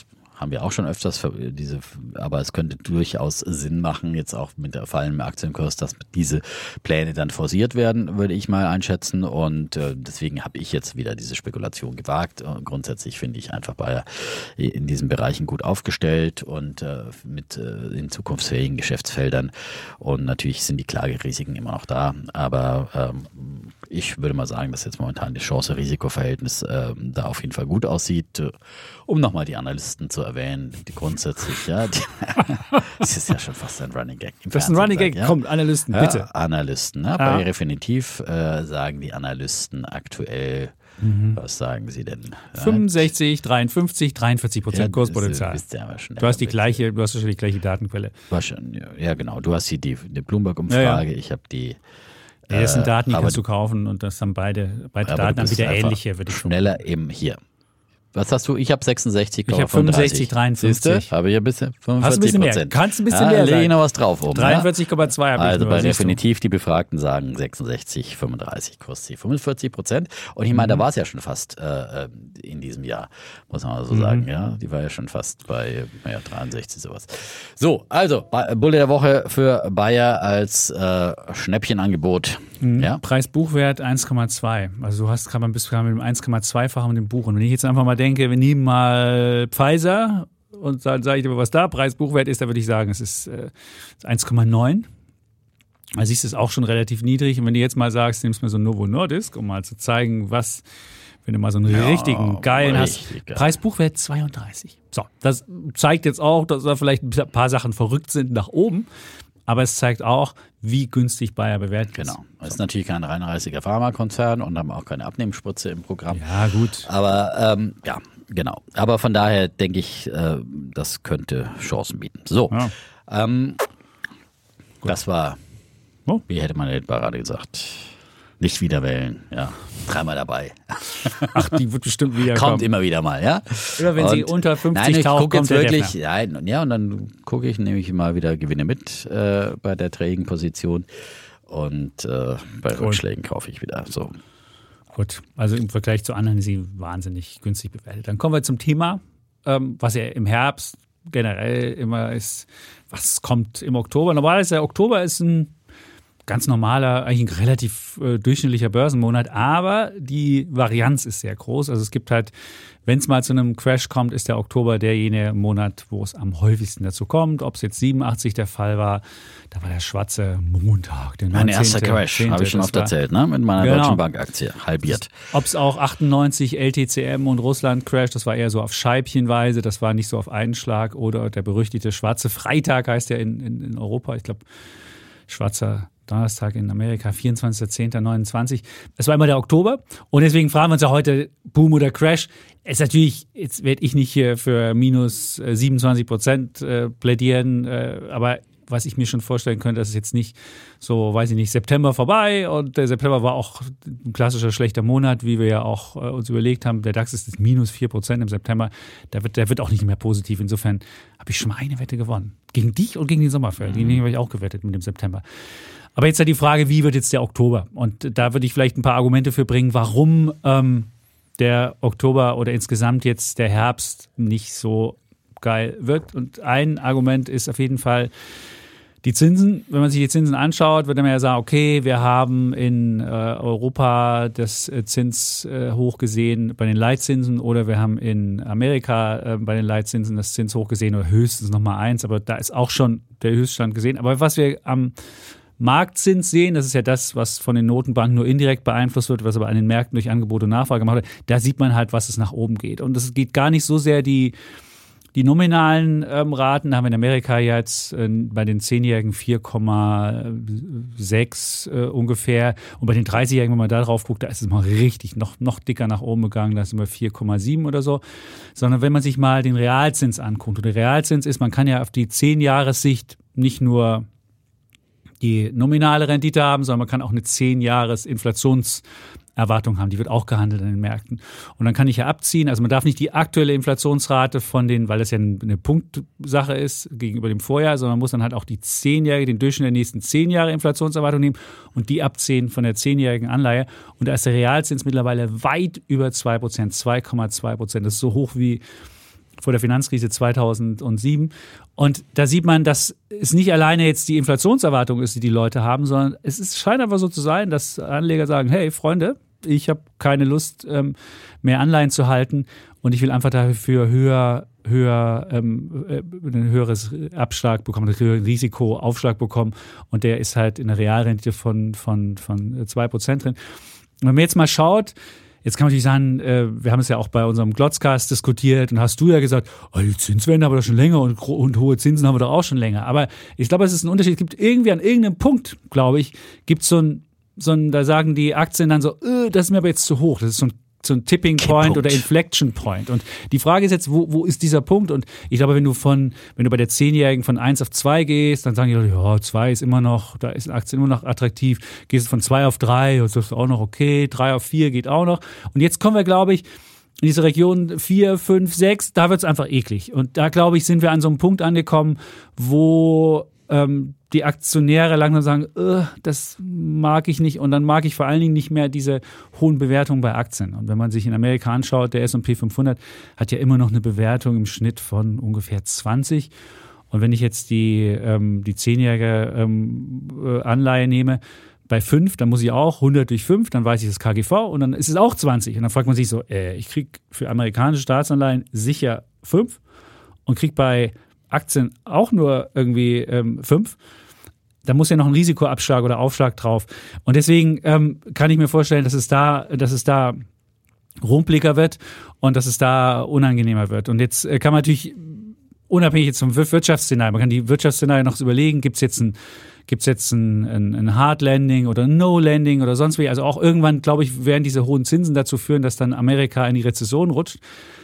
haben wir auch schon öfters, diese, aber es könnte durchaus Sinn machen, jetzt auch mit der fallenden Aktienkurs, dass diese Pläne dann forciert werden, würde ich mal einschätzen. Und äh, deswegen habe ich jetzt wieder diese Spekulation gewagt. Und grundsätzlich finde ich einfach Bayer in diesen Bereichen gut aufgestellt und äh, mit äh, in zukunftsfähigen Geschäftsfeldern. Und natürlich sind die Klagerisiken immer noch da. Aber ähm, ich würde mal sagen, dass jetzt momentan das Chance-Risiko-Verhältnis äh, da auf jeden Fall gut aussieht. Um nochmal die Analysten zu erwähnen, die grundsätzlich, ja, die, das ist ja schon fast ein Running Gag. Das ist ein Running Gag, ja? Komm, Analysten, bitte. Ja, Analysten, ne? Ah. Bei Refinitiv äh, sagen die Analysten aktuell, mhm. was sagen sie denn? fünfundsechzig, dreiundfünfzig, dreiundvierzig Prozent ja, Kurspotenzial. Bist ja schnell, du hast die gleiche, du hast wahrscheinlich die gleiche Datenquelle. Wahrscheinlich, ja genau. Du hast hier die, die Bloomberg-Umfrage, ja, ja. ich habe die. Ja, das sind Daten, die äh, kannst du kaufen und das haben beide, beide Daten haben wieder ähnliche, würde ich sagen. Schneller eben hier. Was hast du? Ich habe sechsundsechzig, ich habe fünfundsechzig, dreiundfünfzig. Habe ich ein bisschen? fünfundvierzig Hast du ein bisschen mehr? Kannst ein bisschen ja, mehr lege ich noch was drauf oben. dreiundvierzig Komma zwei ja? habe ich. Also nur, bei Refinitiv, die Befragten sagen sechsundsechzig, fünfunddreißig, Kursziel fünfundvierzig Prozent. Und ich meine, mhm. da war es ja schon fast äh, in diesem Jahr, muss man mal so mhm. sagen. Ja, die war ja schon fast bei naja, dreiundsechzig sowas. So, also Bulle der Woche für Bayer als äh, Schnäppchenangebot. Mhm. Ja? Preis-Buchwert eins Komma zwei. Also du hast gerade mal bis mit dem eins Komma zwei-fachen mit dem Buch. Und wenn ich jetzt einfach mal denke, wir nehmen mal Pfizer und dann sage ich dir, was da Preis-Buchwert ist, da würde ich sagen, es ist äh, eins Komma neun. Also siehst du, es auch schon relativ niedrig. Und wenn du jetzt mal sagst, nimmst du mal so Novo Nordisk, um mal zu zeigen, was, wenn du mal so einen ja, richtigen geilen richtig hast. Geil. Preis-Buchwert zweiunddreißig. So, das zeigt jetzt auch, dass da vielleicht ein paar Sachen verrückt sind nach oben. Aber es zeigt auch, wie günstig Bayer bewertet ist. Genau. Es ist natürlich kein reinrassiger Pharmakonzern und haben auch keine Abnehmspritze im Programm. Ja, gut. Aber ähm, ja, genau. Aber von daher denke ich, äh, das könnte Chancen bieten. So, ja. ähm, das war, oh. wie hätte man in Parade gesagt, nicht wieder wählen. Ja, dreimal dabei. Ach, die wird bestimmt wieder kommt kommen. immer wieder mal, ja. Oder wenn und, sie unter fünfzig nein, taucht, kommt jetzt wirklich, nein, ja, und dann gucke ich nämlich mal wieder Gewinne mit äh, bei der trägen Position und äh, bei cool. Rückschlägen kaufe ich wieder. So. Gut, also im Vergleich zu anderen ist sie wahnsinnig günstig bewertet. Dann kommen wir zum Thema, ähm, was ja im Herbst generell immer ist, was kommt im Oktober. Normalerweise der Oktober ist ein ganz normaler, eigentlich ein relativ äh, durchschnittlicher Börsenmonat, aber die Varianz ist sehr groß. Also es gibt halt, wenn es mal zu einem Crash kommt, ist der Oktober derjenige Monat, wo es am häufigsten dazu kommt. Ob es jetzt siebenundachtzig der Fall war, da war der schwarze Montag, der neunzehnte Mein erster Crash, habe ich schon oft erzählt, ne? Mit meiner genau. Deutschen Bank-Aktie, halbiert. Ob es auch achtundneunzig L T C M und Russland Crash, das war eher so auf Scheibchenweise, das war nicht so auf einen Schlag. Oder der berüchtigte schwarze Freitag heißt der in, in, in Europa, ich glaube, schwarzer Donnerstag in Amerika, vierundzwanzigster zehnter neunundzwanzig. Es war immer der Oktober und deswegen fragen wir uns ja heute, Boom oder Crash. Es ist natürlich, jetzt werde ich nicht hier für minus siebenundzwanzig Prozent äh, plädieren, äh, aber was ich mir schon vorstellen könnte, das ist jetzt nicht so, weiß ich nicht, September vorbei und der September war auch ein klassischer schlechter Monat, wie wir ja auch äh, uns überlegt haben. Der DAX ist jetzt minus vier Prozent im September, der wird, der wird auch nicht mehr positiv. Insofern habe ich schon mal eine Wette gewonnen. Gegen dich und gegen den Sommerfeld. Mhm. Gegen den habe ich auch gewettet mit dem September. Aber jetzt ja die Frage, wie wird jetzt der Oktober? Und da würde ich vielleicht ein paar Argumente für bringen, warum ähm, der Oktober oder insgesamt jetzt der Herbst nicht so geil wird. Und ein Argument ist auf jeden Fall die Zinsen. Wenn man sich die Zinsen anschaut, wird man ja sagen, okay, wir haben in äh, Europa das äh, Zinshoch äh, gesehen bei den Leitzinsen oder wir haben in Amerika äh, bei den Leitzinsen das Zinshoch gesehen oder höchstens nochmal eins, aber da ist auch schon der Höchststand gesehen. Aber was wir am Marktzins sehen, das ist ja das, was von den Notenbanken nur indirekt beeinflusst wird, was aber an den Märkten durch Angebot und Nachfrage gemacht wird, da sieht man halt, was es nach oben geht. Und es geht gar nicht so sehr die Die nominalen ähm, Raten haben wir in Amerika jetzt äh, bei den zehnjährigen vier Komma sechs äh, ungefähr. Und bei den dreißigjährigen, wenn man da drauf guckt, da ist es mal richtig noch, noch dicker nach oben gegangen. Da sind wir vier Komma sieben oder so. Sondern wenn man sich mal den Realzins anguckt. Und der Realzins ist, man kann ja auf die zehn-Jahres-Sicht nicht nur die nominale Rendite haben, sondern man kann auch eine zehn-Jahres-Inflationserwartung haben. Die wird auch gehandelt an den Märkten. Und dann kann ich ja abziehen, also man darf nicht die aktuelle Inflationsrate von den, weil das ja eine Punktsache ist gegenüber dem Vorjahr, sondern man muss dann halt auch die zehnjährige, den Durchschnitt der nächsten zehn Jahre Inflationserwartung nehmen und die abziehen von der zehnjährigen Anleihe. Und da ist der Realzins mittlerweile weit über zwei Prozent, zwei Komma zwei Prozent. Das ist so hoch wie vor der Finanzkrise zweitausendsieben. Und da sieht man, dass es nicht alleine jetzt die Inflationserwartung ist, die die Leute haben, sondern es ist, scheint einfach so zu sein, dass Anleger sagen, hey Freunde, ich habe keine Lust ähm, mehr Anleihen zu halten und ich will einfach dafür höher höher ähm, ein höheres Abschlag bekommen, einen höheren Risikoaufschlag bekommen und der ist halt in der Realrendite von von von zwei Prozent drin. Und wenn man jetzt mal schaut, jetzt kann man natürlich sagen, äh, wir haben es ja auch bei unserem Glotzcast diskutiert und hast du ja gesagt, oh, die Zinswende haben wir doch schon länger und, und hohe Zinsen haben wir doch auch schon länger. Aber ich glaube, es ist ein Unterschied. Es gibt irgendwie an irgendeinem Punkt, glaube ich, gibt es so ein, so ein, da sagen die Aktien dann so, äh, das ist mir aber jetzt zu hoch. Das ist so ein so ein Tipping Point oder Inflection Point. Und die Frage ist jetzt, wo, wo ist dieser Punkt? Und ich glaube, wenn du von, wenn du bei der Zehnjährigen von eins auf zwei gehst, dann sagen die Leute, ja, zwei ist immer noch, da ist eine Aktie immer noch attraktiv. Gehst du von zwei auf drei, das ist auch noch okay. drei auf vier geht auch noch. Und jetzt kommen wir, glaube ich, in diese Region vier, fünf, sechs, da wird es einfach eklig. Und da, glaube ich, sind wir an so einem Punkt angekommen, wo ähm, die Aktionäre langsam sagen, äh, das mag ich nicht und dann mag ich vor allen Dingen nicht mehr diese hohen Bewertungen bei Aktien. Und wenn man sich in Amerika anschaut, der S und P fünfhundert hat ja immer noch eine Bewertung im Schnitt von ungefähr zwanzig. Und wenn ich jetzt die, ähm, die zehnjährige ähm, Anleihe nehme, bei fünf, dann muss ich auch hundert durch fünf, dann weiß ich das K G V und dann ist es auch zwanzig. Und dann fragt man sich so, äh, ich kriege für amerikanische Staatsanleihen sicher fünf und kriege bei Aktien auch nur irgendwie ähm, fünf. Da muss ja noch ein Risikoabschlag oder Aufschlag drauf. Und deswegen ähm, kann ich mir vorstellen, dass es da, dass es da rumpliger wird und dass es da unangenehmer wird. Und jetzt äh, kann man natürlich, unabhängig jetzt vom Wirtschaftsszenario, man kann die Wirtschaftsszenario noch überlegen, gibt es jetzt ein Gibt es jetzt ein, ein, ein Hard Landing oder ein No Landing oder sonst wie? Also auch irgendwann, glaube ich, werden diese hohen Zinsen dazu führen, dass dann Amerika in die Rezession rutscht.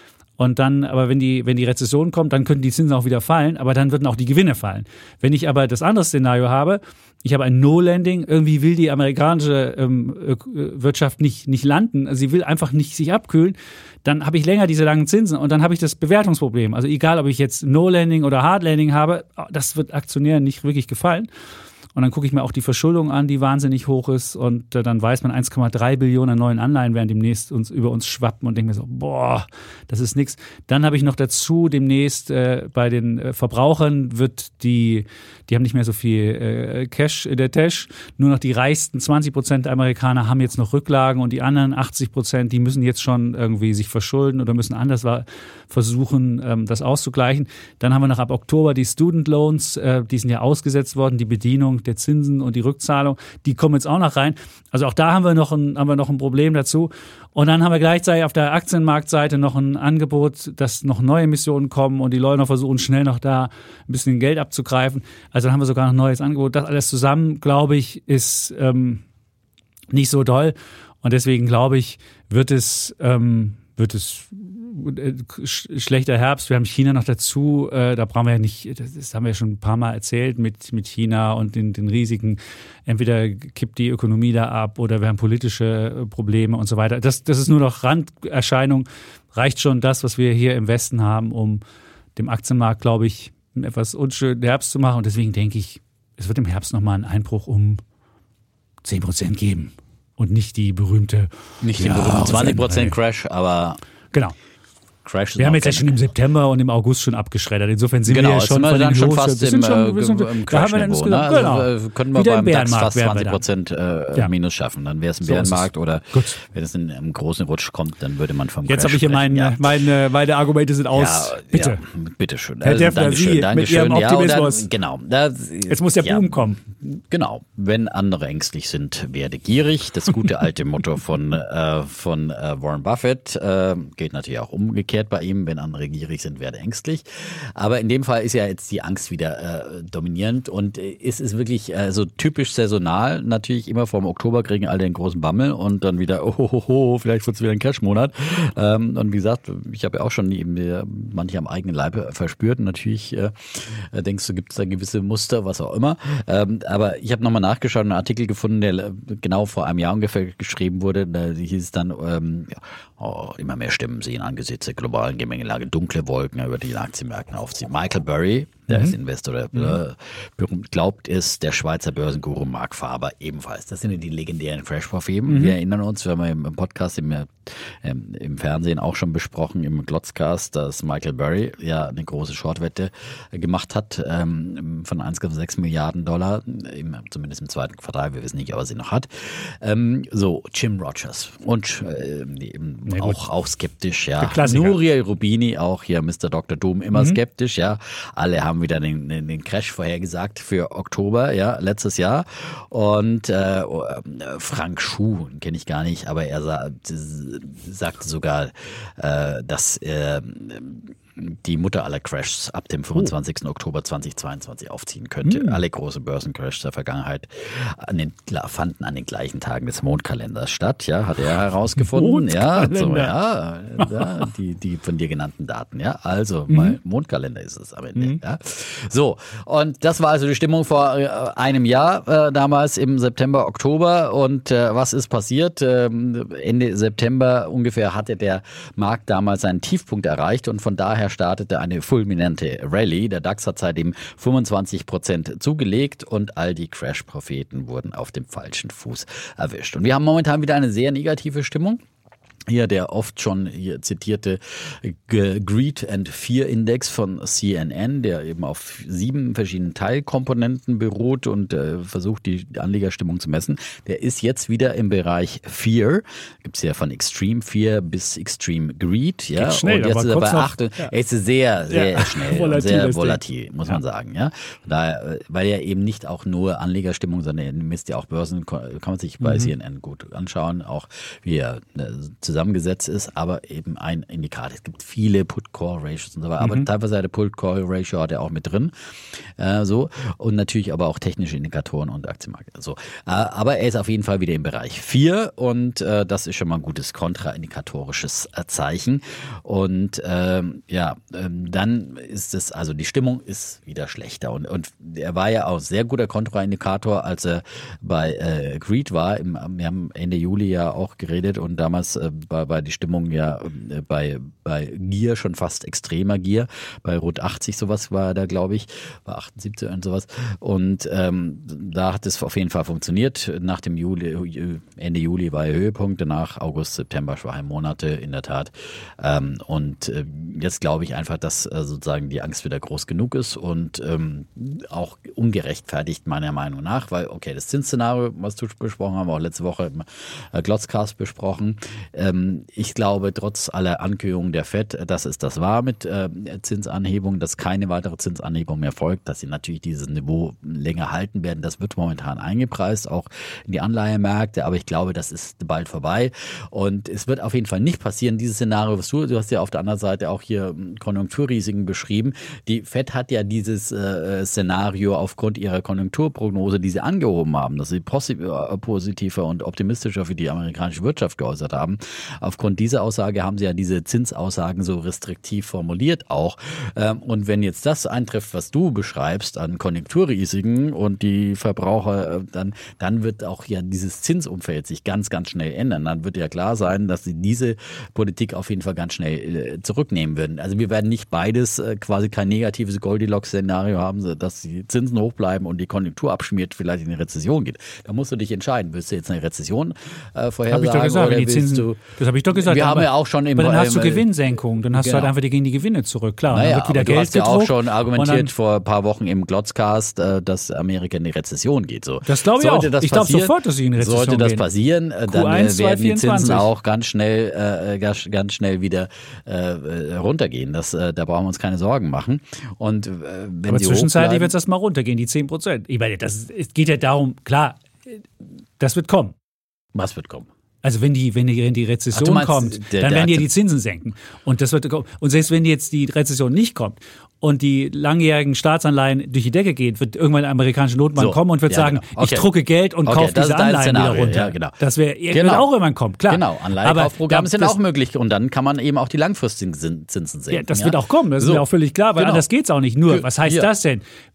Und dann, aber wenn die, wenn die Rezession kommt, dann könnten die Zinsen auch wieder fallen, aber dann würden auch die Gewinne fallen. Wenn ich aber das andere Szenario habe, ich habe ein No-Landing, irgendwie will die amerikanische ähm, Wirtschaft nicht, nicht landen, also sie will einfach nicht sich abkühlen, dann habe ich länger diese langen Zinsen und dann habe ich das Bewertungsproblem. Also egal, ob ich jetzt No-Landing oder Hard-Landing habe, das wird Aktionären nicht wirklich gefallen. Und dann gucke ich mir auch die Verschuldung an, die wahnsinnig hoch ist. Und äh, dann weiß man, eins Komma drei Billionen an neuen Anleihen werden demnächst uns, über uns schwappen und denke mir so, boah, das ist nix. Dann habe ich noch dazu demnächst äh, bei den äh, Verbrauchern wird die, die haben nicht mehr so viel äh, Cash in der Tasche. Nur noch die reichsten zwanzig Prozent der Amerikaner haben jetzt noch Rücklagen und die anderen achtzig Prozent, die müssen jetzt schon irgendwie sich verschulden oder müssen anders versuchen, ähm, das auszugleichen. Dann haben wir noch ab Oktober die Student Loans, äh, die sind ja ausgesetzt worden, die Bedienung der Zinsen und die Rückzahlung, die kommen jetzt auch noch rein. Also auch da haben wir noch ein, haben wir noch ein Problem dazu. Und dann haben wir gleichzeitig auf der Aktienmarktseite noch ein Angebot, dass noch neue Emissionen kommen und die Leute noch versuchen, schnell noch da ein bisschen Geld abzugreifen. Also dann haben wir sogar noch ein neues Angebot. Das alles zusammen, glaube ich, ist ähm, nicht so doll. Und deswegen, glaube ich, wird es, ähm, wird es schlechter Herbst. Wir haben China noch dazu. Äh, da brauchen wir ja nicht, das, das haben wir ja schon ein paar Mal erzählt mit, mit China und den, den Risiken. Entweder kippt die Ökonomie da ab oder wir haben politische Probleme und so weiter. Das, das ist nur noch Randerscheinung. Reicht schon das, was wir hier im Westen haben, um dem Aktienmarkt, glaube ich, einen etwas unschönen Herbst zu machen. Und deswegen denke ich, es wird im Herbst nochmal einen Einbruch um zehn Prozent geben. Und nicht die berühmte Nicht den ja, berühmten zwanzig Prozent Crash, aber genau. Crash wir haben jetzt ja schon im September und im August schon abgeschreddert. Insofern sind genau, wir ja schon wir von dann den schon Los, fast wir im, schon, wir sind, im Crash-Niveau. Ne? Genau. Also können wir Wieder beim DAX fast zwanzig Prozent äh, ja. Minus schaffen. Dann wäre es ein so Bärenmarkt oder Gut. wenn es in einem großen Rutsch kommt, dann würde man vom Jetzt Crash habe ich hier sprechen. meine, Ja. meine, meine Argumente sind aus. Ja, bitte. Ja, bitteschön. Herr Also, Deffner, Dankeschön, Sie Dankeschön. mit Ihrem Optimismus. Ja, dann, genau. Das, Jetzt muss der ja, Boom kommen. Genau. Wenn andere ängstlich sind, werde gierig. Das gute alte Motto von, äh, von äh, Warren Buffett äh, geht natürlich auch umgekehrt bei ihm. Wenn andere gierig sind, werde ängstlich. Aber in dem Fall ist ja jetzt die Angst wieder äh, dominierend und äh, es ist wirklich äh, so typisch saisonal. Natürlich immer vor dem Oktober kriegen alle den großen Bammel und dann wieder, oh, oh, oh vielleicht wird es wieder ein Cash-Monat. Ähm, und wie gesagt, ich habe ja auch schon eben äh, manche am eigenen Leibe verspürt. Und natürlich äh, denkst du, gibt es da gewisse Muster, was auch immer. Ähm, aber ich habe nochmal nachgeschaut, einen Artikel gefunden, der genau vor einem Jahr ungefähr geschrieben wurde. Da hieß es dann, ähm, ja, oh, immer mehr Stimmen sehen angesichts der globalen Gemengelage dunkle Wolken über die Aktienmärkten aufziehen. Michael Burry, der mhm. ist Investor, der mhm. berühmt glaubt, ist der Schweizer Börsenguru Mark Faber ebenfalls. Das sind ja die legendären Crash-Propheten. Mhm. Wir erinnern uns, wir haben ja im Podcast, im, ähm, im Fernsehen auch schon besprochen, im Glotzcast, dass Michael Burry ja eine große Shortwette gemacht hat ähm, von eins Komma sechs Milliarden Dollar, im, zumindest im zweiten Quartal, wir wissen nicht, ob er sie noch hat. Ähm, so, Jim Rogers und äh, eben ja, auch, auch skeptisch, ja. Nouriel Roubini, auch hier Mister Doktor Doom, immer mhm. skeptisch, ja. Alle haben wieder den, den, den Crash vorhergesagt für Oktober, ja, letztes Jahr. Und äh, Frank Schuh, kenne ich gar nicht, aber er sa- sagte sogar, äh, dass äh, die Mutter aller Crashs ab dem fünfundzwanzigsten Oktober zweitausendzweiundzwanzig aufziehen könnte. Mhm. Alle großen Börsencrashs der Vergangenheit an den, fanden an den gleichen Tagen des Mondkalenders statt, ja, hat er herausgefunden. Ja, so, ja, ja, die, die von dir genannten Daten, ja. Also, mhm. mal Mondkalender ist es am Ende. Mhm. Ja. So, und das war also die Stimmung vor äh, einem Jahr, äh, damals im September, Oktober. Und äh, was ist passiert? Ähm, Ende September ungefähr hatte der Markt damals seinen Tiefpunkt erreicht und von daher startete eine fulminante Rallye. Der DAX hat seitdem fünfundzwanzig Prozent zugelegt und all die Crash-Propheten wurden auf dem falschen Fuß erwischt. Und wir haben momentan wieder eine sehr negative Stimmung. Hier der oft schon hier zitierte Greed and Fear Index von C N N, der eben auf sieben verschiedenen Teilkomponenten beruht und äh, versucht, die Anlegerstimmung zu messen. Der ist jetzt wieder im Bereich Fear. Gibt es ja von Extreme Fear bis Extreme Greed. Ja? Schnell, und jetzt ist er bei acht. Ja. Er ist sehr, sehr ja. schnell volatil und sehr volatil, muss ja. man sagen. Ja? Daher, weil er eben nicht auch nur Anlegerstimmung, sondern er misst ja auch Börsen, kann man sich bei mhm. C N N gut anschauen, auch wie er zusammen zusammengesetzt ist, aber eben ein Indikator. Es gibt viele Put-Call-Ratios und so weiter, mhm. aber teilweise eine Put-Call-Ratio hat er auch mit drin. Äh, so. Und natürlich aber auch technische Indikatoren und Aktienmarkt. So. Äh, aber er ist auf jeden Fall wieder im Bereich vier und äh, das ist schon mal ein gutes kontraindikatorisches äh, Zeichen. Und ähm, ja, ähm, dann ist es, also die Stimmung ist wieder schlechter. Und, und er war ja auch sehr guter Kontraindikator, als er bei äh, Greed war. Im, wir haben Ende Juli ja auch geredet und damals äh, war, war die Stimmung ja äh, bei, bei Gier schon fast extremer Gier. Bei rund achtzig sowas war da, glaube ich, bei achtundsiebzig und sowas. Und ähm, da hat es auf jeden Fall funktioniert. Nach dem Juli, Ende Juli war der Höhepunkt, danach August, September, schwache Monate in der Tat. Ähm, und äh, jetzt glaube ich einfach, dass äh, sozusagen die Angst wieder groß genug ist und ähm, auch ungerechtfertigt meiner Meinung nach, weil okay, das Zinsszenario, was du besprochen haben, wir auch letzte Woche im äh, Glotzcast besprochen. Ähm, ich glaube, trotz aller Ankündigungen der Fed, dass es das war mit äh, Zinsanhebung, dass keine weitere Zinsanhebung mehr folgt, dass sie natürlich dieses Niveau länger halten werden. Das wird momentan eingepreist, auch in die Anleihemärkte, aber ich glaube, das ist bald vorbei und es wird auf jeden Fall nicht passieren, dieses Szenario, was du, du hast ja auf der anderen Seite auch hier Konjunkturrisiken beschrieben. Die Fed hat ja dieses äh, Szenario aufgrund ihrer Konjunkturprognose, die sie angehoben haben, dass sie positiver und optimistischer für die amerikanische Wirtschaft geäußert haben. Aufgrund dieser Aussage haben sie ja diese Zinsaussagen so restriktiv formuliert auch. Ähm, und wenn jetzt das eintrifft, was du beschreibst an Konjunkturrisiken und die Verbraucher, äh, dann, dann wird auch ja dieses Zinsumfeld sich ganz, ganz schnell ändern. Dann wird ja klar sein, dass sie diese Politik auf jeden Fall ganz schnell äh, zurücknehmen würden. Also wir werden nicht beides, äh, quasi kein negatives Goldilocks-Szenario haben, dass die Zinsen hoch bleiben und die Konjunktur abschmiert, vielleicht in eine Rezession geht. Da musst du dich entscheiden. Willst du jetzt eine Rezession äh, vorhersagen? Hab ich doch gesagt, wenn die Zinsen, du, das habe ich doch gesagt. Wir haben ja auch schon im, aber dann hast du im, Gewinnsenkung, dann hast genau. du halt einfach gegen die Gewinne zurück. Klar, naja, dann wird wieder aber Geld du hast ja gedruckt auch schon argumentiert vor ein paar Wochen im Glotzcast, dass Amerika in die Rezession geht. So. Das glaube ich sollte auch. Ich glaube sofort, dass sie in die Rezession Sollte das gehen. passieren, dann Q eins, werden die zweitausendzvierundzwanzig. Zinsen auch ganz schnell, äh, ganz, ganz schnell wieder äh, runtergehen. Das, äh, da brauchen wir uns keine Sorgen machen. Und äh, wenn aber sie zwischenzeitlich wird es erstmal runtergehen, die zehn Prozent. Ich meine, das, es geht ja darum, klar, das wird kommen. Was wird kommen? Also wenn die, wenn die, wenn die Rezession Ach, meinst, kommt, der, dann der werden die ja die Zinsen senken. Und das wird kommen. Und selbst wenn jetzt die Rezession nicht kommt und die langjährigen Staatsanleihen durch die Decke gehen, wird irgendwann der amerikanische Notenbank so, kommen und wird ja, sagen, genau. okay. ich drucke Geld und okay, kaufe diese Anleihen wieder runter. Ja, genau. Das wäre genau. auch irgendwann kommen, klar. Genau, Anleihenkaufprogramme sind auch möglich und dann kann man eben auch die langfristigen Zinsen senken. Ja, das ja? wird auch kommen, das so. ist mir auch völlig klar, weil genau. anders geht's auch nicht. Nur, was heißt ja. das denn?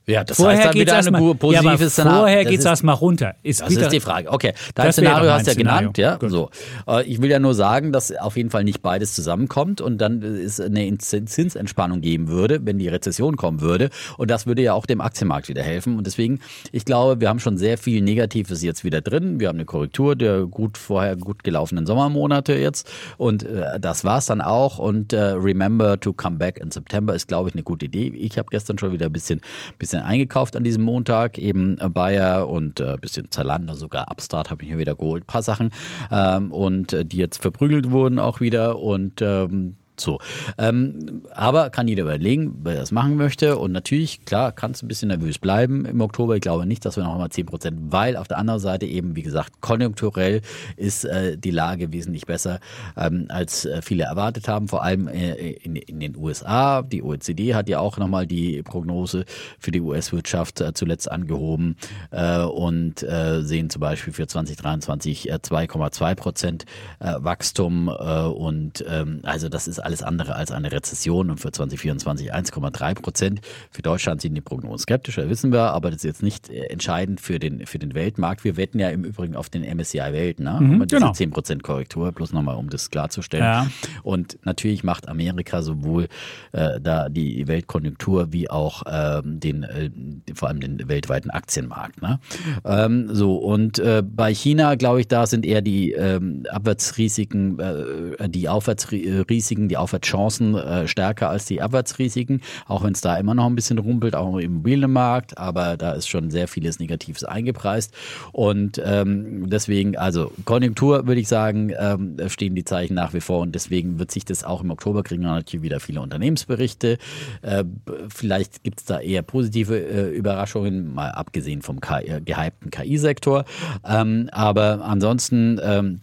Ja, das vorher heißt dann wieder ein eine positive ja, Szenario. Vorher geht es erstmal runter. Es das ist die Frage. Okay, dein Szenario hast du ja Szenario. genannt. Ja, Gut. so. Ich will ja nur sagen, dass auf jeden Fall nicht beides zusammenkommt und dann es eine Zinsentspannung geben würde, wenn die Rezession kommen würde. Und das würde ja auch dem Aktienmarkt wieder helfen. Und deswegen, ich glaube, wir haben schon sehr viel Negatives jetzt wieder drin. Wir haben eine Korrektur der gut vorher gut gelaufenen Sommermonate jetzt. Und äh, das war's dann auch. Und äh, remember to come back in September ist, glaube ich, eine gute Idee. Ich habe gestern schon wieder ein bisschen, bisschen eingekauft an diesem Montag, eben äh, Bayer und ein äh, bisschen Zalando, sogar Upstart habe ich mir wieder geholt, ein paar Sachen ähm, und äh, die jetzt verprügelt wurden auch wieder und ähm, so. Ähm, aber kann jeder überlegen, wer das machen möchte. Und natürlich, klar, kann es ein bisschen nervös bleiben im Oktober. Ich glaube nicht, dass wir noch einmal zehn Prozent, weil auf der anderen Seite eben, wie gesagt, konjunkturell ist äh, die Lage wesentlich besser, ähm, als äh, viele erwartet haben. Vor allem äh, in, in den U S A. Die O E C D hat ja auch nochmal die Prognose für die U S-Wirtschaft äh, zuletzt angehoben äh, und äh, sehen zum Beispiel für zwanzig dreiundzwanzig äh, zwei Komma zwei Prozent äh, Wachstum äh, und ähm, also das ist alles andere als eine Rezession und für zwanzig vierundzwanzig eins Komma drei Prozent. Für Deutschland sind die Prognosen skeptischer, wissen wir, aber das ist jetzt nicht entscheidend für den, für den Weltmarkt. Wir wetten ja im Übrigen auf den M S C I Welt, ne? Mhm, aber diese genau. zehn Prozent Korrektur, bloß nochmal, um das klarzustellen. Ja. Und natürlich macht Amerika sowohl äh, da die Weltkonjunktur wie auch ähm, den, äh, vor allem den weltweiten Aktienmarkt. Ne? Ähm, so, und äh, bei China, glaube ich, da sind eher die ähm, Abwärtsrisiken, äh, die Aufwärtsrisiken, die Aufwärtschancen äh, stärker als die Abwärtsrisiken, auch wenn es da immer noch ein bisschen rumpelt, auch im Immobilienmarkt, aber da ist schon sehr vieles Negatives eingepreist und ähm, deswegen, also Konjunktur würde ich sagen, ähm, stehen die Zeichen nach wie vor und deswegen wird sich das auch im Oktober kriegen natürlich wieder viele Unternehmensberichte, äh, vielleicht gibt es da eher positive äh, Überraschungen, mal abgesehen vom K I, gehypten K I-Sektor, ähm, aber ansonsten ähm,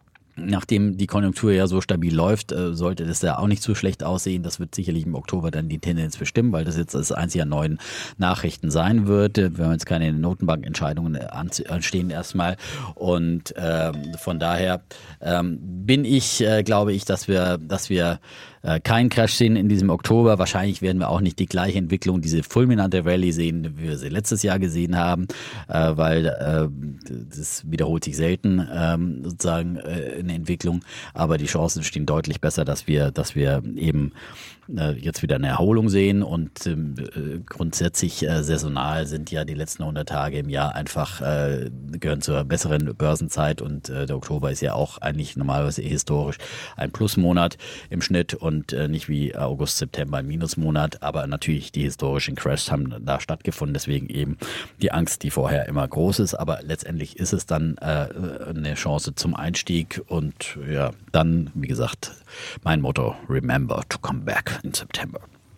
nachdem die Konjunktur ja so stabil läuft, sollte das ja auch nicht so schlecht aussehen. Das wird sicherlich im Oktober dann die Tendenz bestimmen, weil das jetzt das einzige an neuen Nachrichten sein wird. Wir haben jetzt keine Notenbankentscheidungen anstehen erstmal. Und ähm, von daher ähm, bin ich, äh, glaube ich, dass wir, dass wir äh, keinen Crash sehen in diesem Oktober. Wahrscheinlich werden wir auch nicht die gleiche Entwicklung, diese fulminante Rallye sehen, wie wir sie letztes Jahr gesehen haben, äh, weil äh, das wiederholt sich selten ähm, sozusagen äh, eine Entwicklung, aber die Chancen stehen deutlich besser, dass wir, dass wir eben äh, jetzt wieder eine Erholung sehen und äh, grundsätzlich äh, saisonal sind ja die letzten hundert Tage im Jahr einfach, äh, gehören zur besseren Börsenzeit und äh, der Oktober ist ja auch eigentlich normalerweise historisch ein Plusmonat im Schnitt und äh, nicht wie August, September ein Minusmonat, aber natürlich die historischen Crashs haben da stattgefunden, deswegen eben die Angst, die vorher immer groß ist, aber letztendlich ist es dann äh, eine Chance zum Einstieg und ja, dann, wie gesagt, mein Motto, remember to come back in September.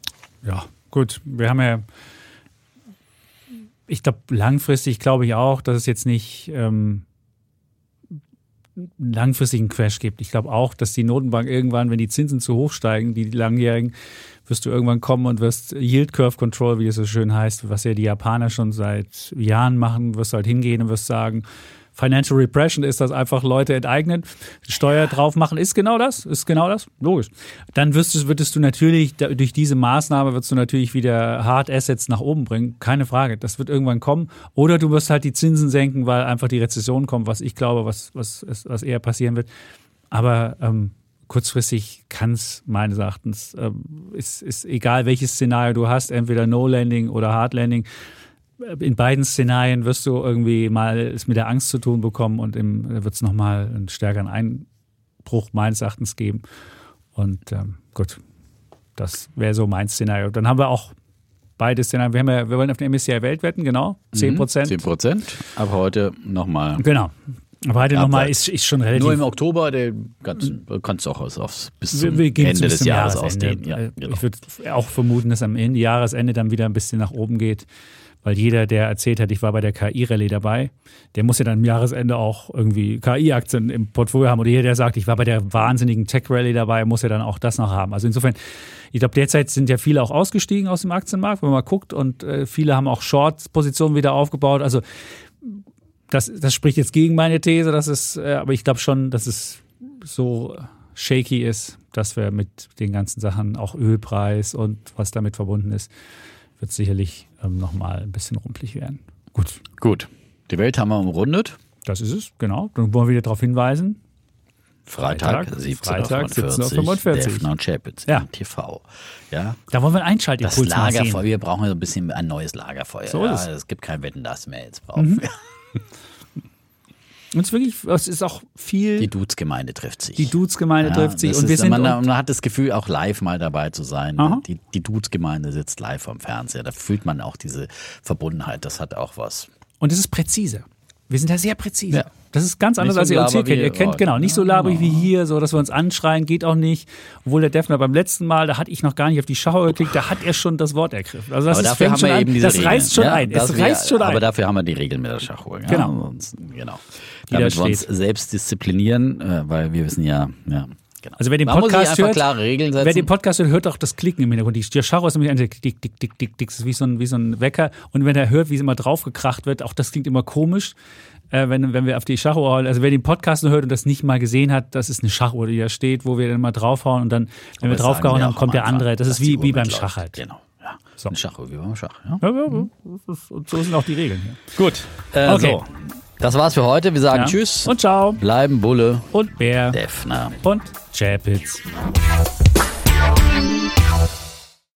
Ja, gut. Wir haben ja, ich glaube, langfristig glaube ich auch, dass es jetzt nicht ähm, einen langfristigen Crash gibt. Ich glaube auch, dass die Notenbank irgendwann, wenn die Zinsen zu hoch steigen, die langjährigen, wirst du irgendwann kommen und wirst Yield Curve Control, wie es so schön heißt, was ja die Japaner schon seit Jahren machen, wirst du halt hingehen und wirst sagen, Financial Repression ist das einfach Leute enteignen, Steuer drauf machen, ist genau das, ist genau das, logisch. Dann wirst du, würdest du natürlich, durch diese Maßnahme wirst du natürlich wieder Hard Assets nach oben bringen, keine Frage, das wird irgendwann kommen. Oder du wirst halt die Zinsen senken, weil einfach die Rezession kommt, was ich glaube, was, was, was eher passieren wird. Aber ähm, kurzfristig kann es meines Erachtens, ähm, ist, ist egal welches Szenario du hast, entweder No Landing oder Hard Landing, in beiden Szenarien wirst du irgendwie mal es mit der Angst zu tun bekommen und im, wird es nochmal einen stärkeren Einbruch meines Erachtens geben. Und ähm, gut, das wäre so mein Szenario. Dann haben wir auch beide Szenarien. Wir, haben ja, wir wollen auf den M S C I Welt wetten, genau, zehn Prozent. zehn Prozent, aber heute nochmal. Genau. Aber heute nochmal ist, ist schon relativ. Nur im Oktober, der kannst du auch aufs, bis zum wir, wir Ende des Jahres Jahresende. ausdehnen. Ja, genau. Ich würde auch vermuten, dass am Ende, Jahresende dann wieder ein bisschen nach oben geht. Weil jeder, der erzählt hat, ich war bei der K I-Rallye dabei, der muss ja dann am Jahresende auch irgendwie K I-Aktien im Portfolio haben. Oder jeder, der sagt, ich war bei der wahnsinnigen Tech-Rallye dabei, muss ja dann auch das noch haben. Also insofern, ich glaube, derzeit sind ja viele auch ausgestiegen aus dem Aktienmarkt, wenn man mal guckt. Und äh, viele haben auch Short-Positionen wieder aufgebaut. Also das, das spricht jetzt gegen meine These, dass es, äh, aber ich glaube schon, dass es so shaky ist, dass wir mit den ganzen Sachen, auch Ölpreis und was damit verbunden ist, wird es sicherlich ähm, nochmal ein bisschen rumpelig werden. Gut. Gut. Die Welt haben wir umrundet. Das ist es, genau. Dann wollen wir wieder darauf hinweisen. Freitag, Freitag siebzehn Uhr siebzehn Uhr fünfundvierzig, fünfundvierzig. Defner und Chapitz Ja. im T V. Ja. Da wollen wir einen Einschaltimpuls Das mal Lagerfeuer, sehen. wir brauchen so ein bisschen ein neues Lagerfeuer. So ja. ist es. Es gibt kein Wetten, das mehr jetzt drauf. Mhm. Und es, wirklich, es ist auch viel... Die Dudes-Gemeinde trifft sich. Die Dudes-Gemeinde Ja, trifft sich. das Und wir ist, sind... man, und, man hat das Gefühl, auch live mal dabei zu sein. Aha. Die, die Dudes-Gemeinde sitzt live am Fernseher. Da fühlt man auch diese Verbundenheit. Das hat auch was. und es ist präzise. Wir sind da sehr präzise. Ja. Das ist ganz anders, Nicht als so ihr uns hier laber wie kennt. Ihr kennt, heute. genau, nicht so Ja, laberig genau. wie hier, so dass wir uns anschreien, geht auch nicht. Obwohl der Defner beim letzten Mal, da hatte ich noch gar nicht auf die Schauer geklickt, da hat er schon das Wort ergriffen. Also das Aber ist, dafür fängt haben schon wir an, eben diese das Regeln. reißt schon ja, ein. Es das reißt wir, schon ein. Aber dafür haben wir die Regeln mit der Schachruhe. Ja? Genau. Sonst, genau. Jeder Damit wir uns steht. selbst disziplinieren, äh, weil wir wissen ja, ja. Genau. Also wer den Man muss sich Podcast einfach hört, klare Regeln setzen. wer den Podcast hört, hört auch das Klicken im Hintergrund. Die, die Schauer ist nämlich ein dick, dick, dick, dick, dick. Das ist wie so ein, wie so ein Wecker. Und wenn er hört, wie es immer draufgekracht wird, auch das klingt immer komisch. Äh, wenn, wenn wir auf die Schachuhr hauen, also wer den Podcast nur hört und das nicht mal gesehen hat, das ist eine Schachuhr, die da steht, wo wir dann mal draufhauen und dann, wenn wir das draufgehauen sagen wir haben, auch kommt am der Anfang, andere. Das dass ist wie, die Uhr wie beim mitläuft. Schach halt. Genau. Ja. So. Eine Schachuhr wie beim Schach. Ja? Ja, ja, ja. Das ist- Und so sind auch die Regeln hier. Gut. Äh, Okay. So. Das war's für heute. Wir sagen Ja. Tschüss. Und ciao. Bleiben Bulle. Und Bär. Defner. Und Chapitz.